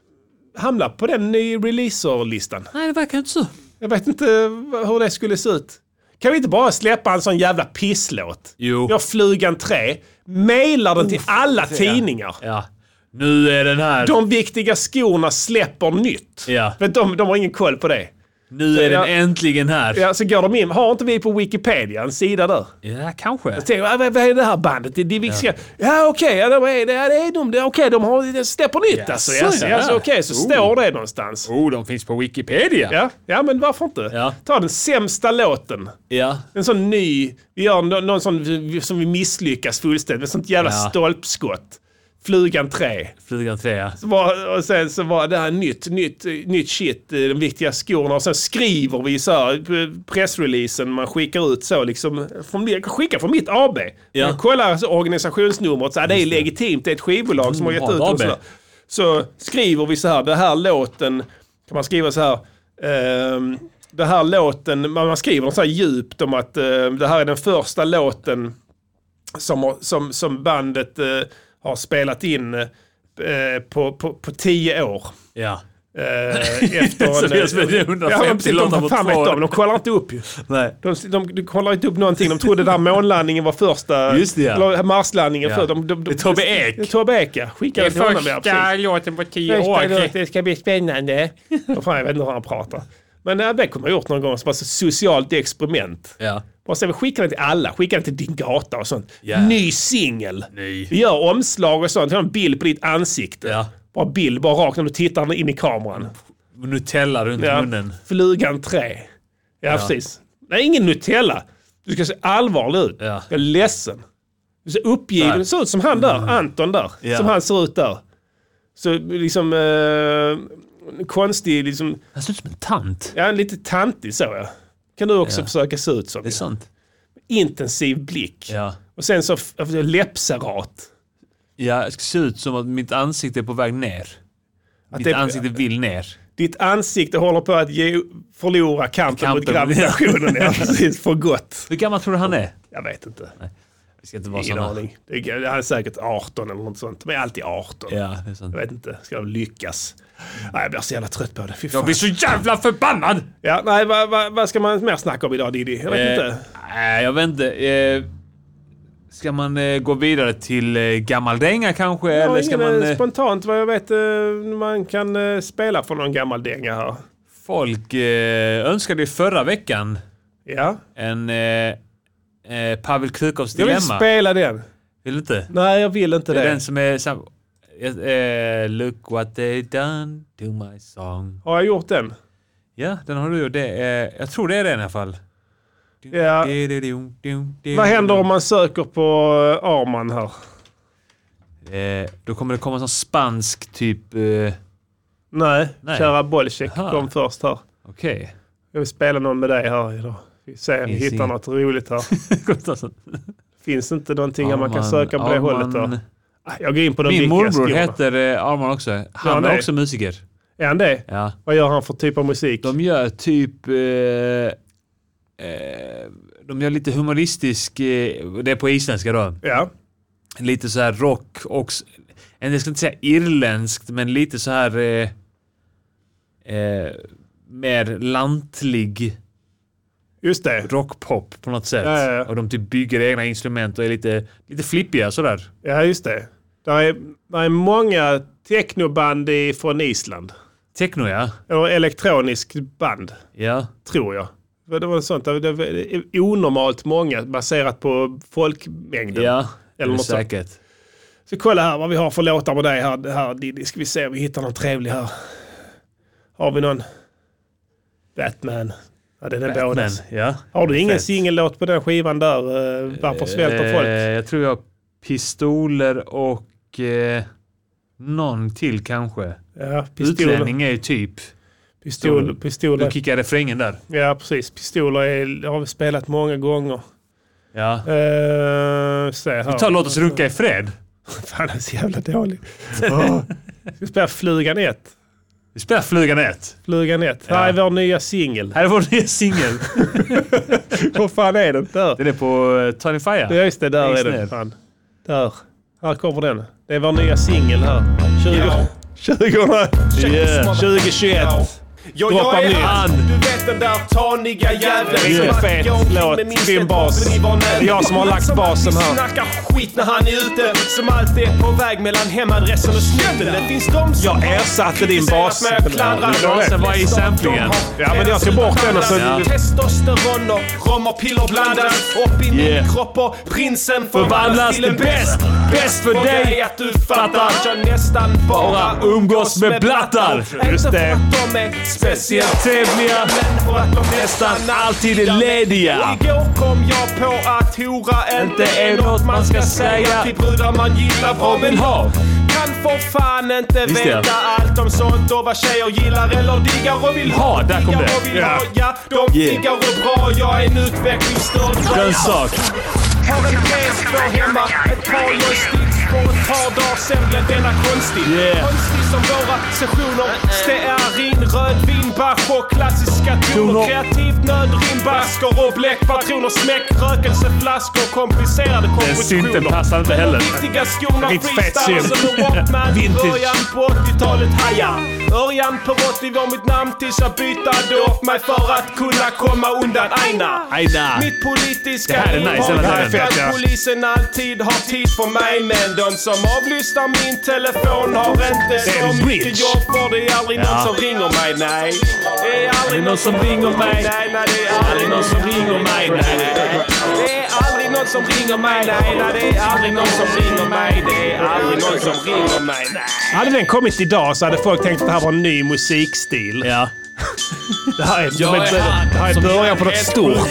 hamna på den i releaser-listan. Nej, det verkar inte så. Jag vet inte hur det skulle se ut. Kan vi inte bara släppa en sån jävla pisslåt? Jo. Jag Flugan tre. Mailar den till alla ja. tidningar. Ja. Nu är den här. De viktiga skorna släpper nytt. Ja. För de, de har ingen koll på det. Nu så är den jag, äntligen här. Ja, så går de in. Har inte vi på Wikipedia en sida där? Ja, kanske. Jag tänker, vad, vad är det här bandet? Det, det, det, ja, ja okej. Okay, ja, de är, det, det är de. Det, okej, de har det släpper nytt. Ja, alltså, så, alltså, ja. alltså, okej, okay, så oh. står det någonstans. Oh, de finns på Wikipedia. Ja, ja men varför inte? Ja. Ta den sämsta låten. Ja. En sån ny. Vi gör någon, någon sån som vi misslyckas fullständigt. Med sånt jävla ja. stolpskott. Flugan tre. Flugan tre, ja. Så var, och sen så var det här nytt, nytt, nytt shit, de viktiga skorna. Och sen skriver vi så här, pressreleasen, man skickar ut så liksom, från, skickar från mitt A B. Ja. Man kollar så organisationsnumret, så här, det är legitimt, det är ett skivbolag som mm, har gett ut det. Så, så skriver vi så här, det här låten, kan man skriva så här, eh, det här låten, man skriver så här djupt om att eh, det här är den första låten som, som, som bandet eh, har spelat in eh, på, på, på tio år. Ja. Eh, efter så det är hundrafemtio ja, låtar på två år. De, de kollar inte upp ju. Nej. De, de, de kollar inte upp någonting. De trodde där månlandningen var första. Just det, ja. Eller Marslandningen. Ja. För, de, de, de, det är Tobbe Ek. Det är Tobbe Ek, ja. Skickade det är första låten på tio år. Låt, det ska bli spännande. Fan, jag vet inte hur han pratar. Men äh, det kommer jag gjort någon gång som ett socialt experiment. Ja. Och sen skicka den till alla. Skicka den till din gata och sånt. Yeah. Ny singel. Vi gör omslag och sånt. Vi har en bild på ditt ansikte. Ja. Bara bild, bara rakt när du tittar in i kameran. Nutella runt ja. munnen. Flugan tre. Ja, ja, precis. Nej, ingen Nutella. Du ska se allvarlig ut. Ja. Jag är ledsen. Du ser uppgiven. Det ser ut som han där. Mm. Anton där. Ja. Som han ser ut där. Så liksom... Eh, konstig liksom... Han ser ut som en tant. Ja, lite tantig så ja. Kan du också ja. försöka se ut som. Det är sant. Intensiv blick. Ja. Och sen så f- läppserat. Ja, det ska se ut som att mitt ansikte är på väg ner. Att mitt det, ansikte vill ner. Ditt ansikte håller på att ge, förlora kampen, kampen mot gravitationen. Ja, precis, för gott. Hur gammal tror du han är? Jag vet inte. Nej. Vi ska inte vara Ingen såna. aning. Det är, han är säkert arton eller något sånt. De är alltid arton. Ja, det är sant. Jag vet inte. Ska de lyckas? Nej, jag blir så jävla trött på det. Fy fan. Jag blir så jävla förbannad! Ja, nej, vad va, va ska man mer snacka om idag, Diddy? Jag vet eh, inte. Nej, jag vet inte. Eh, ska man eh, gå vidare till eh, gammal dänga kanske? Ja, eller ska man, eh, spontant vad jag vet eh, man kan eh, spela för någon gammal dänga här. Folk eh, önskade ju förra veckan ja. en eh, eh, Pavel Krukows dilemma. Jag vill spela den. Vill du inte? Nej, jag vill inte det. Det är den som är... Sam- Uh, look what they done to my song. Har jag gjort den? Ja, den har du gjort. Det är, jag tror det är den i alla fall. Ja. Vad händer om man söker på Arman här? Eh, då kommer det komma sån spansk typ... Eh... Nej, Nej, kära Bolsjek kom först här. Okej. Okay. Jag vill spela någon med dig här idag. Vi ser om vi hittar ing... något roligt här. Finns inte någonting Arman, man kan söka på Arman... det hållet då? Jag går in på de Min morbror skorna. heter eh, Arman också. Han ja, är nej. också musiker. Är han det? Ja. Vad gör han för typ av musik? De gör typ... Eh, eh, de gör lite humoristisk... Eh, det är på isländska då. Ja. Lite så här rock och... Jag ska inte säga irländskt, men lite så här... Eh, eh, mer lantlig... Just det. Rockpop på något sätt. Ja, ja, ja. Och de typ bygger egna instrument och är lite, lite flippiga sådär. Ja, just det. Det är, det är många technoband från Island. Techno, ja. Eller elektronisk band. Ja. Tror jag. Det var sånt. Det var onormalt många baserat på folkmängden. Ja, eller något säkert. Sånt. Så kolla här vad vi har för låtar med dig här. här Diddy. Ska vi se om vi hittar någon trevlig här. Har vi någon Batman? Ja, den är Batman, ja. Har du ingen singellåt på den skivan där? Varför svälter folk? Jag tror jag har Pistoler och eh, någon till kanske. Ja, Utlänning är ju typ. Pistol, pistoler. Du kickar refrängen där. Ja, precis. Pistoler är, har vi spelat många gånger. Ja. Uh, se här. Vi tar Låt oss runka i fred. Fan, det är så jävla dåligt. Oh. Vi spelar Flugan ett. Vi spelar Flugan ett. Flugan ett. Ja. Här är vår nya singel. Här är vår nya singel. Vad fan är den där? Den är på uh, Tony Fire. Ja, just det. Där är den. Fan. Där. Här kommer den. Det är vår nya singel här. tjugo tjugoett. Jag, jag är han, du vet den där taniga jävlen. Det är en fet låt, fin bas. Det är jag som har lagt basen här. Snackar skit när han är ute, som alltid är på väg mellan hemadressen och snuten. Det finns de som jag ersatte din bas. Basen var i samplingen. Ja, men jag ska bort den och så... Testosteron och rom och piller blandas upp i min kropp och prinsen förvandlas till en bäst. Bäst för dig att du fattar att jag nästan bara umgås med blattar. Just det. Speciellt trevliga, men för att de nästan alltid är lediga. Och igår kom jag på att hora inte är något man ska säga till brudar man gillar bra men ha. Kan för fan inte veta allt om sånt och vad tjejer gillar eller diggar och vill ha. Där kom det. Ja. Ja, de yeah. diggar och bra, jag är en utvecklingsstörd. Den sak. Har en P S två hemma, ett par joysticks på ett par dagar sen blev denna konstig. Yeah. Konstig som våra sessioner. Stearin, rödvin, bach och klassiska toner. Kreativt nödrim, basker och bläckpatroner. Smäck, rökelseflaskor, komplicerade kompositioner. Den synten passar inte heller. Viktiga skorna, freestyle som en Walkman. Början på åttiotalet hajar. Örjan på åttio var mitt namn tills jag bytade upp mig för att kunna komma undan Aina. Aina. Mitt politiska det här är nice, det här är fett, ja. Polisen alltid har tid för mig, men de som avlyssnar min telefon har inte så mycket jobb, för det är aldrig ja. någon som ringer mig, nej. Det är aldrig någon som ringer mig, nej, nej, det är aldrig någon som ringer mig, nej. Det är aldrig någon som ringer mig, nej, nej, det är aldrig någon som ringer mig, det är aldrig någon som ringer mig, nej. Hade den kommit idag så hade folk tänkt att det här var en ny musikstil. Ja. Det här är, det här är början på något stort.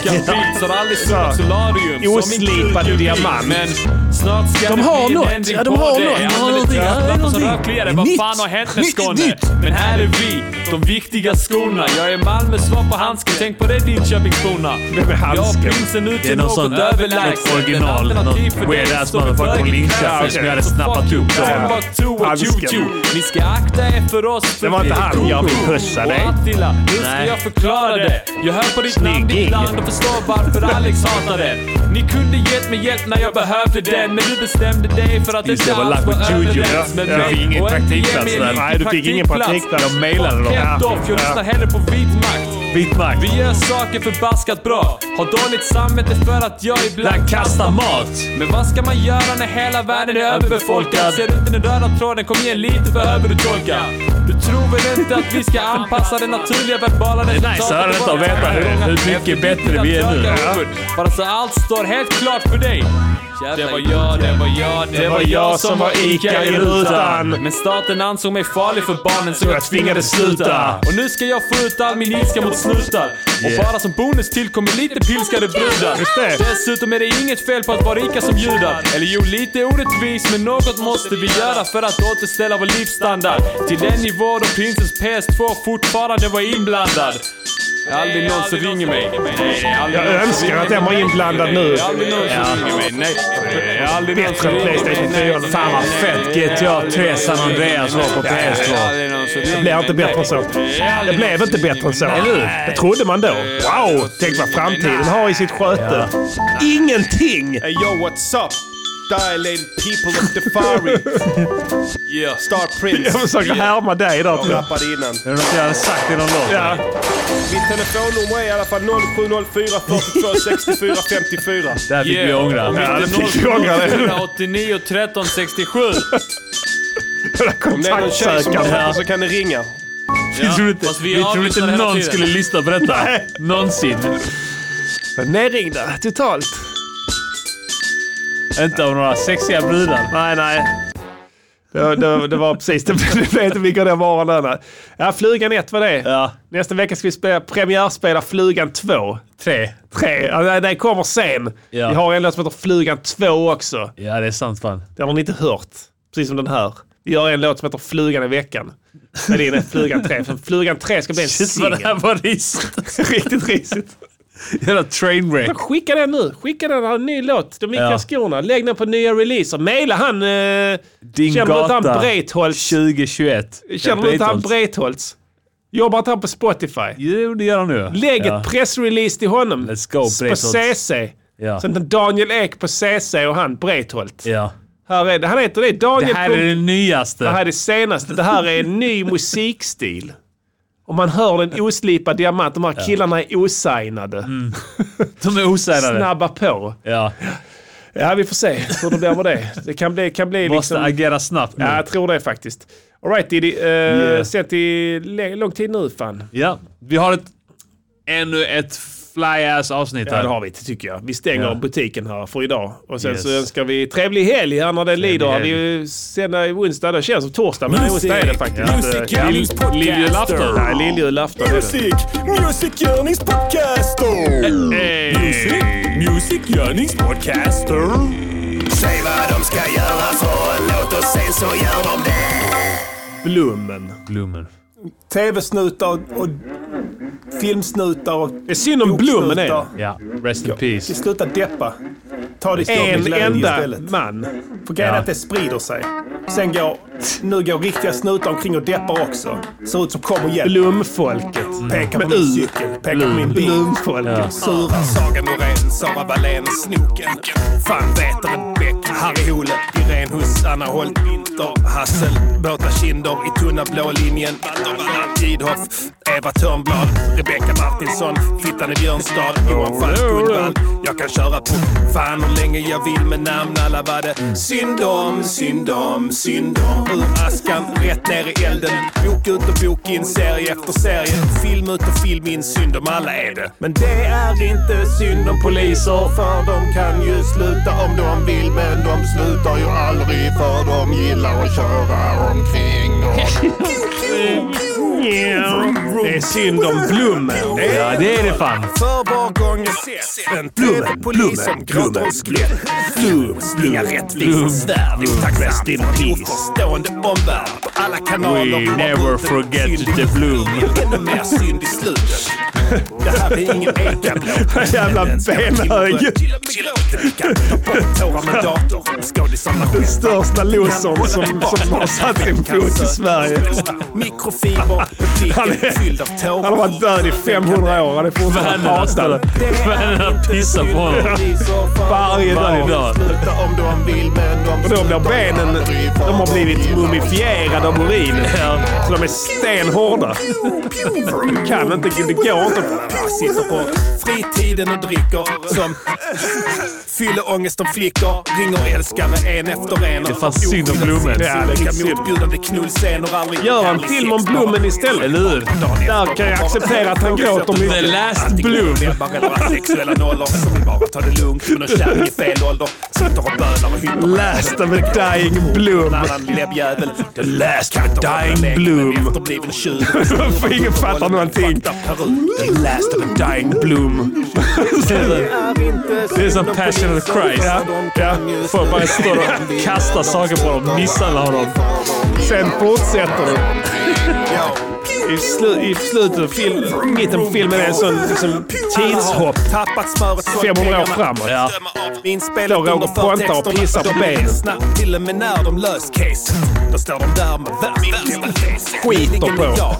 Oslipad diamant. Men snart ska de har något. Ja, de har något. De har någonting. Ja, vad fan har hänt med Skåne? Men här är vi, de viktiga skorna. Jag är Malmö, svar på handsken. Tänk på det, Linköpingsborna. Jag prinsen ut till något överlägset. Original, något weird ass motherfucker från Linköping som jag hade snappat upp. Ni ska akta er för oss. Det var inte han jag vill pussa dig. Nu ska jag förklara det. Jag hör på ditt namn ibland och förstår varför Alex hatar det. Ni kunde gett mig hjälp när jag behövde den, men du bestämde dig för att det var allt var överlägset med mig. Ingen praktikplats där. Nej, du fick ingen praktikplats. De mejlade dem. Jag lyssnar hellre på vit makt. Vit makt. Vi gör saker förbaskat bra. Har dåligt samvete för att jag ibland kastar mat. Men vad ska man göra när hela världen är överbefolkad? Ser du inte den röda tråden? Kom igen, lite behöver du tolka. Du tror väl inte att vi ska anpassa den naturliga verbala resultatet? Det är nice att veta hur, hur mycket bättre vi är nu. Bara så allt står helt klart för dig. Det var jag, det var jag, det, det var jag som var Ica i rutan. Men staten ansåg mig farlig för barnen så jag tvingades sluta. Och nu ska jag få ut all min ilska mot snuttar. Yeah. Och bara som bonus tillkommer lite pilskade brudar. Dessutom är det inget fel på att vara rika som judar. Eller jo, lite orättvis, men något måste vi göra för att återställa vår livsstandard till den nivå då Princess P S två fortfarande var inblandad. Aldrig någon som ringer mig. Nej, jag önskar att den var inblandad nu. Aldrig någon som ringer mig. Nej. Aldrig bättre än PlayStation fyra. Fan vad fett G T A tre San Andreas var på P S två. Det blev inte bättre än så. Det blev inte bättre än så. Det trodde man då. Wow, tänk vad framtiden har i sitt sköte. Ingenting! Hey yo, what's up? Dilated people of the Far East. Yeah. Star Prince. Jag försöker härma dig där. Jag rappade innan. Det är något jag hade sagt i någon låt. Ja. Mitt telefonnummer är i alla fall noll sju noll fyra fyrtiotvå sextiofyra femtiofyra. Där fick yeah. vi ångra. Ja, det fick vi ångra. noll sju åttionio tretton sextiosju. Om det är någon tjej som har så kan ni ringa. Vi trodde inte, vi trodde inte någon skulle lyssna på detta. Nej. Någonsin. Nerringda, totalt. Inte av några sexiga brudar. Nej, nej. Det, det, det var precis det. Du vet inte vilka det var där. Ja, Flugan ett var det. Ja. Nästa vecka ska vi spela, premiärspela Flugan två. Tre. Tre. Ja, det kommer sen. Ja. Vi har en låt som heter Flugan två också. Ja, det är sant fan. Det har ni inte hört. Precis som den här. Vi har en låt som heter Flugan i veckan. Men det är Flugan tre. För Flugan tre ska bli en singel. Det här var risigt. Riktigt risigt. Jävla trainwreck. Skicka den nu. Skicka den här, en ny låt. De viktiga ja. skorna. Lägg den på nya releaser. Maila han... Eh, Din gata. Han Breitholtz. tjugo tjugoett. Känner du inte han Breitholtz? Jobbar inte han på Spotify? Jo, det gör han nu. Lägg ja. ett pressrelease till honom. Let's go, Breitholtz. På C C. Ja. Sen Daniel Ek på C C och han Breitholtz. Ja. Här är det. Han heter det. Daniel. Det här är det nyaste. Det här är det senaste. Det här är en ny musikstil. Och man hör den oslipade diamant. De här ja. killarna är osignade. Mm. De är osignade. Snabba på. Ja. Ja, vi får se hur det blir med det. Det kan bli, kan bli Måste liksom... agera snabbt nu. Ja, jag tror det faktiskt. All right, Diddy. Uh, yeah. Sett i lång tid nu, fan. Ja, vi har ett ännu ett fly-ass avsnitt här. Ja, det har vi, tycker jag. Vi stänger ja. butiken här för idag. Och sen yes. så önskar vi trevlig helg här när det lider. Helg. Det är ju sen i onsdag. Det känns som torsdag, men onsdag är det faktiskt. Ja. Liljulafton. Nej, liljulafton. Music, musikgörningspodcaster. Music, musikgörningspodcaster. Säg vad de ska göra för en låt och sen så gör de det. Blommen. Blommen. Tv-snutar och filmsnutar och... Det är synd om Blommen är. Ja, rest in peace. Vi slutar deppa. Ta det en enda man. För grejen är att det sprider sig. Sen går... Nu går riktiga snutar omkring och deppar också. Ser ut som kommer hjälp. Blomfolket. Mm. Pekar på min cykel. Pekar på min bil. Blomfolket. Ja. Sura Saga Norén. Sara Wallén. Snoken. Fan Veteren Bäck. Harry Hole. Irene Huss. Anna Holt. Winter. Hassel. Båta Kinder. I tunna blå linjen. Gidhoff. Eva Törnblad. Rebecca Martinsson. Fittan i Björnstad. Johan Falk Gullvall. Jag kan köra på fan hur länge jag vill med namn alla var det. Synd om, synd om, synd om. Ur askan, rätt ner i elden. Bok ut och bok in, serie efter serie. Film ut och film in, synd om alla är det. Men det är inte synd om poliser. För de kan ju sluta om de vill. Men de slutar ju aldrig för de gillar att köra omkring och... Det är synd om Blommen. Ja, det är det fan. För var gång jag ses en tv-polis som gråter och skrätt. Flum, inga rättvisa svärd. Rest in peace. Förstående omvärld på alla kanaler. We never forget the Bloom. Ännu mer synd i slutet. Det här är ingen eka-blå. Jävla benhög. Den största losern som, som har satt en fot i Sverige. Mikrofiber. Han, är, han har varit död i femhundra år. Han är fortfarande hatad. Vännerna pissar på honom. Varje dag. Och då blir benen... De har blivit mumifierade av urin. Så de är stenhårda. Du kan inte... Det går inte. Jag sitter på fritiden och dricker som Fylleångest om flickor, ringer älskare en efter en. Det fanns synd om Blommen. Ja, det kan motbjudande knullscener aldrig. Gör en film om Blommen istället. Eller hur? Där kan jag acceptera att han gråter mycket. The Last Bloom. Sexuella nollor som vill bara ta det lugnt med någon kärring i fel ålder. Sitter och bölar och hytter. Last of a dying bloom. The last of a dying bloom. Efterbliven tjuv. För ingen fattar någonting. The last of a dying bloom. Det är som Passion of Christ. Ja, ja. Folk bara står och kastar saker på dem, misshandlar dem. Sen fortsätter det. I, slu, I slutet av film, mitten på filmen är en sån liksom, tidshopp. femhundra år framåt. Ja. Då Roger Ponta och pissar på benen. Till och med när de lös case. Då står de där med Skiter på.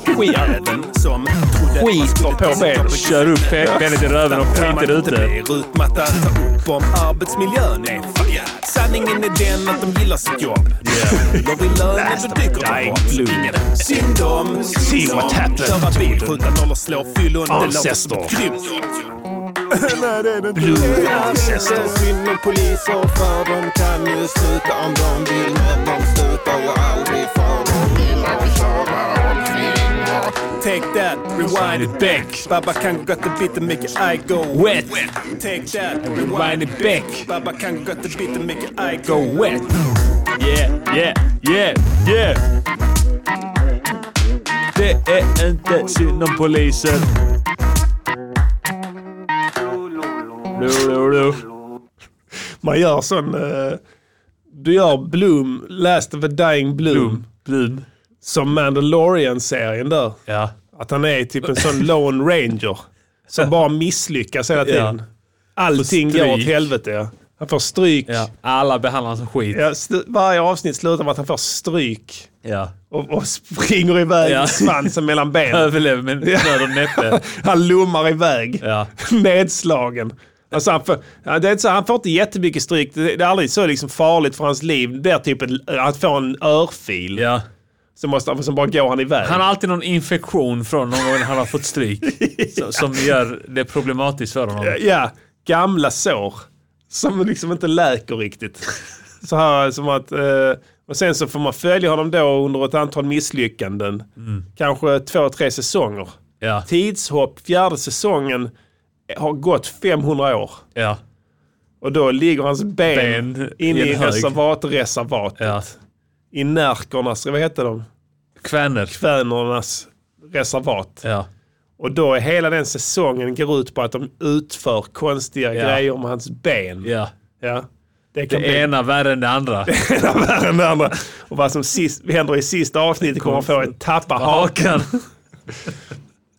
Skiter på benen. Kör upp benet i röven och skiter ute. Rutmatta, ta upp om arbetsmiljön är fuck. Sanningen är den att de gillar sitt jobb. Då vill lönen så dyker de bort. Synd om, See what happened. köra bil, skjuta nollor, slå fyll under Ancestor. Nej, det är det inte. Ancestor. Synd om poliser för de kan ju sluta om de vill. Men de slutar ju aldrig för de vill att köra omkring. Take that, rewind it back. Baba can got the beat and make your eye go wet. Take that, rewind it back. Baba can got the beat and make your eye go wet. Yeah, yeah, yeah, yeah. Det är inte synd om polisen. Man gör sån... Uh, du gör Bloom, Last of a Dying Bloom. Bloom. Bloom. Som Mandalorian-serien där. Ja. Att han är typ en sån Lone Ranger. Som bara misslyckas hela tiden. Ja. Allting går åt helvete. Ja. Han får stryk. Ja. Alla behandlar honom som skit. Ja, st- varje avsnitt slutar med att han får stryk. Ja. Och, och springer iväg ja. svansen mellan benen. Överlever med nöd och näppe. Han lummar iväg. Ja. Nedslagen. Alltså han, får, ja, det är så, han får inte jättemycket stryk. Det, det är aldrig så liksom farligt för hans liv. Det är typ att få en örfil. Ja. Så måste han som bara går han iväg. Han har alltid någon infektion från någon gång han har fått stryk. ja. Som gör det problematiskt för honom. Ja, ja, gamla sår. Som liksom inte läker riktigt. Så här som att... Eh, och sen så får man följa honom då under ett antal misslyckanden. Mm. Kanske två, tre säsonger. Ja. Tidshopp, fjärde säsongen har gått femhundra år. Ja. Och då ligger hans ben, ben inne i, i reservat, reservatet. Ja. I Närkornas, vad heter de? Kväner. Kvänernas reservat. Ja. Och då är hela den säsongen går ut på att de utför konstiga ja. grejer med hans ben. Ja. Ja. Det, det bli... ena värre än det andra. Det ena värre än det andra. Och vad som sist, händer i sista avsnittet kommer att få ett tappa hakan.